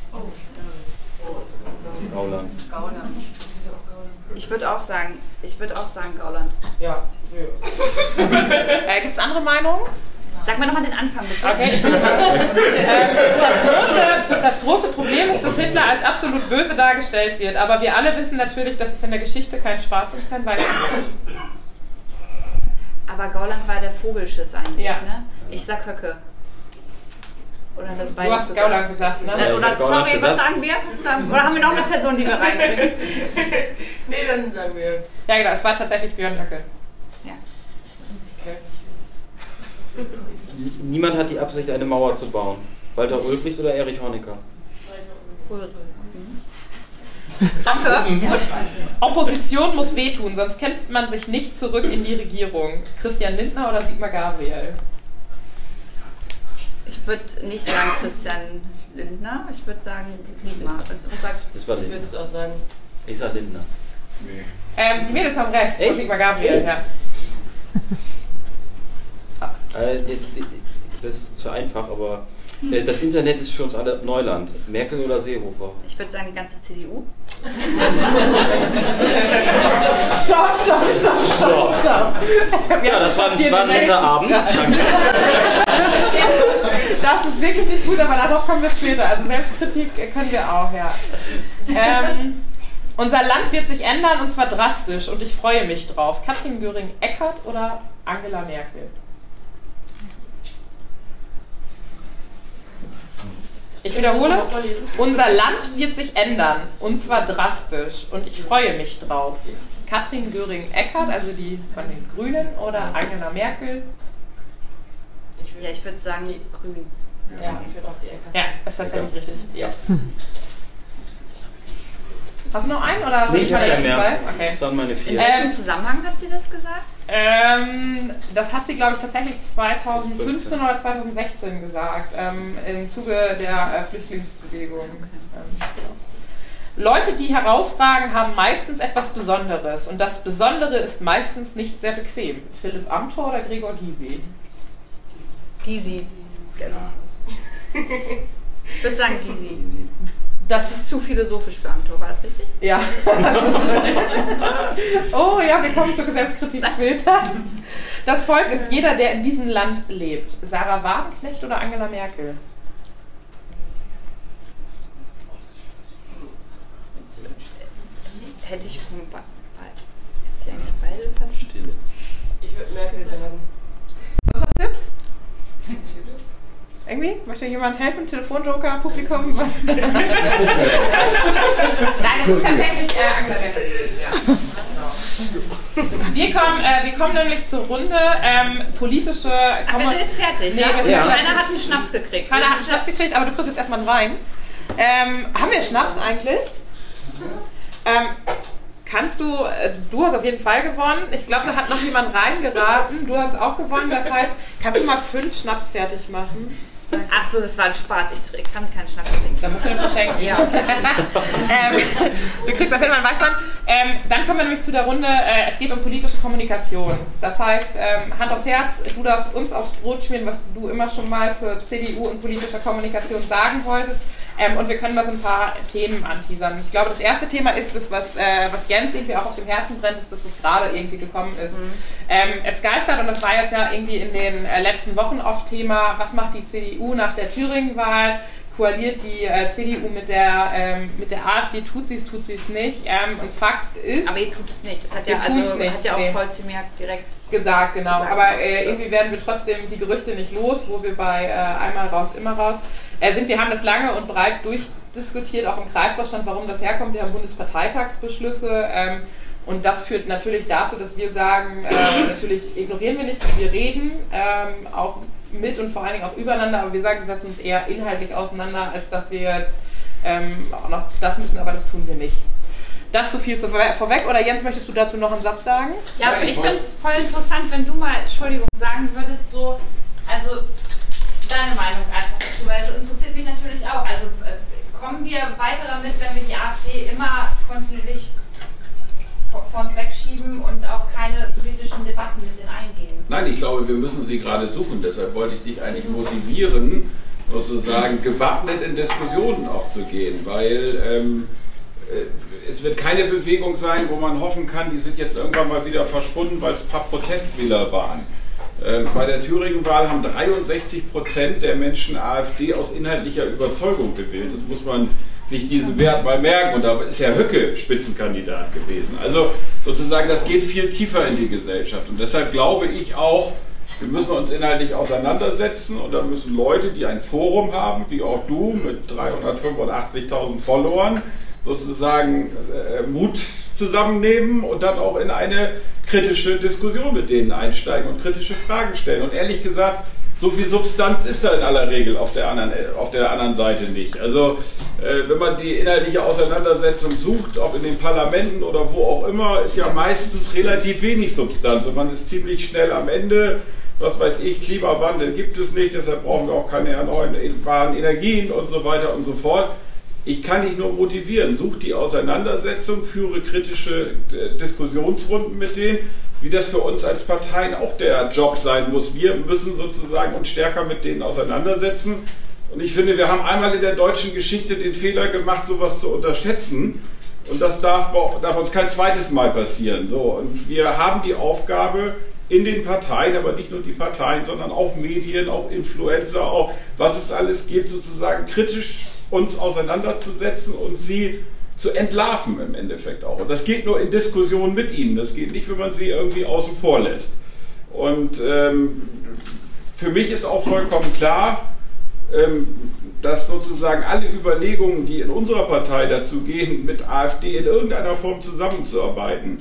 Gauland. Ich würde auch sagen, ich würde auch sagen Gauland. Ja. äh, Gibt es andere Meinungen? Sag mir nochmal den Anfang, bitte. Okay, ich bin mal. äh, das, große, das große Problem ist, dass Hitler als absolut böse dargestellt wird. Aber wir alle wissen natürlich, dass es in der Geschichte kein Schwarz und kein Weiß gibt. Aber Gauland war der Vogelschiss eigentlich, Ja. ne? Ich sag Höcke. Oder das Du hast Gauland gesagt, ne? Äh, oder, sorry, was sagen wir? Oder haben wir noch eine Person, die wir reinbringen? Nee, dann sagen wir. Ja, genau, es war tatsächlich Björn Höcke. Ja. Okay. Niemand hat die Absicht, eine Mauer zu bauen. Walter Ulbricht oder Erich Honecker? Danke. Opposition muss wehtun, sonst kämpft man sich nicht zurück in die Regierung. Christian Lindner oder Sigmar Gabriel? Ich würde nicht sagen Christian Lindner, ich würde sagen Sigmar. Also, was sagst du? Das war Ich Lindner. würde es auch sagen. Ich sag Lindner. Nee. Ähm, die Mädels haben recht, Echt? Sigmar Gabriel, ja. Äh, das ist zu einfach, aber äh, das Internet ist für uns alle Neuland. Merkel oder Seehofer? Ich würde sagen die ganze C D U. Stopp, stopp, stopp, stopp, stopp. Ja, das war, war ein netter Abend. Danke. Das ist wirklich nicht gut, aber darauf kommen wir später. Also Selbstkritik können wir auch, ja. Ähm, unser Land wird sich ändern und zwar drastisch und ich freue mich drauf. Katrin Göring-Eckardt oder Angela Merkel? Ich wiederhole, unser Land wird sich ändern und zwar drastisch und ich freue mich drauf. Katrin Göring-Eckardt, also die von den Grünen, oder Angela Merkel? Ja, ich würde sagen die Grünen. Ja, ich würde auch die Eckardt. Ja, das ist tatsächlich richtig. Yes. Hast du noch einen oder soll Nee, ich mal ich der hab ersten zwei? Okay. Das waren meine In vier. welchem Ähm, Zusammenhang hat sie das gesagt? Ähm, das hat sie, glaube ich, tatsächlich zweitausendfünfzehn oder zweitausendsechzehn gesagt, ähm, im Zuge der äh, Flüchtlingsbewegung. Ähm, genau. Leute, die herausragen, haben meistens etwas Besonderes und das Besondere ist meistens nicht sehr bequem. Philipp Amthor oder Gregor Gysi? Gysi. Genau. Ich würde sagen Gysi. Das Das ist zu philosophisch für Amthor, war das richtig? Ja. Oh ja, wir kommen zur Selbstkritik später. Das Volk ist jeder, der in diesem Land lebt. Sarah Wagenknecht oder Angela Merkel? Hätte ich, hätte ich eigentlich beide fast. Stille. Ich würde Merkel sagen. Was sind Tipps? Irgendwie? Möchte jemand helfen? Telefonjoker, Publikum? Nein, das ist tatsächlich äh, Angela Merkel. Ja. Wir kommen, äh, wir kommen nämlich zur Runde ähm, politische... Ach, wir sind jetzt fertig, nee, ja? ja. Keiner hat einen Schnaps gekriegt. Keiner hat einen Schnaps gekriegt, aber du kriegst jetzt erstmal einen Wein. Ähm, haben wir Schnaps eigentlich? Ähm, kannst du, äh, du hast auf jeden Fall gewonnen. Ich glaube, da hat noch jemand reingeraten. Du hast auch gewonnen. Das heißt, kannst du mal fünf Schnaps fertig machen? Ach so, das war ein Spaß. Ich, ich kann keinen Schnaps trinken. Dann musst du den verschenken. Ja. ähm, du kriegst auf jeden Fall einen Weißwein. Ähm, dann kommen wir nämlich zu der Runde. Äh, es geht um politische Kommunikation. Das heißt, ähm, Hand aufs Herz, du darfst uns aufs Brot schmieren, was du immer schon mal zur C D U und politischer Kommunikation sagen wolltest. Ähm, und wir können mal so ein paar Themen anteasern. Ich glaube, das erste Thema ist das, was, äh, was Jens irgendwie auch auf dem Herzen brennt, ist das, was gerade irgendwie gekommen ist. Mhm. Ähm, es geistert, und das war jetzt ja irgendwie in den äh, letzten Wochen oft Thema, was macht die C D U nach der Thüringen-Wahl? Koaliert die äh, C D U mit der, ähm, mit der AfD, tut sie es, tut sie es nicht. Ähm, und Fakt ist... Aber ihr tut es nicht. Das hat ja, also, nicht, hat ja auch nee. Paul Ziemiak direkt gesagt, genau. gesagt, aber äh, irgendwie werden wir trotzdem die Gerüchte nicht los, wo wir bei äh, einmal raus, immer raus äh, sind. Wir haben das lange und breit durchdiskutiert, auch im Kreisvorstand, warum das herkommt. Wir haben Bundesparteitagsbeschlüsse ähm, und das führt natürlich dazu, dass wir sagen, äh, natürlich ignorieren wir nicht, wir reden ähm, auch mit und vor allen Dingen auch übereinander, aber wir sagen, wir setzen uns eher inhaltlich auseinander, als dass wir jetzt ähm, auch noch das müssen, aber das tun wir nicht. Das so viel zu vorweg. Oder Jens, möchtest du dazu noch einen Satz sagen? Ja, ich finde es voll interessant, wenn du mal, Entschuldigung, sagen würdest, so, also deine Meinung einfach dazu, weil es interessiert mich natürlich auch. Also äh, kommen wir weiter damit, wenn wir die AfD immer kontinuierlich vor uns wegschieben und auch keine politischen Debatten mit denen eingehen? Nein, ich glaube, wir müssen sie gerade suchen. Deshalb wollte ich dich eigentlich motivieren, sozusagen gewappnet in Diskussionen auch zu gehen, weil ähm, es wird keine Bewegung sein, wo man hoffen kann, die sind jetzt irgendwann mal wieder verschwunden, weil es ein paar Protestwähler waren. Ähm, bei der Thüringen-Wahl haben dreiundsechzig Prozent der Menschen AfD aus inhaltlicher Überzeugung gewählt. Das muss man sich diesen Wert mal merken. Und da ist ja Höcke Spitzenkandidat gewesen. Also sozusagen, das geht viel tiefer in die Gesellschaft. Und deshalb glaube ich auch, wir müssen uns inhaltlich auseinandersetzen und da müssen Leute, die ein Forum haben, wie auch du mit dreihundertfünfundachtzigtausend Followern, sozusagen äh, Mut zusammennehmen und dann auch in eine kritische Diskussion mit denen einsteigen und kritische Fragen stellen. Und ehrlich gesagt, so viel Substanz ist da in aller Regel auf der anderen, auf der anderen Seite nicht. Also äh, wenn man die inhaltliche Auseinandersetzung sucht, ob in den Parlamenten oder wo auch immer, ist ja meistens relativ wenig Substanz und man ist ziemlich schnell am Ende. Was weiß ich, Klimawandel gibt es nicht, deshalb brauchen wir auch keine erneuerbaren Energien und so weiter und so fort. Ich kann dich nur motivieren, such die Auseinandersetzung, führe kritische Diskussionsrunden mit denen, wie das für uns als Parteien auch der Job sein muss. Wir müssen sozusagen uns stärker mit denen auseinandersetzen. Und ich finde, wir haben einmal in der deutschen Geschichte den Fehler gemacht, sowas zu unterschätzen. Und das darf, darf uns kein zweites Mal passieren. So, und wir haben die Aufgabe, in den Parteien, aber nicht nur die Parteien, sondern auch Medien, auch Influencer, auch was es alles gibt, sozusagen kritisch uns auseinanderzusetzen und sie zu entlarven im Endeffekt auch. Und das geht nur in Diskussionen mit ihnen, das geht nicht, wenn man sie irgendwie außen vor lässt. Und ähm, für mich ist auch vollkommen klar, ähm, dass sozusagen alle Überlegungen, die in unserer Partei dazu gehen, mit AfD in irgendeiner Form zusammenzuarbeiten,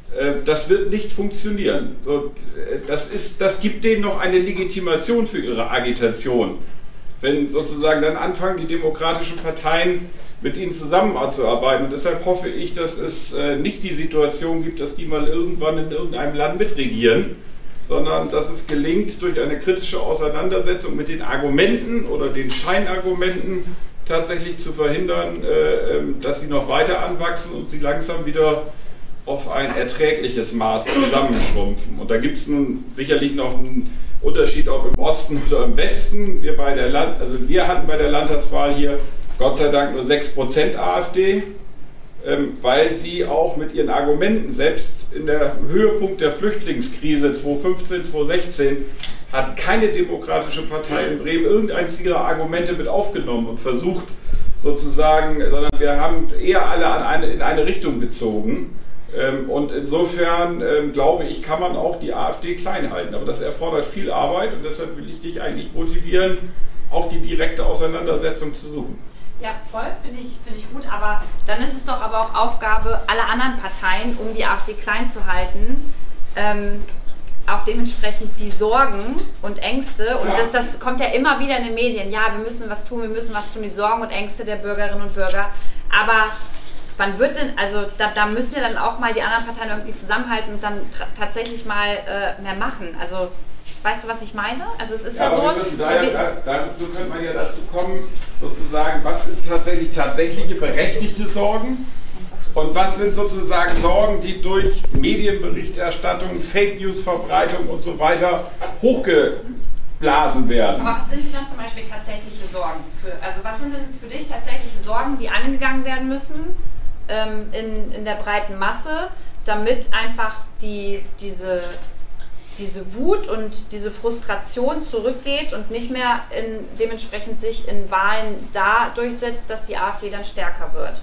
das wird nicht funktionieren. Das, ist, das gibt denen noch eine Legitimation für ihre Agitation. Wenn sozusagen dann anfangen, die demokratischen Parteien mit ihnen zusammenzuarbeiten. Und deshalb hoffe ich, dass es nicht die Situation gibt, dass die mal irgendwann in irgendeinem Land mitregieren, sondern dass es gelingt, durch eine kritische Auseinandersetzung mit den Argumenten oder den Scheinargumenten tatsächlich zu verhindern, dass sie noch weiter anwachsen und sie langsam wieder auf ein erträgliches Maß zusammenschrumpfen. Und da gibt es nun sicherlich noch einen Unterschied, ob im Osten oder im Westen. Wir, bei der Land also wir hatten bei der Landtagswahl hier Gott sei Dank nur sechs Prozent AfD, ähm, weil sie auch mit ihren Argumenten, selbst in der Höhepunkt der Flüchtlingskrise zweitausendfünfzehn, zweitausendsechzehn, hat keine demokratische Partei in Bremen irgendein ihrer Argumente mit aufgenommen und versucht sozusagen, sondern wir haben eher alle an eine, in eine Richtung gezogen. Und insofern, glaube ich, kann man auch die AfD klein halten. Aber das erfordert viel Arbeit und deshalb will ich dich eigentlich motivieren, auch die direkte Auseinandersetzung zu suchen. Ja, voll, finde ich, finde ich gut. Aber dann ist es doch aber auch Aufgabe aller anderen Parteien, um die AfD klein zu halten, ähm, auch dementsprechend die Sorgen und Ängste, und das, das kommt ja immer wieder in den Medien, ja, wir müssen was tun, wir müssen was tun, die Sorgen und Ängste der Bürgerinnen und Bürger. Aber wann wird denn, also da, da müssen ja dann auch mal die anderen Parteien irgendwie zusammenhalten und dann tatsächlich mal äh, mehr machen. Also, weißt du, was ich meine? Also es ist ja, ja so... Wir da ja, da, dazu könnte man ja dazu kommen, sozusagen, was sind tatsächlich tatsächliche berechtigte Sorgen und was sind sozusagen Sorgen, die durch Medienberichterstattung, Fake News Verbreitung und so weiter hochgeblasen werden. Aber was sind denn dann zum Beispiel tatsächliche Sorgen? Für, also was sind denn für dich tatsächliche Sorgen, die angegangen werden müssen ähm, in, in der breiten Masse, damit einfach die, diese, diese Wut und diese Frustration zurückgeht und nicht mehr in, dementsprechend sich in Wahlen da durchsetzt, dass die AfD dann stärker wird?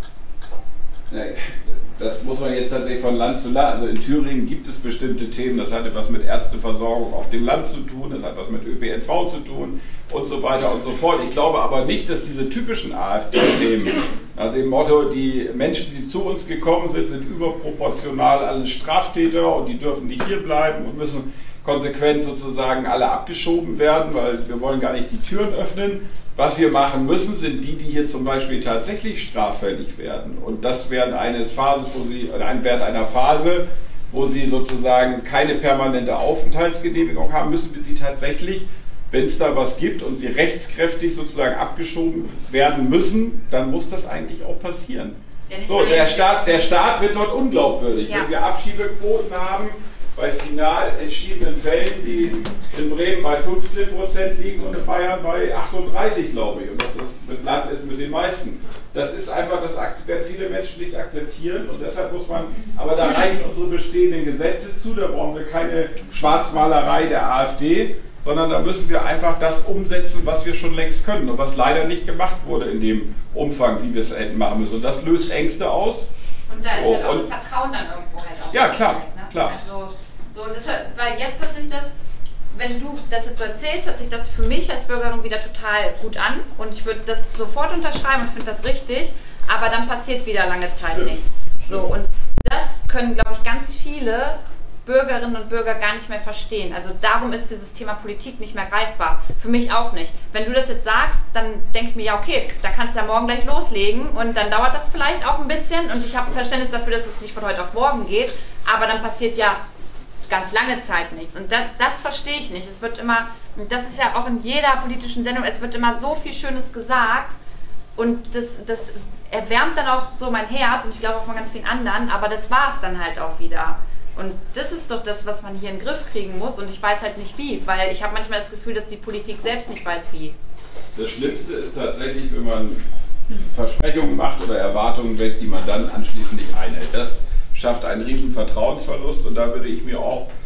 Das muss man jetzt tatsächlich von Land zu Land, also in Thüringen gibt es bestimmte Themen, das hat etwas mit Ärzteversorgung auf dem Land zu tun, das hat was mit Ö P N V zu tun und so weiter und so fort. Ich glaube aber nicht, dass diese typischen AfD-Themen, nach dem Motto, die Menschen, die zu uns gekommen sind, sind überproportional alle Straftäter und die dürfen nicht hier bleiben und müssen konsequent sozusagen alle abgeschoben werden, weil wir wollen gar nicht die Türen öffnen. Was wir machen müssen, sind die, die hier zum Beispiel tatsächlich straffällig werden. Und das während eines Phases, wo sie, während einer Phase, wo sie sozusagen keine permanente Aufenthaltsgenehmigung haben, müssen wir sie tatsächlich, wenn es da was gibt und sie rechtskräftig sozusagen abgeschoben werden müssen, dann muss das eigentlich auch passieren. So, der Staat, der Staat wird dort unglaubwürdig. Ja. Wenn wir Abschiebequoten haben, bei final entschiedenen Fällen, die in Bremen bei fünfzehn Prozent liegen und in Bayern bei achtunddreißig, glaube ich. Und dass das mit Land ist mit den meisten. Das ist einfach, das werden viele Menschen nicht akzeptieren und deshalb muss man, aber da reichen unsere bestehenden Gesetze zu, da brauchen wir keine Schwarzmalerei der AfD, sondern da müssen wir einfach das umsetzen, was wir schon längst können und was leider nicht gemacht wurde in dem Umfang, wie wir es hätten machen müssen. Und das löst Ängste aus. Und da ist oh, halt auch das Vertrauen dann irgendwo halt auch. Ja, klar, halt, ne? klar. Also, so, deshalb, weil jetzt hört sich das, wenn du das jetzt so erzählst, hört sich das für mich als Bürgerin wieder total gut an und ich würde das sofort unterschreiben und finde das richtig, aber dann passiert wieder lange Zeit nichts. So, und das können, glaube ich, ganz viele Bürgerinnen und Bürger gar nicht mehr verstehen. Also darum ist dieses Thema Politik nicht mehr greifbar. Für mich auch nicht. Wenn du das jetzt sagst, dann denke ich mir, ja okay, da kannst du ja morgen gleich loslegen und dann dauert das vielleicht auch ein bisschen und ich habe Verständnis dafür, dass es nicht von heute auf morgen geht, aber dann passiert ja ganz lange Zeit nichts. Und das, das verstehe ich nicht. Es wird immer, das ist ja auch in jeder politischen Sendung, es wird immer so viel Schönes gesagt und das, das erwärmt dann auch so mein Herz und ich glaube auch von ganz vielen anderen, aber das war es dann halt auch wieder. Und das ist doch das, was man hier in den Griff kriegen muss und ich weiß halt nicht wie, weil ich habe manchmal das Gefühl, dass die Politik selbst nicht weiß wie. Das Schlimmste ist tatsächlich, wenn man Versprechungen macht oder Erwartungen weckt, die man dann anschließend nicht einhält. Das schafft einen riesen Vertrauensverlust und da würde ich mir auch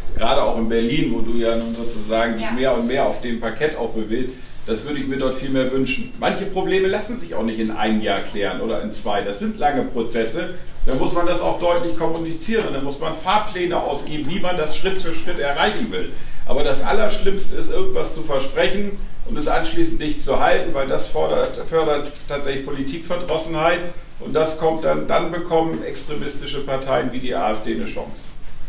gerade auch in Berlin, wo du ja nun sozusagen dich Ja. mehr und mehr auf dem Parkett auch bewegst, das würde ich mir dort viel mehr wünschen. Manche Probleme lassen sich auch nicht in einem Jahr klären oder in zwei. Das sind lange Prozesse. Da muss man das auch deutlich kommunizieren und dann muss man Fahrpläne ausgeben, wie man das Schritt für Schritt erreichen will. Aber das Allerschlimmste ist, irgendwas zu versprechen und es anschließend nicht zu halten, weil das fordert, fördert tatsächlich Politikverdrossenheit und das kommt dann, dann bekommen extremistische Parteien wie die AfD eine Chance.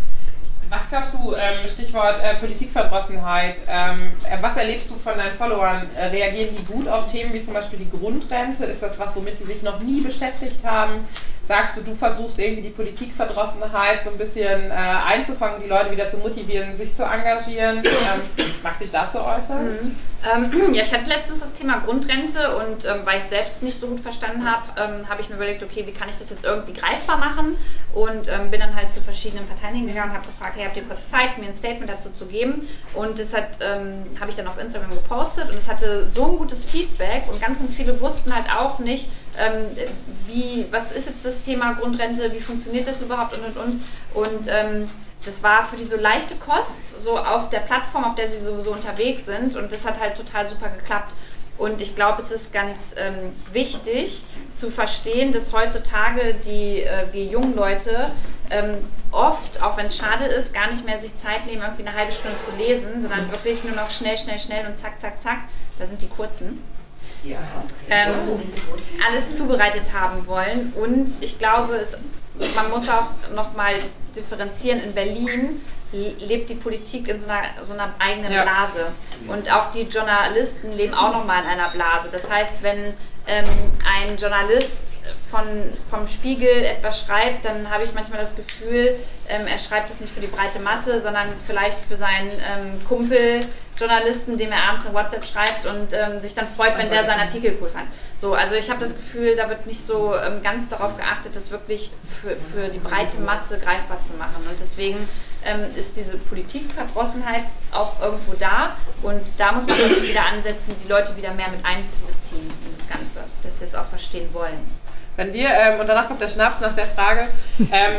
Was glaubst du, ähm, Stichwort äh, Politikverdrossenheit, ähm, äh, was erlebst du von deinen Followern? Äh, reagieren die gut auf Themen wie zum Beispiel die Grundrente? Ist das was, womit sie sich noch nie beschäftigt haben? Sagst du, du versuchst irgendwie die Politikverdrossenheit so ein bisschen äh, einzufangen, die Leute wieder zu motivieren, sich zu engagieren? Ähm, magst du dich dazu äußern? Mhm. Ähm, ja, ich hatte letztens das Thema Grundrente und ähm, weil ich es selbst nicht so gut verstanden habe, ähm, habe ich mir überlegt, okay, wie kann ich das jetzt irgendwie greifbar machen? Und ähm, bin dann halt zu verschiedenen Parteien hingegangen und habe gefragt, hey, habt ihr kurz Zeit, mir ein Statement dazu zu geben? Und das hat, ähm, habe ich dann auf Instagram gepostet und es hatte so ein gutes Feedback und ganz, ganz viele wussten halt auch nicht, ähm, wie, was ist jetzt das Thema Grundrente, wie funktioniert das überhaupt und und und. Und ähm, das war für die so leichte Kost, so auf der Plattform, auf der sie sowieso unterwegs sind und das hat halt total super geklappt. Und ich glaube, es ist ganz ähm, wichtig zu verstehen, dass heutzutage die, äh, wir jungen Leute ähm, oft, auch wenn es schade ist, gar nicht mehr sich Zeit nehmen, irgendwie eine halbe Stunde zu lesen, sondern wirklich nur noch schnell, schnell, schnell und zack, zack, zack, da sind die kurzen. Ja. Ähm, alles zubereitet haben wollen und ich glaube, es, man muss auch nochmal differenzieren, in Berlin lebt die Politik in so einer, so einer eigenen ja. Blase und auch die Journalisten leben auch nochmal in einer Blase. Das heißt, wenn ähm, ein Journalist von, vom Spiegel etwas schreibt, dann habe ich manchmal das Gefühl, ähm, er schreibt es nicht für die breite Masse, sondern vielleicht für seinen ähm, Kumpel Journalisten, dem er abends in WhatsApp schreibt und ähm, sich dann freut, wenn der seinen Artikel cool fand. So, also ich habe das Gefühl, da wird nicht so ähm, ganz darauf geachtet, das wirklich für, für die breite Masse greifbar zu machen. Und deswegen ähm, ist diese Politikverdrossenheit auch irgendwo da und da muss man wirklich wieder ansetzen, die Leute wieder mehr mit einzubeziehen in das Ganze, dass sie es auch verstehen wollen. Wenn wir, ähm, und danach kommt der Schnaps nach der Frage, ähm,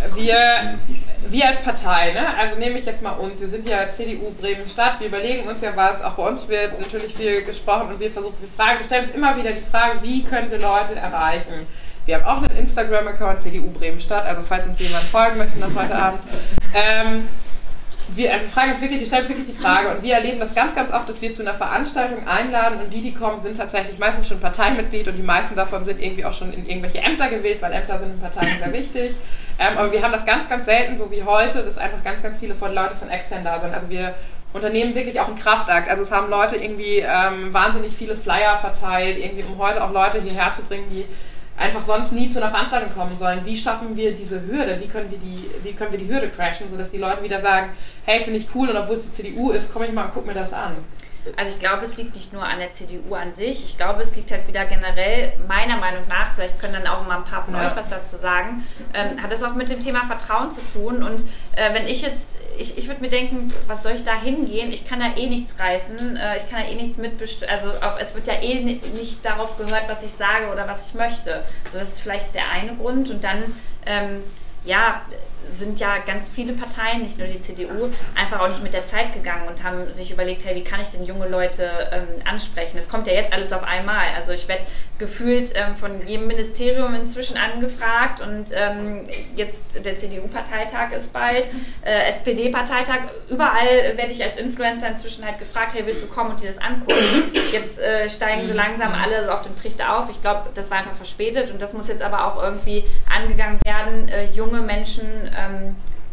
wir, wir als Partei, ne, also nehme ich jetzt mal uns, wir sind ja C D U Bremen-Stadt, wir überlegen uns ja was, auch bei uns wird natürlich viel gesprochen und wir versuchen, wir fragen, wir stellen uns immer wieder die Frage, wie können wir Leute erreichen? Wir haben auch einen Instagram-Account, C D U Bremen-Stadt, also falls uns jemand folgen möchte noch heute Abend. Ähm, Wir, also fragen uns wirklich, wir stellen uns wirklich die Frage und wir erleben das ganz, ganz oft, dass wir zu einer Veranstaltung einladen und die, die kommen, sind tatsächlich meistens schon Parteimitglied und die meisten davon sind irgendwie auch schon in irgendwelche Ämter gewählt, weil Ämter sind in Parteien sehr wichtig. Ähm, aber wir haben das ganz, ganz selten, so wie heute, dass einfach ganz, ganz viele von Leute von extern da sind. Also wir unternehmen wirklich auch einen Kraftakt. Also es haben Leute irgendwie ähm, wahnsinnig viele Flyer verteilt, irgendwie um heute auch Leute hierher zu bringen, die einfach sonst nie zu einer Veranstaltung kommen sollen. Wie schaffen wir diese Hürde? Wie können wir die, wie können wir die Hürde crashen, sodass die Leute wieder sagen, hey, finde ich cool und obwohl es die C D U ist, komme ich mal und guck mir das an. Also ich glaube, es liegt nicht nur an der C D U an sich. Ich glaube, es liegt halt wieder generell, meiner Meinung nach, vielleicht können dann auch mal ein paar von ja. euch was dazu sagen, ähm, hat es auch mit dem Thema Vertrauen zu tun. Und äh, wenn ich jetzt, ich, ich würde mir denken, was soll ich da hingehen? Ich kann da eh nichts reißen, äh, ich kann da eh nichts mitbestimmen, also auch, es wird ja eh nicht darauf gehört, was ich sage oder was ich möchte. So, das ist vielleicht der eine Grund. Und dann, ähm, ja, sind ja ganz viele Parteien, nicht nur die C D U, einfach auch nicht mit der Zeit gegangen und haben sich überlegt, hey, wie kann ich denn junge Leute ähm, ansprechen? Das kommt ja jetzt alles auf einmal. Also ich werde gefühlt ähm, von jedem Ministerium inzwischen angefragt und ähm, jetzt der C D U-Parteitag ist bald, äh, S P D-Parteitag, überall werde ich als Influencer inzwischen halt gefragt, hey, willst du kommen und dir das angucken? Jetzt äh, steigen so langsam alle so auf den Trichter auf. Ich glaube, das war einfach verspätet und das muss jetzt aber auch irgendwie angegangen werden, äh, junge Menschen ähm,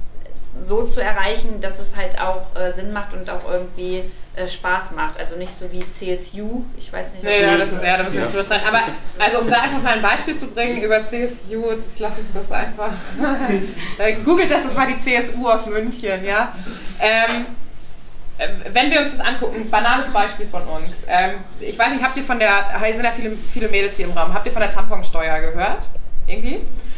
so zu erreichen, dass es halt auch äh, Sinn macht und auch irgendwie äh, Spaß macht. Also nicht so wie C S U, ich weiß nicht. Nee, ja, das ist eher, da müssen wir drüber streiten. Aber also um da einfach mal ein Beispiel zu bringen über C S U, das lass uns das einfach. Googelt das, das war die C S U aus München, ja. Ähm, wenn wir uns das angucken, ein banales Beispiel von uns. Ähm, ich weiß nicht, habt ihr von der, hier sind ja viele, viele Mädels hier im Raum, habt ihr von der Tamponsteuer gehört? Irgendwie?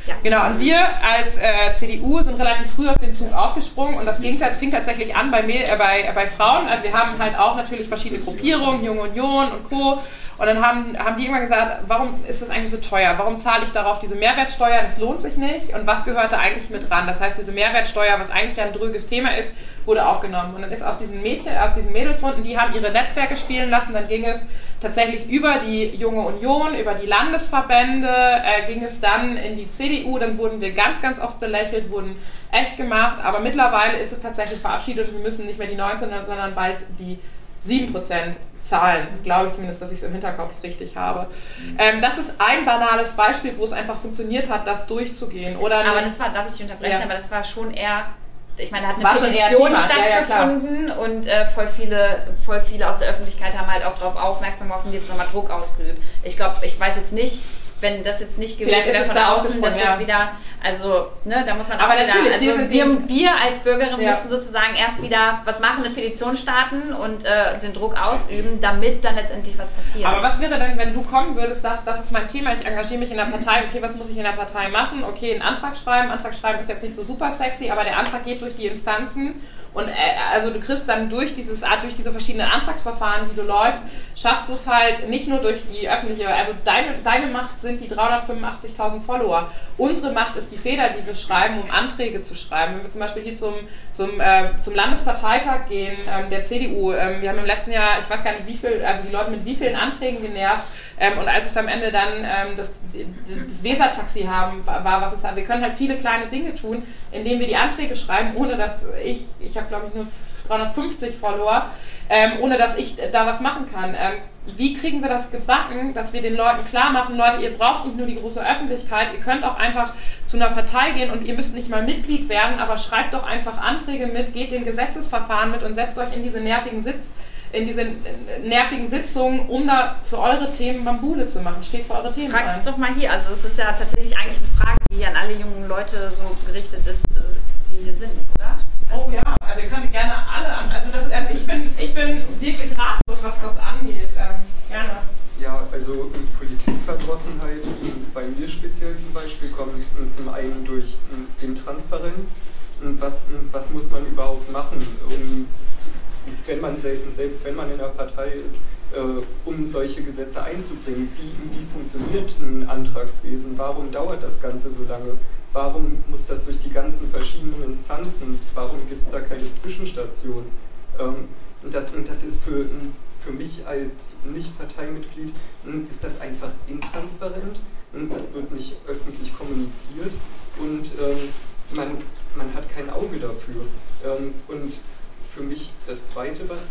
Ja. Genau, und wir als äh, C D U sind relativ früh auf den Zug aufgesprungen und das ging, das fing tatsächlich an bei, äh, bei, äh, bei Frauen. Also wir haben halt auch natürlich verschiedene Gruppierungen, Junge Union und Co. Und dann haben, haben die immer gesagt, warum ist das eigentlich so teuer? Warum zahle ich darauf diese Mehrwertsteuer? Das lohnt sich nicht. Und was gehört da eigentlich mit ran? Das heißt, diese Mehrwertsteuer, was eigentlich ein dröges Thema ist, wurde aufgenommen. Und dann ist aus diesen Mädchen, aus diesen Mädelsrunden, die haben ihre Netzwerke spielen lassen, dann ging es tatsächlich über die Junge Union, über die Landesverbände, äh, ging es dann in die C D U, dann wurden wir ganz, ganz oft belächelt, wurden echt gemacht, aber mittlerweile ist es tatsächlich verabschiedet und wir müssen nicht mehr die neunzehn, sondern bald die sieben Prozent Zahlen, glaube ich zumindest, dass ich es im Hinterkopf richtig habe. Ähm, das ist ein banales Beispiel, wo es einfach funktioniert hat, das durchzugehen. Oder aber das war, darf ich dich unterbrechen, ja. aber das war schon eher, ich meine, da hat eine war Petition stattgefunden ja, ja, und äh, voll, viele, voll viele aus der Öffentlichkeit haben halt auch darauf aufmerksam gemacht und jetzt nochmal Druck ausgeübt. Ich glaube, ich weiß jetzt nicht, wenn das jetzt nicht gewesen wäre von außen, dass das wieder, also, ne, da muss man auch aber wieder, natürlich, also wir, wir als Bürgerinnen ja. müssen sozusagen erst wieder was machen, eine Petition starten und äh, den Druck ausüben, damit dann letztendlich was passiert. Aber was wäre denn, wenn du kommen würdest, sagst, das ist mein Thema, ich engagiere mich in der Partei, okay, was muss ich in der Partei machen? Okay, einen Antrag schreiben, Antrag schreiben ist jetzt nicht so super sexy, aber der Antrag geht durch die Instanzen. Und äh, also du kriegst dann durch dieses Art, durch diese verschiedenen Antragsverfahren, die du läufst, schaffst du es halt nicht nur durch die öffentliche, also deine, deine Macht sind die dreihundertfünfundachtzigtausend Follower. Unsere Macht ist die Feder, die wir schreiben, um Anträge zu schreiben. Wenn wir zum Beispiel hier zum, zum, äh, zum Landesparteitag gehen, ähm, der C D U, ähm, wir haben im letzten Jahr, ich weiß gar nicht wie viel, also die Leute mit wie vielen Anträgen genervt, ähm, und als es am Ende dann ähm, das, das Weser-Taxi haben, war, was es war, wir können halt viele kleine Dinge tun, indem wir die Anträge schreiben, ohne dass ich, ich habe glaube ich nur dreihundertfünfzig Follower, ähm, ohne dass ich da was machen kann. Ähm, wie kriegen wir das gebacken, dass wir den Leuten klar machen, Leute, ihr braucht nicht nur die große Öffentlichkeit, ihr könnt auch einfach zu einer Partei gehen und ihr müsst nicht mal Mitglied werden, aber schreibt doch einfach Anträge mit, geht den Gesetzesverfahren mit und setzt euch in diese nervigen Sitz in diese nervigen Sitzungen, um da für eure Themen Bambule zu machen. Steht für eure Themen Frag es ein. doch mal hier. Also das ist ja tatsächlich eigentlich eine Frage, die an alle jungen Leute so gerichtet ist, die hier sind, oder? Oh ja, also ihr könnt gerne alle an. Also, das, also ich, bin, ich bin wirklich ratlos, was das angeht. Ähm, gerne. Ja, also Politikverdrossenheit bei mir speziell zum Beispiel kommt zum einen durch Intransparenz. Was, was muss man überhaupt machen, um wenn man selten, selbst wenn man in der Partei ist, äh, um solche Gesetze einzubringen. Wie, wie funktioniert ein Antragswesen? Warum dauert das Ganze so lange? Warum muss das durch die ganzen verschiedenen Instanzen? Warum gibt es da keine Zwischenstation? Ähm, und das, und das ist für, für mich als Nicht-Parteimitglied, ist das einfach intransparent und es wird nicht öffentlich kommuniziert und ähm, man, man hat kein Auge dafür. Ähm, und für mich das Zweite, was,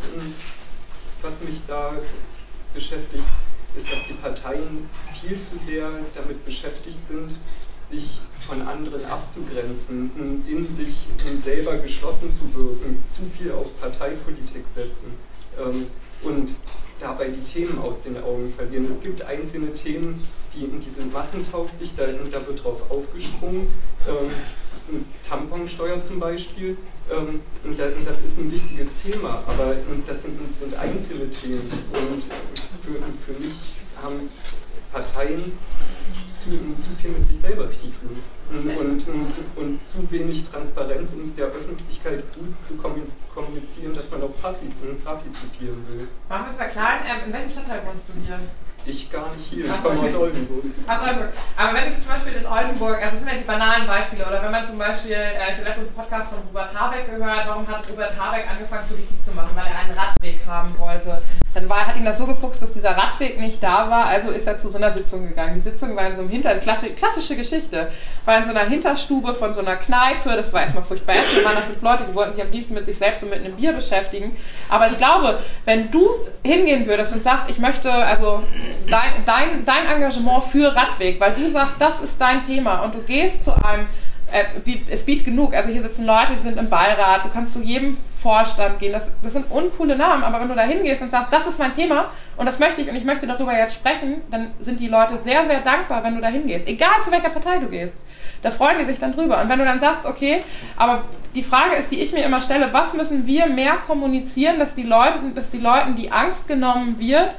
was mich da beschäftigt, ist, dass die Parteien viel zu sehr damit beschäftigt sind, sich von anderen abzugrenzen, in sich in selber geschlossen zu wirken, zu viel auf Parteipolitik setzen ähm, und dabei die Themen aus den Augen verlieren. Es gibt einzelne Themen, die, die sind massentauglich, da, da wird drauf aufgesprungen. Ähm, Tamponsteuer zum Beispiel, ähm, und, da, und das ist ein wichtiges Thema, aber und das sind, sind einzelne Themen und für, für mich haben Parteien zu, zu viel mit sich selber zu tun und, und, und zu wenig Transparenz, um es der Öffentlichkeit gut zu kommunizieren, dass man auch partizipieren will. Machen wir es mal klar, in welchem Stadtteil wohnst du hier? Ich gar nicht hier, ich komme aus Oldenburg. Aus Oldenburg. Aber wenn du zum Beispiel in Oldenburg, also das sind ja die banalen Beispiele, oder wenn man zum Beispiel, äh, ich habe letztens einen Podcast von Robert Habeck gehört, warum hat Robert Habeck angefangen Politik zu machen? Weil er einen Radweg haben wollte. Dann war, hat ihn das so gefuchst, dass dieser Radweg nicht da war, also ist er zu so einer Sitzung gegangen. Die Sitzung war in so einem Hinter, Klasse, klassische Geschichte, war in so einer Hinterstube von so einer Kneipe, das war erstmal furchtbar, es waren da fünf Leute, die wollten sich am liebsten mit sich selbst und mit einem Bier beschäftigen. Aber ich glaube, wenn du hingehen würdest und sagst, ich möchte, also dein, dein, dein Engagement für Radweg, weil du sagst, das ist dein Thema und du gehst zu einem, äh, wie, es bietet genug, also hier sitzen Leute, die sind im Beirat, du kannst zu jedem Vorstand gehen, das, das sind uncoole Namen, aber wenn du da hingehst und sagst, das ist mein Thema und das möchte ich und ich möchte darüber jetzt sprechen, dann sind die Leute sehr, sehr dankbar, wenn du da hingehst, egal zu welcher Partei du gehst. Da freuen die sich dann drüber. Und wenn du dann sagst, okay, aber die Frage ist, die ich mir immer stelle, was müssen wir mehr kommunizieren, dass die Leute, dass die Leuten die Angst genommen wird,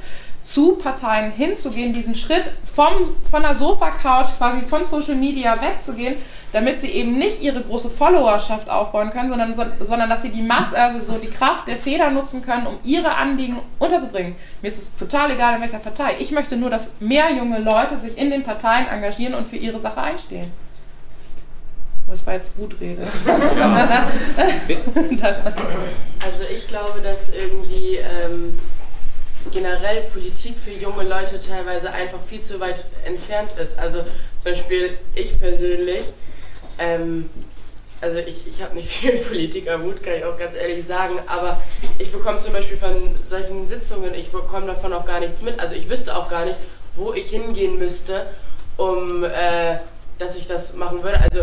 zu Parteien hinzugehen, diesen Schritt vom, von der Sofa-Couch quasi von Social Media wegzugehen, damit sie eben nicht ihre große Followerschaft aufbauen können, sondern, sondern dass sie die Masse, also so die Kraft der Feder nutzen können, um ihre Anliegen unterzubringen. Mir ist es total egal, in welcher Partei. Ich möchte nur, dass mehr junge Leute sich in den Parteien engagieren und für ihre Sache einstehen. Das war jetzt gut Rede. Also ich glaube, dass irgendwie ähm, generell Politik für junge Leute teilweise einfach viel zu weit entfernt ist. Also zum Beispiel ich persönlich, ähm, also ich, ich habe nicht viel Politik am Hut, kann ich auch ganz ehrlich sagen, aber ich bekomme zum Beispiel von solchen Sitzungen, ich bekomme davon auch gar nichts mit. Also ich wüsste auch gar nicht, wo ich hingehen müsste, um äh, dass ich das machen würde. Also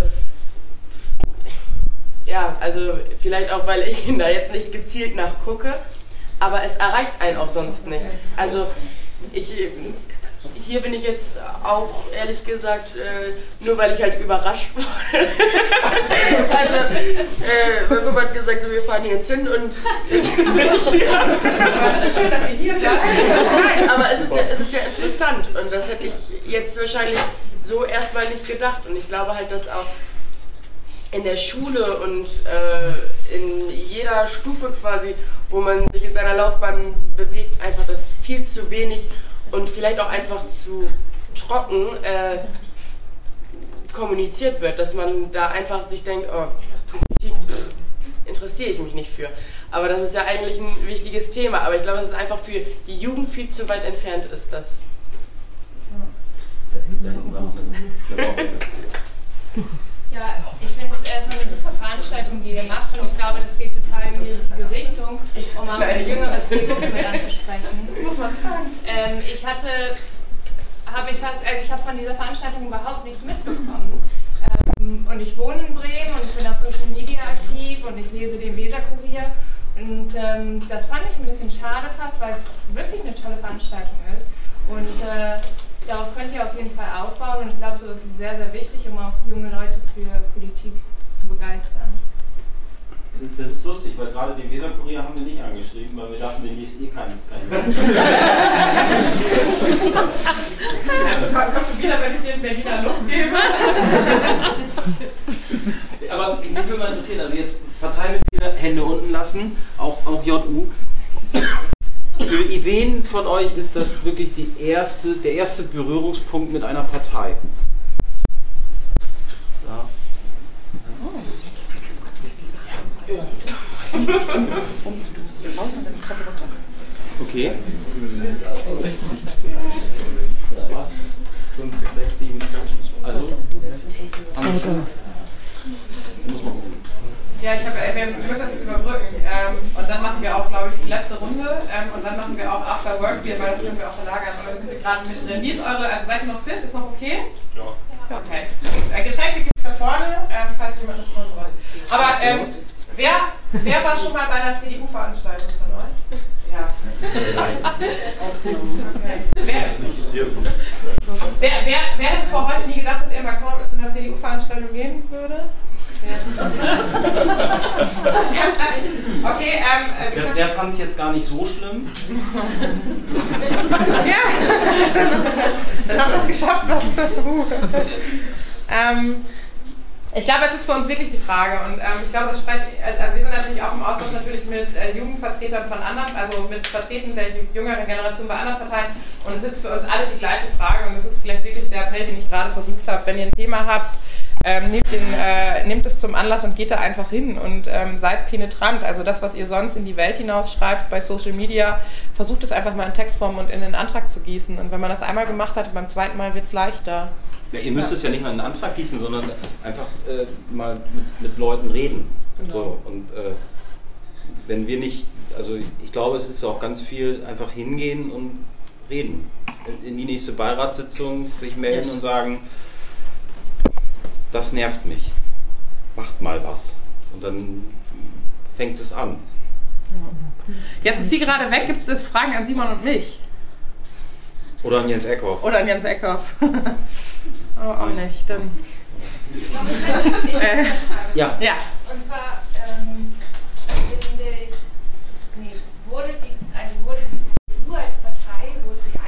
ja, also vielleicht auch, weil ich da jetzt nicht gezielt nachgucke, aber es erreicht einen auch sonst nicht. Also ich, hier bin ich jetzt auch ehrlich gesagt, äh, nur weil ich halt überrascht wurde. Also, äh, mein Papa hat gesagt, so, wir fahren jetzt hin und jetzt bin ich hier. Schön, dass ihr hier seid. Nein, aber es ist, ja, es ist ja interessant und das hätte ich jetzt wahrscheinlich so erstmal nicht gedacht und ich glaube halt, dass auch in der Schule und äh, in jeder Stufe quasi, wo man sich in seiner Laufbahn bewegt, einfach das viel zu wenig und vielleicht auch einfach zu trocken äh, kommuniziert wird, dass man da einfach sich denkt, oh, Politik interessiere ich mich nicht für. Aber das ist ja eigentlich ein wichtiges Thema, aber ich glaube, dass es einfach für die Jugend viel zu weit entfernt ist. Das Ja, ich finde es erstmal eine super Veranstaltung, die ihr macht und ich glaube, das geht total in die richtige Richtung, um auch eine jüngere Zielgruppe mit anzusprechen. Muss man fragen. Ähm, ich hatte, habe ich fast, also ich habe von dieser Veranstaltung überhaupt nichts mitbekommen. Ähm, und ich wohne in Bremen und bin auf Social Media aktiv und ich lese den Weserkurier und ähm, das fand ich ein bisschen schade fast, weil es wirklich eine tolle Veranstaltung ist und äh, darauf könnt ihr auf jeden Fall aufbauen und ich glaube, so ist es sehr, sehr wichtig, um auch junge Leute für Politik zu begeistern. Das ist lustig, weil gerade den Weserkurier haben wir nicht angeschrieben, weil wir dachten, den liest eh kein Mensch. Kommst du wieder, wenn ich dir in Berliner Luft gebe? Aber mich würde mal interessieren, also jetzt Parteimitglieder Hände unten lassen, auch, auch J U. Für wen von euch ist das wirklich die erste, der erste Berührungspunkt mit einer Partei? Ja. Okay. Was? fünf, sechs, sieben, also? Muss man gucken. Ja, ich hab, wir müssen das jetzt überbrücken. Ähm, und dann machen wir auch, glaube ich, die letzte Runde. Ähm, und dann machen wir auch After Work Beer, weil das können wir auch verlagern. Aber da sind wir gerade mit drin. Wie ist eure, also seid ihr noch fit? Ist noch okay? Ja. Okay. Äh, Getränke gibt es da vorne, ähm, falls jemand das vorne wollte. Aber ähm, wer, wer war schon mal bei einer C D U-Veranstaltung von euch? Ja. Ausgenommen. Okay. Wer, wer, wer, wer hätte vor heute nie gedacht, dass er mal kaum zu einer C D U-Veranstaltung gehen würde? Okay, ähm... Äh, der der fand es jetzt gar nicht so schlimm. Ja, dann haben wir es geschafft. Was. ähm, ich glaube, es ist für uns wirklich die Frage und ähm, ich glaube, das spreche, also wir sind natürlich auch im Austausch natürlich mit äh, Jugendvertretern von anderen, also mit Vertretern der jüngeren Generation bei anderen Parteien und es ist für uns alle die gleiche Frage und das ist vielleicht wirklich der Appell, den ich gerade versucht habe. Wenn ihr ein Thema habt, Ähm, nehmt, den, äh, nehmt es zum Anlass und geht da einfach hin und ähm, seid penetrant. Also das, was ihr sonst in die Welt hinaus schreibt bei Social Media, versucht es einfach mal in Textform und in den Antrag zu gießen. Und wenn man das einmal gemacht hat, beim zweiten Mal wird es leichter. Ja, ihr müsst ja. es ja nicht mal in einen Antrag gießen, sondern einfach äh, mal mit, mit Leuten reden. Genau. So, und äh, wenn wir nicht, also ich glaube, es ist auch ganz viel einfach hingehen und reden. In die nächste Beiratssitzung sich melden yes. und sagen, das nervt mich, macht mal was. Und dann fängt es an. Jetzt ist sie gerade weg, gibt es Fragen an Simon und mich? Oder an Jens Eckhoff. Oder an Jens Eckhoff. Oh, auch nicht, dann... äh, ja. ja. Und zwar, ähm, finde ich, nee, wurde die, also wurde die C D U als Partei, wurde die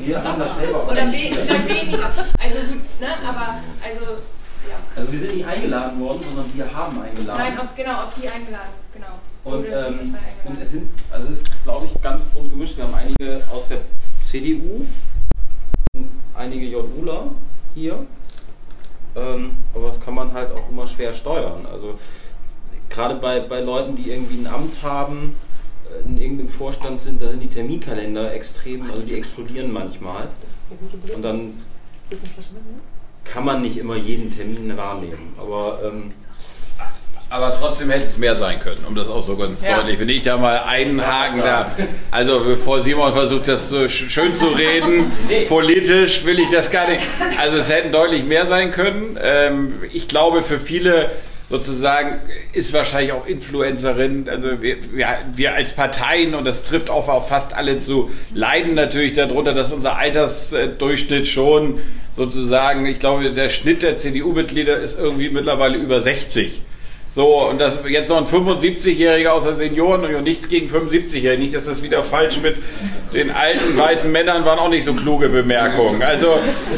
wir haben das selber Oder we organisiert. vielleicht weniger. Also gut, ne? Aber also ja. Also wir sind nicht eingeladen worden, sondern wir haben eingeladen. Nein, ob, genau, ob die eingeladen, genau. Und, Oder ähm, eingeladen. und es sind, also es ist, glaube ich, ganz bunt gemischt. Wir haben einige aus der C D U und einige JUler hier. Ähm, aber das kann man halt auch immer schwer steuern. Also gerade bei, bei Leuten, die irgendwie ein Amt haben, in irgendeinem Vorstand sind, da sind die Terminkalender extrem, also die explodieren manchmal. Und dann kann man nicht immer jeden Termin wahrnehmen. Aber ähm, Aber trotzdem hätte es mehr sein können, um das auch so ganz Ja. deutlich. Wenn ich da mal einen Haken da, also bevor Simon versucht, das so sch- schön zu reden, Nee. politisch will ich das gar nicht. Also es hätten deutlich mehr sein können. Ähm, ich glaube, für viele sozusagen ist wahrscheinlich auch Influencerin, also wir, wir, wir als Parteien, und das trifft auch auf fast alle zu, leiden natürlich darunter, dass unser Altersdurchschnitt schon sozusagen, ich glaube, der Schnitt der C D U-Mitglieder ist irgendwie mittlerweile über sechzig. So, und das jetzt noch ein fünfundsiebzigjähriger aus der Senioren und nichts gegen fünfundsiebzigjährige. Nicht, dass das wieder falsch mit den alten weißen Männern waren auch nicht so kluge Bemerkungen. Also,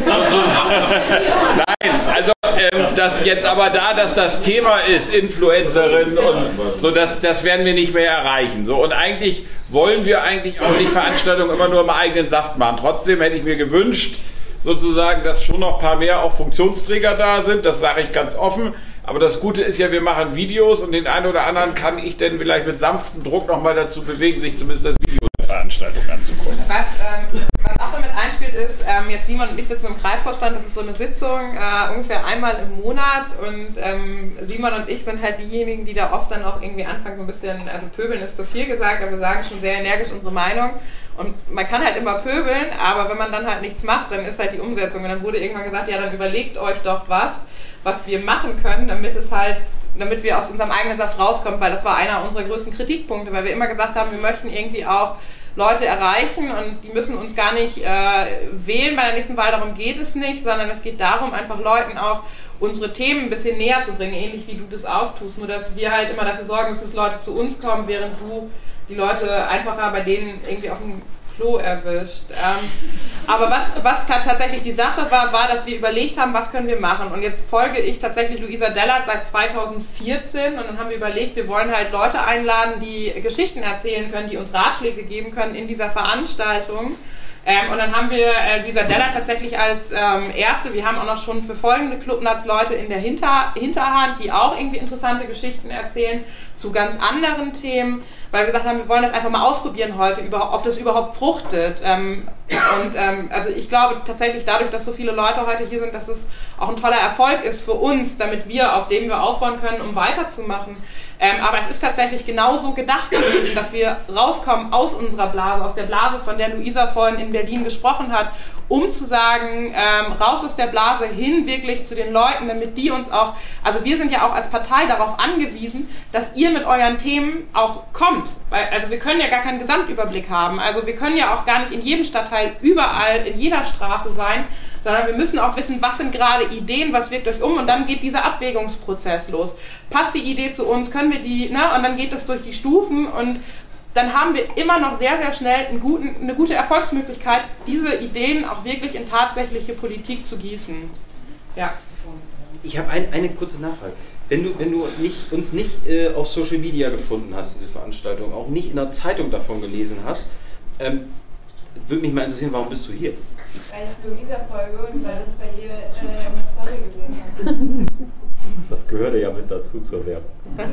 nein, also ähm, das jetzt aber da, dass das Thema ist, Influencerin und so, das, das werden wir nicht mehr erreichen. So, und eigentlich wollen wir eigentlich auch die Veranstaltung immer nur im eigenen Saft machen. Trotzdem hätte ich mir gewünscht, sozusagen, dass schon noch ein paar mehr auch Funktionsträger da sind. Das sage ich ganz offen. Aber das Gute ist ja, wir machen Videos und den einen oder anderen kann ich denn vielleicht mit sanftem Druck nochmal dazu bewegen, sich zumindest das Video der Veranstaltung anzugucken. Was, ähm, was auch damit einspielt ist, ähm, jetzt Simon und ich sitzen im Kreisvorstand, das ist so eine Sitzung äh, ungefähr einmal im Monat und ähm, Simon und ich sind halt diejenigen, die da oft dann auch irgendwie anfangen, so ein bisschen, also pöbeln ist zu viel gesagt, aber wir sagen schon sehr energisch unsere Meinung. Und man kann halt immer pöbeln, aber wenn man dann halt nichts macht, dann ist halt die Umsetzung. Und dann wurde irgendwann gesagt, ja, dann überlegt euch doch was, was wir machen können, damit es halt, damit wir aus unserem eigenen Saft rauskommen, weil das war einer unserer größten Kritikpunkte, weil wir immer gesagt haben, wir möchten irgendwie auch Leute erreichen und die müssen uns gar nicht äh, wählen bei der nächsten Wahl, darum geht es nicht, sondern es geht darum, einfach Leuten auch unsere Themen ein bisschen näher zu bringen, ähnlich wie du das auch tust, nur dass wir halt immer dafür sorgen müssen, dass Leute zu uns kommen, während du die Leute einfacher bei denen irgendwie auf dem Klo erwischt. Ähm, aber was, was tatsächlich die Sache war, war, dass wir überlegt haben, was können wir machen. Und jetzt folge ich tatsächlich Luisa Dellert seit zweitausendvierzehn und dann haben wir überlegt, wir wollen halt Leute einladen, die Geschichten erzählen können, die uns Ratschläge geben können in dieser Veranstaltung. Ähm, und dann haben wir äh, Luisa Dellert tatsächlich als ähm, erste, wir haben auch noch schon für folgende Clubnats Leute in der Hinter Hinterhand, die auch irgendwie interessante Geschichten erzählen zu ganz anderen Themen, weil wir gesagt haben, wir wollen das einfach mal ausprobieren heute, ob das überhaupt fruchtet. Ähm, und ähm, also ich glaube tatsächlich dadurch, dass so viele Leute heute hier sind, dass es auch ein toller Erfolg ist für uns, damit wir, auf dem wir aufbauen können, um weiterzumachen. Ähm, aber es ist tatsächlich genauso gedacht gewesen, dass wir rauskommen aus unserer Blase, aus der Blase, von der Luisa vorhin in Berlin gesprochen hat, um zu sagen, ähm, raus aus der Blase, hin wirklich zu den Leuten, damit die uns auch, also wir sind ja auch als Partei darauf angewiesen, dass ihr mit euren Themen auch kommt. Weil, also wir können ja gar keinen Gesamtüberblick haben. Also wir können ja auch gar nicht in jedem Stadtteil, überall, in jeder Straße sein, sondern wir müssen auch wissen, was sind gerade Ideen, was wirkt euch um und dann geht dieser Abwägungsprozess los. Passt die Idee zu uns, können wir die, ne, und dann geht das durch die Stufen und dann haben wir immer noch sehr, sehr schnell einen guten, eine gute Erfolgsmöglichkeit, diese Ideen auch wirklich in tatsächliche Politik zu gießen. Ja. Ich habe ein, eine kurze Nachfrage. Wenn du, wenn du nicht, uns nicht äh, auf Social Media gefunden hast, diese Veranstaltung, auch nicht in der Zeitung davon gelesen hast, ähm, würde mich mal interessieren, warum bist du hier? Weil ich Luisa folge und weil das bei ihr äh, eine Story gesehen habe. Das gehörte ja mit dazu zur Werbung.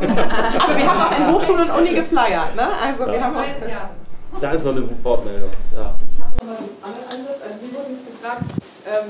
Aber wir haben auch in Hochschule und Uni geflyert, ne? Also wir Ja. haben auch, Ja. Da ist noch eine Wortmeldung. Ja. Ich habe nochmal einen anderen Ansatz. Also wir wurden jetzt gefragt, ähm,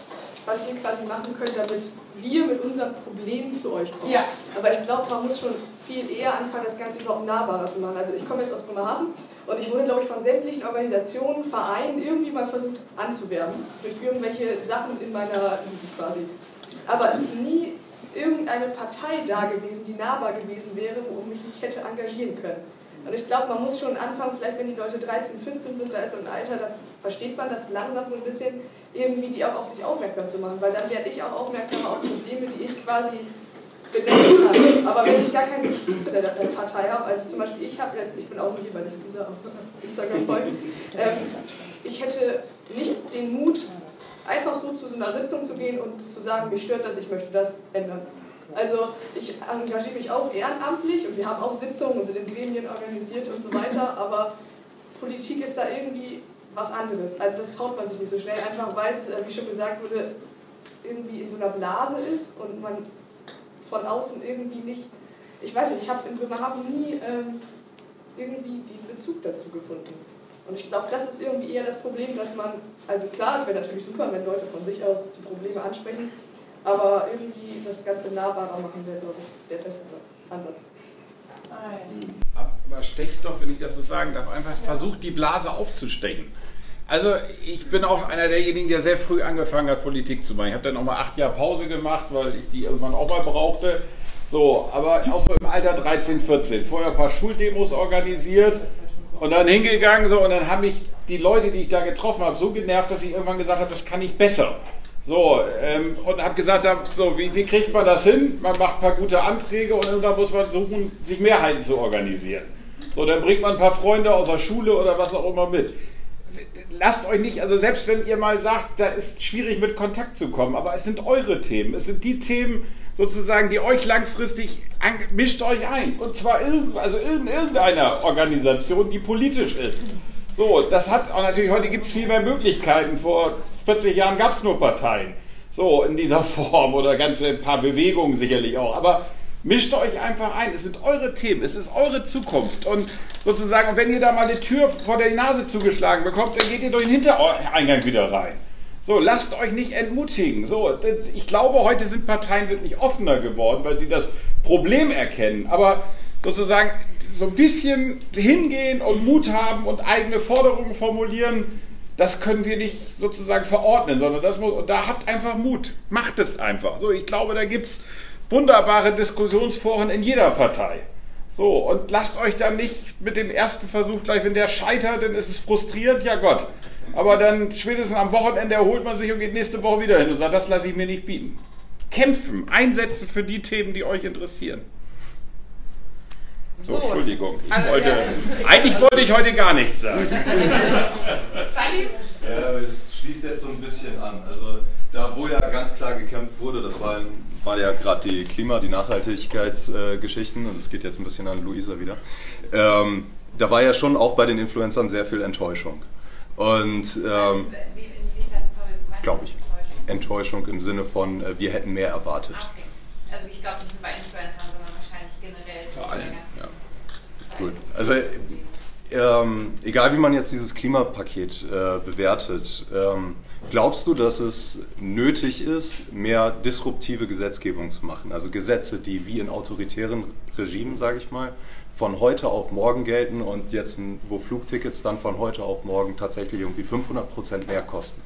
was ihr quasi machen könnt, damit wir mit unserem Problem zu euch kommen. Ja. Aber ich glaube, man muss schon viel eher anfangen, das Ganze überhaupt nahbarer zu machen. Also ich komme jetzt aus Bremerhaven und ich wurde, glaube ich, von sämtlichen Organisationen, Vereinen irgendwie mal versucht anzuwerben. Durch irgendwelche Sachen in meiner Jugend quasi. Aber es ist nie irgendeine Partei da gewesen, die nahbar gewesen wäre, wo ich mich hätte engagieren können. Und ich glaube, man muss schon anfangen, vielleicht wenn die Leute dreizehn, fünfzehn sind, da ist ein Alter, da versteht man das langsam so ein bisschen, irgendwie die auch auf sich aufmerksam zu machen, weil dann werde ich auch aufmerksamer auf Probleme, die ich quasi benennen kann. Aber wenn ich gar keinen Bezug zu der Partei habe, also zum Beispiel ich habe jetzt, ich bin auch hier, weil ich dieser auf Instagram folge, ähm, ich hätte nicht den Mut, einfach so zu so einer Sitzung zu gehen und zu sagen, mich stört das, ich möchte das ändern. Also ich engagiere mich auch ehrenamtlich und wir haben auch Sitzungen und sind in Gremien organisiert und so weiter, aber Politik ist da irgendwie was anderes. Also das traut man sich nicht so schnell, einfach weil es, wie schon gesagt wurde, irgendwie in so einer Blase ist und man von außen irgendwie nicht, ich weiß nicht, ich habe in Bremerhaven nie ähm, irgendwie den Bezug dazu gefunden. Und ich glaube, das ist irgendwie eher das Problem, dass man, also klar, es wäre natürlich super, wenn Leute von sich aus die Probleme ansprechen, aber irgendwie das Ganze nahbarer machen wäre, glaube ich, der bessere Ansatz. Aber stecht doch, wenn ich das so sagen darf, einfach versucht, die Blase aufzustechen. Also ich bin auch einer derjenigen, der sehr früh angefangen hat, Politik zu machen. Ich habe dann nochmal acht Jahre Pause gemacht, weil ich die irgendwann auch mal brauchte. So, aber auch so im Alter dreizehn, vierzehn. Vorher ein paar Schuldemos organisiert und dann hingegangen. So, und dann haben mich die Leute, die ich da getroffen habe, so genervt, dass ich irgendwann gesagt habe, das kann ich besser. So, ähm, und habe gesagt, so, wie, wie kriegt man das hin? Man macht ein paar gute Anträge und dann muss man versuchen, sich Mehrheiten zu organisieren. So, dann bringt man ein paar Freunde aus der Schule oder was auch immer mit. Lasst euch nicht, also selbst wenn ihr mal sagt, da ist schwierig mit Kontakt zu kommen, aber es sind eure Themen, es sind die Themen sozusagen, die euch langfristig, an, mischt euch ein. Und zwar irgend, also in irgendeiner Organisation, die politisch ist. So, das hat auch natürlich, heute gibt es viel mehr Möglichkeiten. Vor vierzig Jahren gab es nur Parteien. So, in dieser Form oder ganze paar Bewegungen sicherlich auch. Aber mischt euch einfach ein. Es sind eure Themen, es ist eure Zukunft. Und sozusagen, und wenn ihr da mal eine Tür vor der Nase zugeschlagen bekommt, dann geht ihr durch den Hintereingang wieder rein. So, lasst euch nicht entmutigen. So, ich glaube, heute sind Parteien wirklich offener geworden, weil sie das Problem erkennen. Aber sozusagen so ein bisschen hingehen und Mut haben und eigene Forderungen formulieren, das können wir nicht sozusagen verordnen, sondern das muss, und da habt einfach Mut. Macht es einfach. So, ich glaube, da gibt es wunderbare Diskussionsforen in jeder Partei. So, und lasst euch dann nicht mit dem ersten Versuch gleich, wenn der scheitert, dann ist es frustrierend, ja Gott. Aber dann spätestens am Wochenende erholt man sich und geht nächste Woche wieder hin und sagt, das lasse ich mir nicht bieten. Kämpfen, einsetzen für die Themen, die euch interessieren. So, so Entschuldigung. Ich also, wollte, ja. Eigentlich wollte ich heute gar nichts sagen. Ja, es schließt jetzt so ein bisschen an. Also da, wo ja ganz klar gekämpft wurde, das war, war ja gerade die Klima-, die Nachhaltigkeitsgeschichten, äh, und es geht jetzt ein bisschen an Luisa wieder. Ähm, da war ja schon auch bei den Influencern sehr viel Enttäuschung. Und ähm, glaube ich, Enttäuschung im Sinne von, äh, wir hätten mehr erwartet. Okay. Also ich glaube nicht nur bei Influencern, sondern wahrscheinlich generell so in der ganzen ja. Gut. Also ähm, egal wie man jetzt dieses Klimapaket äh, bewertet, ähm, glaubst du, dass es nötig ist, mehr disruptive Gesetzgebung zu machen? Also Gesetze, die wie in autoritären Regimen, sage ich mal, von heute auf morgen gelten und jetzt, wo Flugtickets dann von heute auf morgen tatsächlich irgendwie fünfhundert Prozent mehr kosten?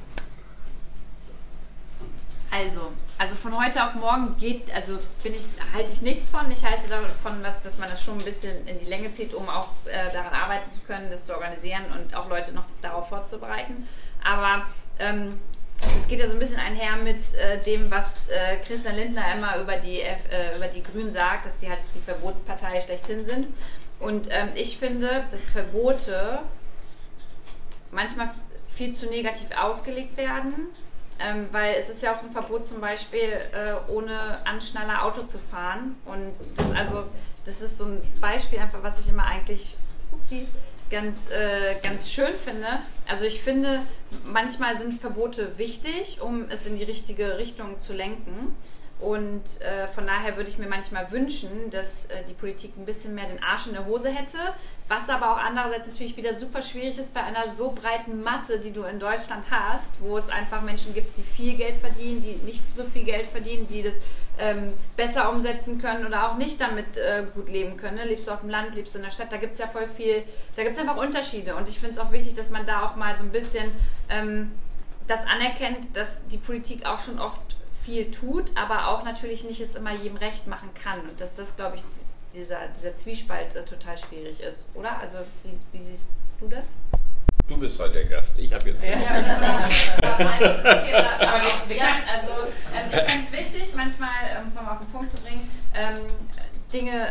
Also, also von heute auf morgen geht, also bin ich, halte ich nichts von. Ich halte davon, dass, dass man das schon ein bisschen in die Länge zieht, um auch äh, daran arbeiten zu können, das zu organisieren und auch Leute noch darauf vorzubereiten. Aber ähm, es geht ja so ein bisschen einher mit äh, dem, was äh, Christian Lindner immer über die, äh, über die Grünen sagt, dass die halt die Verbotspartei schlechthin sind. Und ähm, ich finde, dass Verbote manchmal viel zu negativ ausgelegt werden. Ähm, weil es ist ja auch ein Verbot zum Beispiel äh, ohne Anschnaller Auto zu fahren und das also das ist so ein Beispiel einfach, was ich immer eigentlich upsie, ganz, äh, ganz schön finde. Also ich finde, manchmal sind Verbote wichtig, um es in die richtige Richtung zu lenken und äh, von daher würde ich mir manchmal wünschen, dass äh, die Politik ein bisschen mehr den Arsch in der Hose hätte, was aber auch andererseits natürlich wieder super schwierig ist bei einer so breiten Masse, die du in Deutschland hast, wo es einfach Menschen gibt, die viel Geld verdienen, die nicht so viel Geld verdienen, die das ähm, besser umsetzen können oder auch nicht damit äh, gut leben können. Ne? Lebst du auf dem Land, lebst du in der Stadt, da gibt es ja voll viel, da gibt es einfach Unterschiede und ich finde es auch wichtig, dass man da auch mal so ein bisschen ähm, das anerkennt, dass die Politik auch schon oft viel tut, aber auch natürlich nicht es immer jedem recht machen kann und dass das, glaube ich, dieser, dieser Zwiespalt äh, total schwierig ist, oder? Also wie, wie siehst du das? Du bist heute der Gast, ich habe jetzt... Ja, ja, okay, aber ja, also ähm, ich finde es wichtig, manchmal, um es nochmal auf den Punkt zu bringen, ähm, Dinge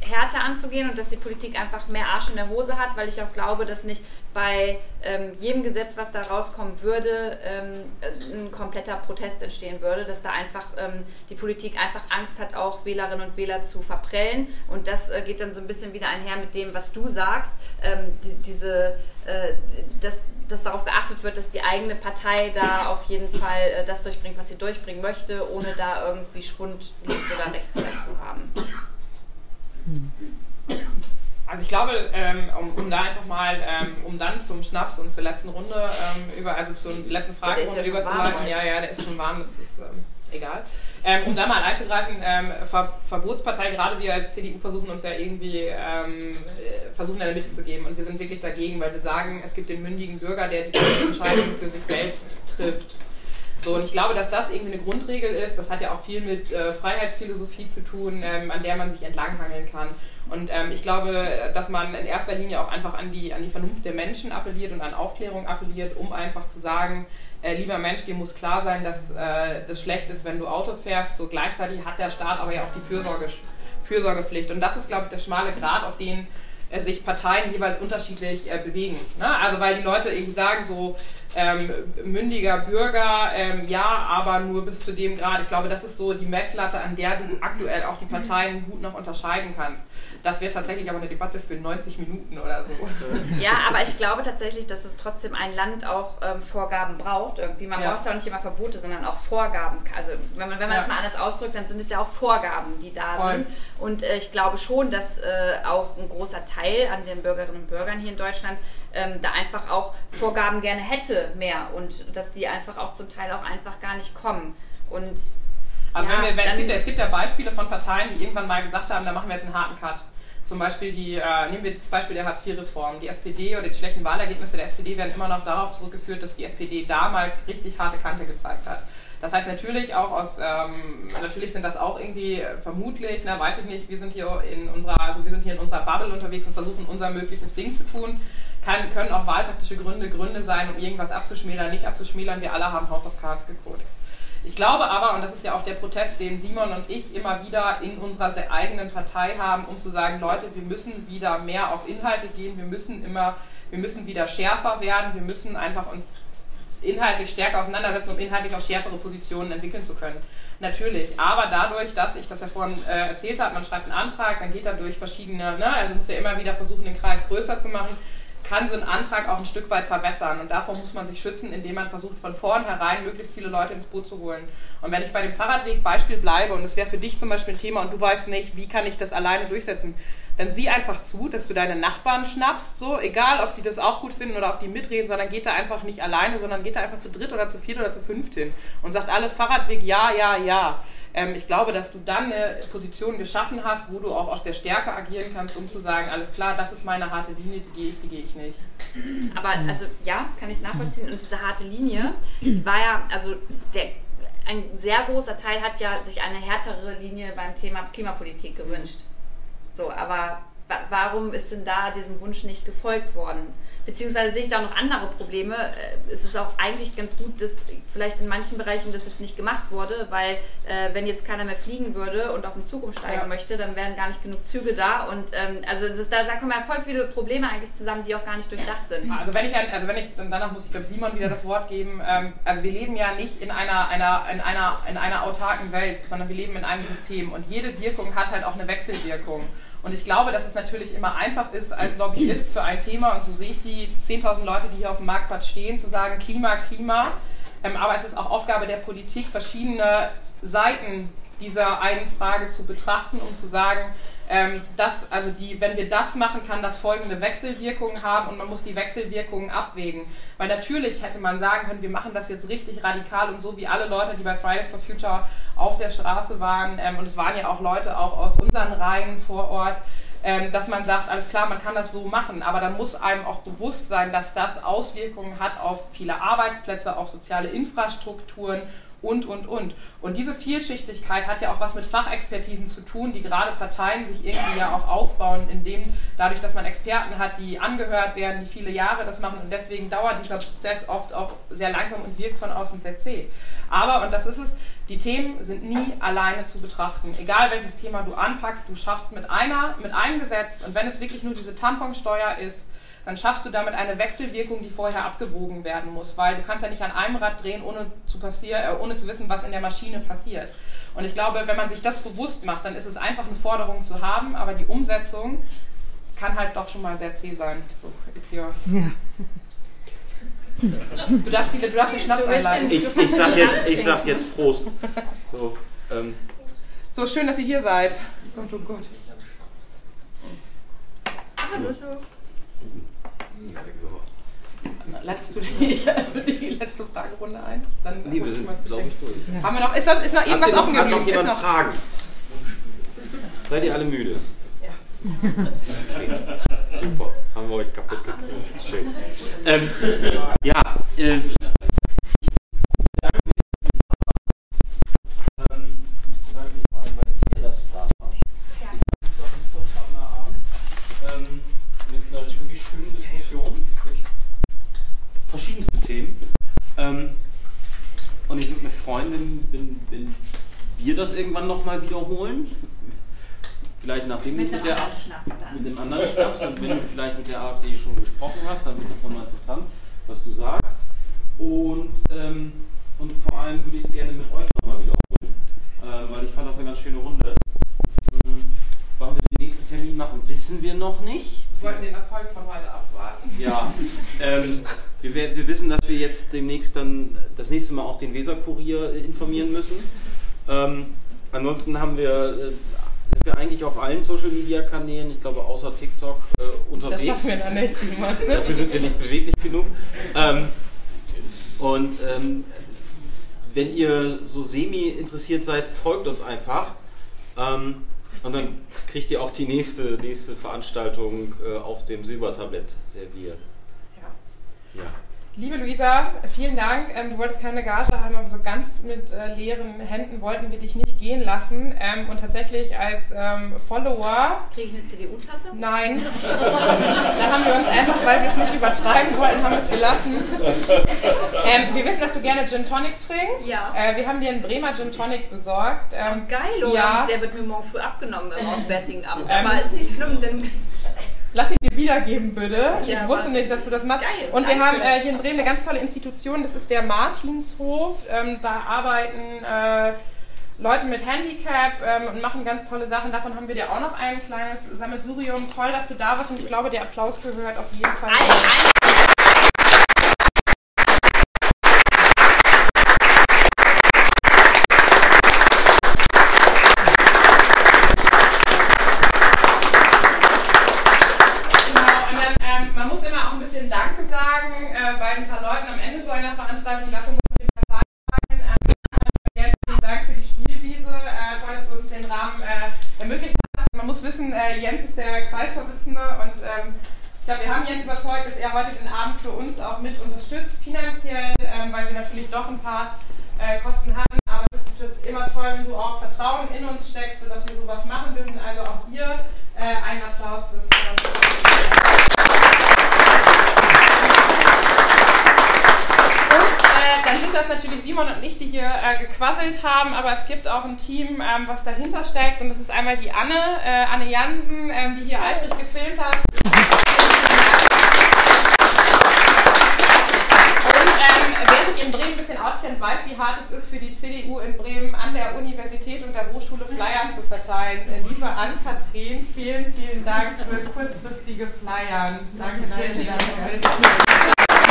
härter anzugehen und dass die Politik einfach mehr Arsch in der Hose hat, weil ich auch glaube, dass nicht bei ähm, jedem Gesetz, was da rauskommen würde, ähm, ein kompletter Protest entstehen würde, dass da einfach ähm, die Politik einfach Angst hat, auch Wählerinnen und Wähler zu verprellen, und das äh, geht dann so ein bisschen wieder einher mit dem, was du sagst, ähm, die, diese, äh, dass, dass darauf geachtet wird, dass die eigene Partei da auf jeden Fall äh, das durchbringt, was sie durchbringen möchte, ohne da irgendwie Schwund links oder rechts zu haben. Also ich glaube, ähm, um, um da einfach mal, ähm, um dann zum Schnaps und zur letzten Runde ähm, über, also zur letzten Fragerunde ja überzuleiten, ja, ja, der ist schon warm, das ist ähm, egal. Ähm, um da mal einzugreifen, ähm, Ver Verbotspartei, gerade wir als C D U versuchen uns ja irgendwie, ähm, versuchen in der Mitte zu geben, und wir sind wirklich dagegen, weil wir sagen, es gibt den mündigen Bürger, der die Entscheidung für sich selbst trifft. So, und ich glaube, dass das irgendwie eine Grundregel ist. Das hat ja auch viel mit äh, Freiheitsphilosophie zu tun, ähm, an der man sich entlanghangeln kann. Und ähm, ich glaube, dass man in erster Linie auch einfach an die, an die Vernunft der Menschen appelliert und an Aufklärung appelliert, um einfach zu sagen, äh, lieber Mensch, dir muss klar sein, dass äh, das schlecht ist, wenn du Auto fährst. So gleichzeitig hat der Staat aber ja auch die Fürsorge, Fürsorgepflicht. Und das ist, glaube ich, der schmale Grat, auf den äh, sich Parteien jeweils unterschiedlich äh, bewegen. Ne? Also weil die Leute irgendwie sagen, so ähm, mündiger Bürger, ähm, ja, aber nur bis zu dem Grad. Ich glaube, das ist so die Messlatte, an der du aktuell auch die Parteien gut noch unterscheiden kannst. Das wäre tatsächlich aber eine Debatte für neunzig Minuten oder so. Ja, aber ich glaube tatsächlich, dass es trotzdem ein Land auch ähm, Vorgaben braucht. Irgendwie. Man ja. braucht ja auch nicht immer Verbote, sondern auch Vorgaben. Also wenn man, wenn man ja. das mal anders ausdrückt, dann sind es ja auch Vorgaben, die da Voll. sind. Und äh, ich glaube schon, dass äh, auch ein großer Teil an den Bürgerinnen und Bürgern hier in Deutschland ähm, da einfach auch Vorgaben gerne hätte mehr, und dass die einfach auch zum Teil auch einfach gar nicht kommen. Und aber ja, wenn wir, wenn es, gibt, es gibt ja Beispiele von Parteien, die irgendwann mal gesagt haben, da machen wir jetzt einen harten Cut. Zum Beispiel die, äh, nehmen wir das Beispiel der Hartz vier Reform. Die S P D oder die schlechten Wahlergebnisse der S P D werden immer noch darauf zurückgeführt, dass die S P D da mal richtig harte Kante gezeigt hat. Das heißt natürlich auch aus, ähm, natürlich sind das auch irgendwie äh, vermutlich, na, weiß ich nicht, wir sind hier in unserer, also wir sind hier in unserer Bubble unterwegs und versuchen unser mögliches Ding zu tun. Kann, können auch wahltaktische Gründe Gründe sein, um irgendwas abzuschmälern, nicht abzuschmälern. Wir alle haben House of Cards geguckt. Ich glaube aber, und das ist ja auch der Protest, den Simon und ich immer wieder in unserer sehr eigenen Partei haben, um zu sagen, Leute, wir müssen wieder mehr auf Inhalte gehen, wir müssen immer, wir müssen wieder schärfer werden, wir müssen einfach uns inhaltlich stärker auseinandersetzen, um inhaltlich auch schärfere Positionen entwickeln zu können. Natürlich, aber dadurch, dass ich das ja vorhin äh, erzählt habe, man schreibt einen Antrag, dann geht er durch verschiedene, ne, also muss ja immer wieder versuchen, den Kreis größer zu machen, kann so ein Antrag auch ein Stück weit verwässern, und davor muss man sich schützen, indem man versucht, von vornherein möglichst viele Leute ins Boot zu holen. Und wenn ich bei dem Fahrradweg-Beispiel bleibe, und es wäre für dich zum Beispiel ein Thema und du weißt nicht, wie kann ich das alleine durchsetzen, dann sieh einfach zu, dass du deine Nachbarn schnappst, so, egal ob die das auch gut finden oder ob die mitreden, sondern geht da einfach nicht alleine, sondern geht da einfach zu dritt oder zu viert oder zu fünft hin und sagt alle Fahrradweg, ja, ja, ja. Ich glaube, dass du dann eine Position geschaffen hast, wo du auch aus der Stärke agieren kannst, um zu sagen, alles klar, das ist meine harte Linie, die gehe ich, die gehe ich nicht. Aber also ja, kann ich nachvollziehen. Und diese harte Linie, die war ja, also der, ein sehr großer Teil hat ja sich eine härtere Linie beim Thema Klimapolitik gewünscht. So, aber wa warum ist denn da diesem Wunsch nicht gefolgt worden? Beziehungsweise sehe ich da noch andere Probleme. Es ist auch eigentlich ganz gut, dass vielleicht in manchen Bereichen das jetzt nicht gemacht wurde, weil äh, wenn jetzt keiner mehr fliegen würde und auf den Zug umsteigen ja. möchte, dann wären gar nicht genug Züge da. Und ähm, also das ist, da, da kommen ja voll viele Probleme eigentlich zusammen, die auch gar nicht durchdacht sind. Also wenn ich, also wenn ich danach muss ich glaube Simon wieder das Wort geben. Ähm, also wir leben ja nicht in einer, einer, in, einer, in einer autarken Welt, sondern wir leben in einem System, und jede Wirkung hat halt auch eine Wechselwirkung. Und ich glaube, dass es natürlich immer einfach ist, als Lobbyist für ein Thema, und so sehe ich die zehntausend Leute, die hier auf dem Marktplatz stehen, zu sagen, Klima, Klima. Ähm, aber es ist auch Aufgabe der Politik, verschiedene Seiten dieser einen Frage zu betrachten, um zu sagen, ähm, dass, also die, wenn wir das machen, kann das folgende Wechselwirkungen haben, und man muss die Wechselwirkungen abwägen. Weil natürlich hätte man sagen können, wir machen das jetzt richtig radikal und so, wie alle Leute, die bei Fridays for Future auf der Straße waren, ähm, und es waren ja auch Leute auch aus unseren Reihen vor Ort, ähm, dass man sagt, alles klar, man kann das so machen, aber da muss einem auch bewusst sein, dass das Auswirkungen hat auf viele Arbeitsplätze, auf soziale Infrastrukturen und, und, und. Und diese Vielschichtigkeit hat ja auch was mit Fachexpertisen zu tun, die gerade Parteien sich irgendwie ja auch aufbauen, indem dadurch, dass man Experten hat, die angehört werden, die viele Jahre das machen und deswegen dauert dieser Prozess oft auch sehr langsam und wirkt von außen sehr zäh. Aber, und das ist es, die Themen sind nie alleine zu betrachten. Egal welches Thema du anpackst, du schaffst mit einer, mit einem Gesetz, und wenn es wirklich nur diese Tamponsteuer ist, dann schaffst du damit eine Wechselwirkung, die vorher abgewogen werden muss, weil du kannst ja nicht an einem Rad drehen, ohne zu, passier, äh, ohne zu wissen, was in der Maschine passiert. Und ich glaube, wenn man sich das bewusst macht, dann ist es einfach eine Forderung zu haben, aber die Umsetzung kann halt doch schon mal sehr zäh sein. So, it's yours. Ja. Du darfst die, du darfst die Schnaps einleiten. Ich, ich, sag jetzt, ich sag jetzt Prost. So, ähm. so schön, dass ihr hier seid. Gut, gut, gut. Leitest du die, die letzte Fragerunde ein? Dann nee, wir sind, glaube ich, durch. Ja. Haben wir noch, ist, noch, ist noch irgendwas offen geblieben? Hat noch jemand ist noch Fragen? Seid ihr alle müde? Ja. Okay. Super, haben wir euch kaputt gekriegt. Schön. Ähm, ja, äh, verschiedenste Themen. Ähm, und ich würde mich freuen, wenn, wenn, wenn wir das irgendwann nochmal wiederholen. Vielleicht nachdem mit du einem mit der anderen Schnaps dann. mit dem anderen Schnaps und wenn du vielleicht mit der AfD schon gesprochen hast, dann wird das nochmal interessant, was du sagst. Und, ähm, und vor allem würde ich es gerne mit euch nochmal wiederholen, ähm, weil ich fand das eine ganz schöne Runde. Hm, wann wir den nächsten Termin machen, wissen wir noch nicht. Wir wollten den Erfolg von heute abwarten. Ja, ähm, wir, wir wissen, dass wir jetzt demnächst dann das nächste Mal auch den Weser-Kurier informieren müssen. Ähm, ansonsten haben wir, äh, sind wir eigentlich auf allen Social-Media-Kanälen, ich glaube außer TikTok, äh, unterwegs. Das schaffen wir dann nicht. Dafür sind wir nicht beweglich genug. Ähm, und ähm, wenn ihr so semi-interessiert seid, folgt uns einfach. Ähm, Und dann kriegt ihr auch die nächste, nächste Veranstaltung äh, auf dem Silbertablett serviert. Ja. Ja. Liebe Luisa, vielen Dank. Ähm, du wolltest keine Gage haben, aber so ganz mit äh, leeren Händen wollten wir dich nicht gehen lassen. Ähm, und tatsächlich als ähm, Follower... Kriege ich eine C D U-Tasse? Nein. Da haben wir uns einfach, weil wir es nicht übertreiben wollten, haben wir es gelassen. Ähm, wir wissen, dass du gerne Gin Tonic trinkst. Ja. Äh, wir haben dir einen Bremer Gin Tonic besorgt. Ähm, oh, geil, oder? Ja. Der wird mir morgen früh abgenommen beim Auswärtigen Amt. Ähm, aber ist nicht schlimm, denn... Lass ihn dir wiedergeben, bitte. Ja, ich wusste nicht, dass du das machst. Geil, und wir danke. haben äh, hier in Bremen eine ganz tolle Institution, das ist der Martinshof. Ähm, da arbeiten äh, Leute mit Handicap ähm, und machen ganz tolle Sachen. Davon haben wir dir auch noch ein kleines Sammelsurium. Toll, dass du da warst und ich glaube, der Applaus gehört auf jeden Fall. Ein, ein Danke sagen äh, bei ein paar Leuten am Ende so einer Veranstaltung. Dafür muss ich mal sagen. Äh, vielen Dank für die Spielwiese. Äh, toll, dass du uns den Rahmen äh, ermöglicht hast. Man muss wissen, äh, Jens ist der Kreisvorsitzende und ähm, ich glaube, wir haben Jens überzeugt, dass er heute den Abend für uns auch mit unterstützt, finanziell, äh, weil wir natürlich doch ein paar äh, Kosten hatten. Aber es ist immer toll, wenn du auch Vertrauen in uns steckst, sodass wir sowas machen dürfen. Also auch hier äh, einen Applaus. Das, äh, Dann sind das natürlich Simon und ich, die hier äh, gequasselt haben, aber es gibt auch ein Team, ähm, was dahinter steckt und das ist einmal die Anne, äh, Anne Jansen, ähm, die hier eifrig gefilmt hat. Und ähm, wer sich in Bremen ein bisschen auskennt, weiß, wie hart es ist für die C D U in Bremen an der Universität und der Hochschule Flyern zu verteilen. Äh, liebe Ann-Kathrin, vielen, vielen Dank fürs kurzfristige Flyern. Danke, danke, danke.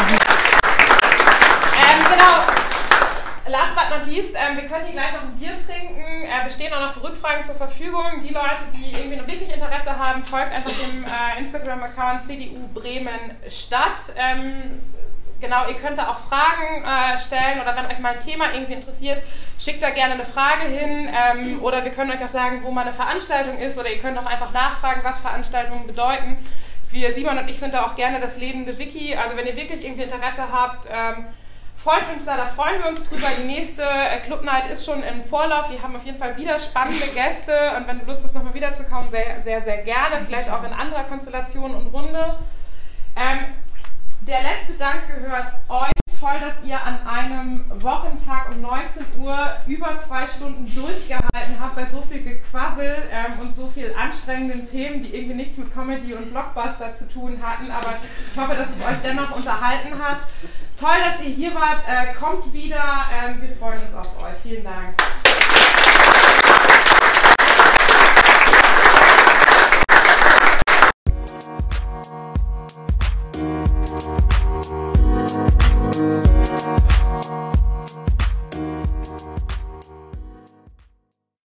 Ähm, genau, last but not least, ähm, wir können hier gleich noch ein Bier trinken, äh, wir stehen auch noch für Rückfragen zur Verfügung. Die Leute, die irgendwie noch wirklich Interesse haben, folgt einfach dem äh, Instagram-Account C D U Bremen Stadt. Ähm, genau, ihr könnt da auch Fragen äh, stellen oder wenn euch mal ein Thema irgendwie interessiert, schickt da gerne eine Frage hin ähm, oder wir können euch auch sagen, wo mal eine Veranstaltung ist oder ihr könnt auch einfach nachfragen, was Veranstaltungen bedeuten. Wir, Simon und ich, sind da auch gerne das lebende Wiki, also wenn ihr wirklich irgendwie Interesse habt, ähm, folgt uns da, da freuen wir uns drüber. Die nächste äh, Club Night ist schon im Vorlauf. Wir haben auf jeden Fall wieder spannende Gäste und wenn du Lust hast, nochmal wiederzukommen, sehr, sehr, sehr gerne. Vielleicht auch in anderer Konstellation und Runde. Ähm, der letzte Dank gehört euch. Toll, dass ihr an einem Wochentag um neunzehn Uhr über zwei Stunden durchgehalten habt bei so viel Gequassel ähm, und so viel anstrengenden Themen, die irgendwie nichts mit Comedy und Blockbuster zu tun hatten. Aber ich hoffe, dass es euch dennoch unterhalten hat. Toll, dass ihr hier wart. Äh, kommt wieder. Ähm, wir freuen uns auf euch. Vielen Dank.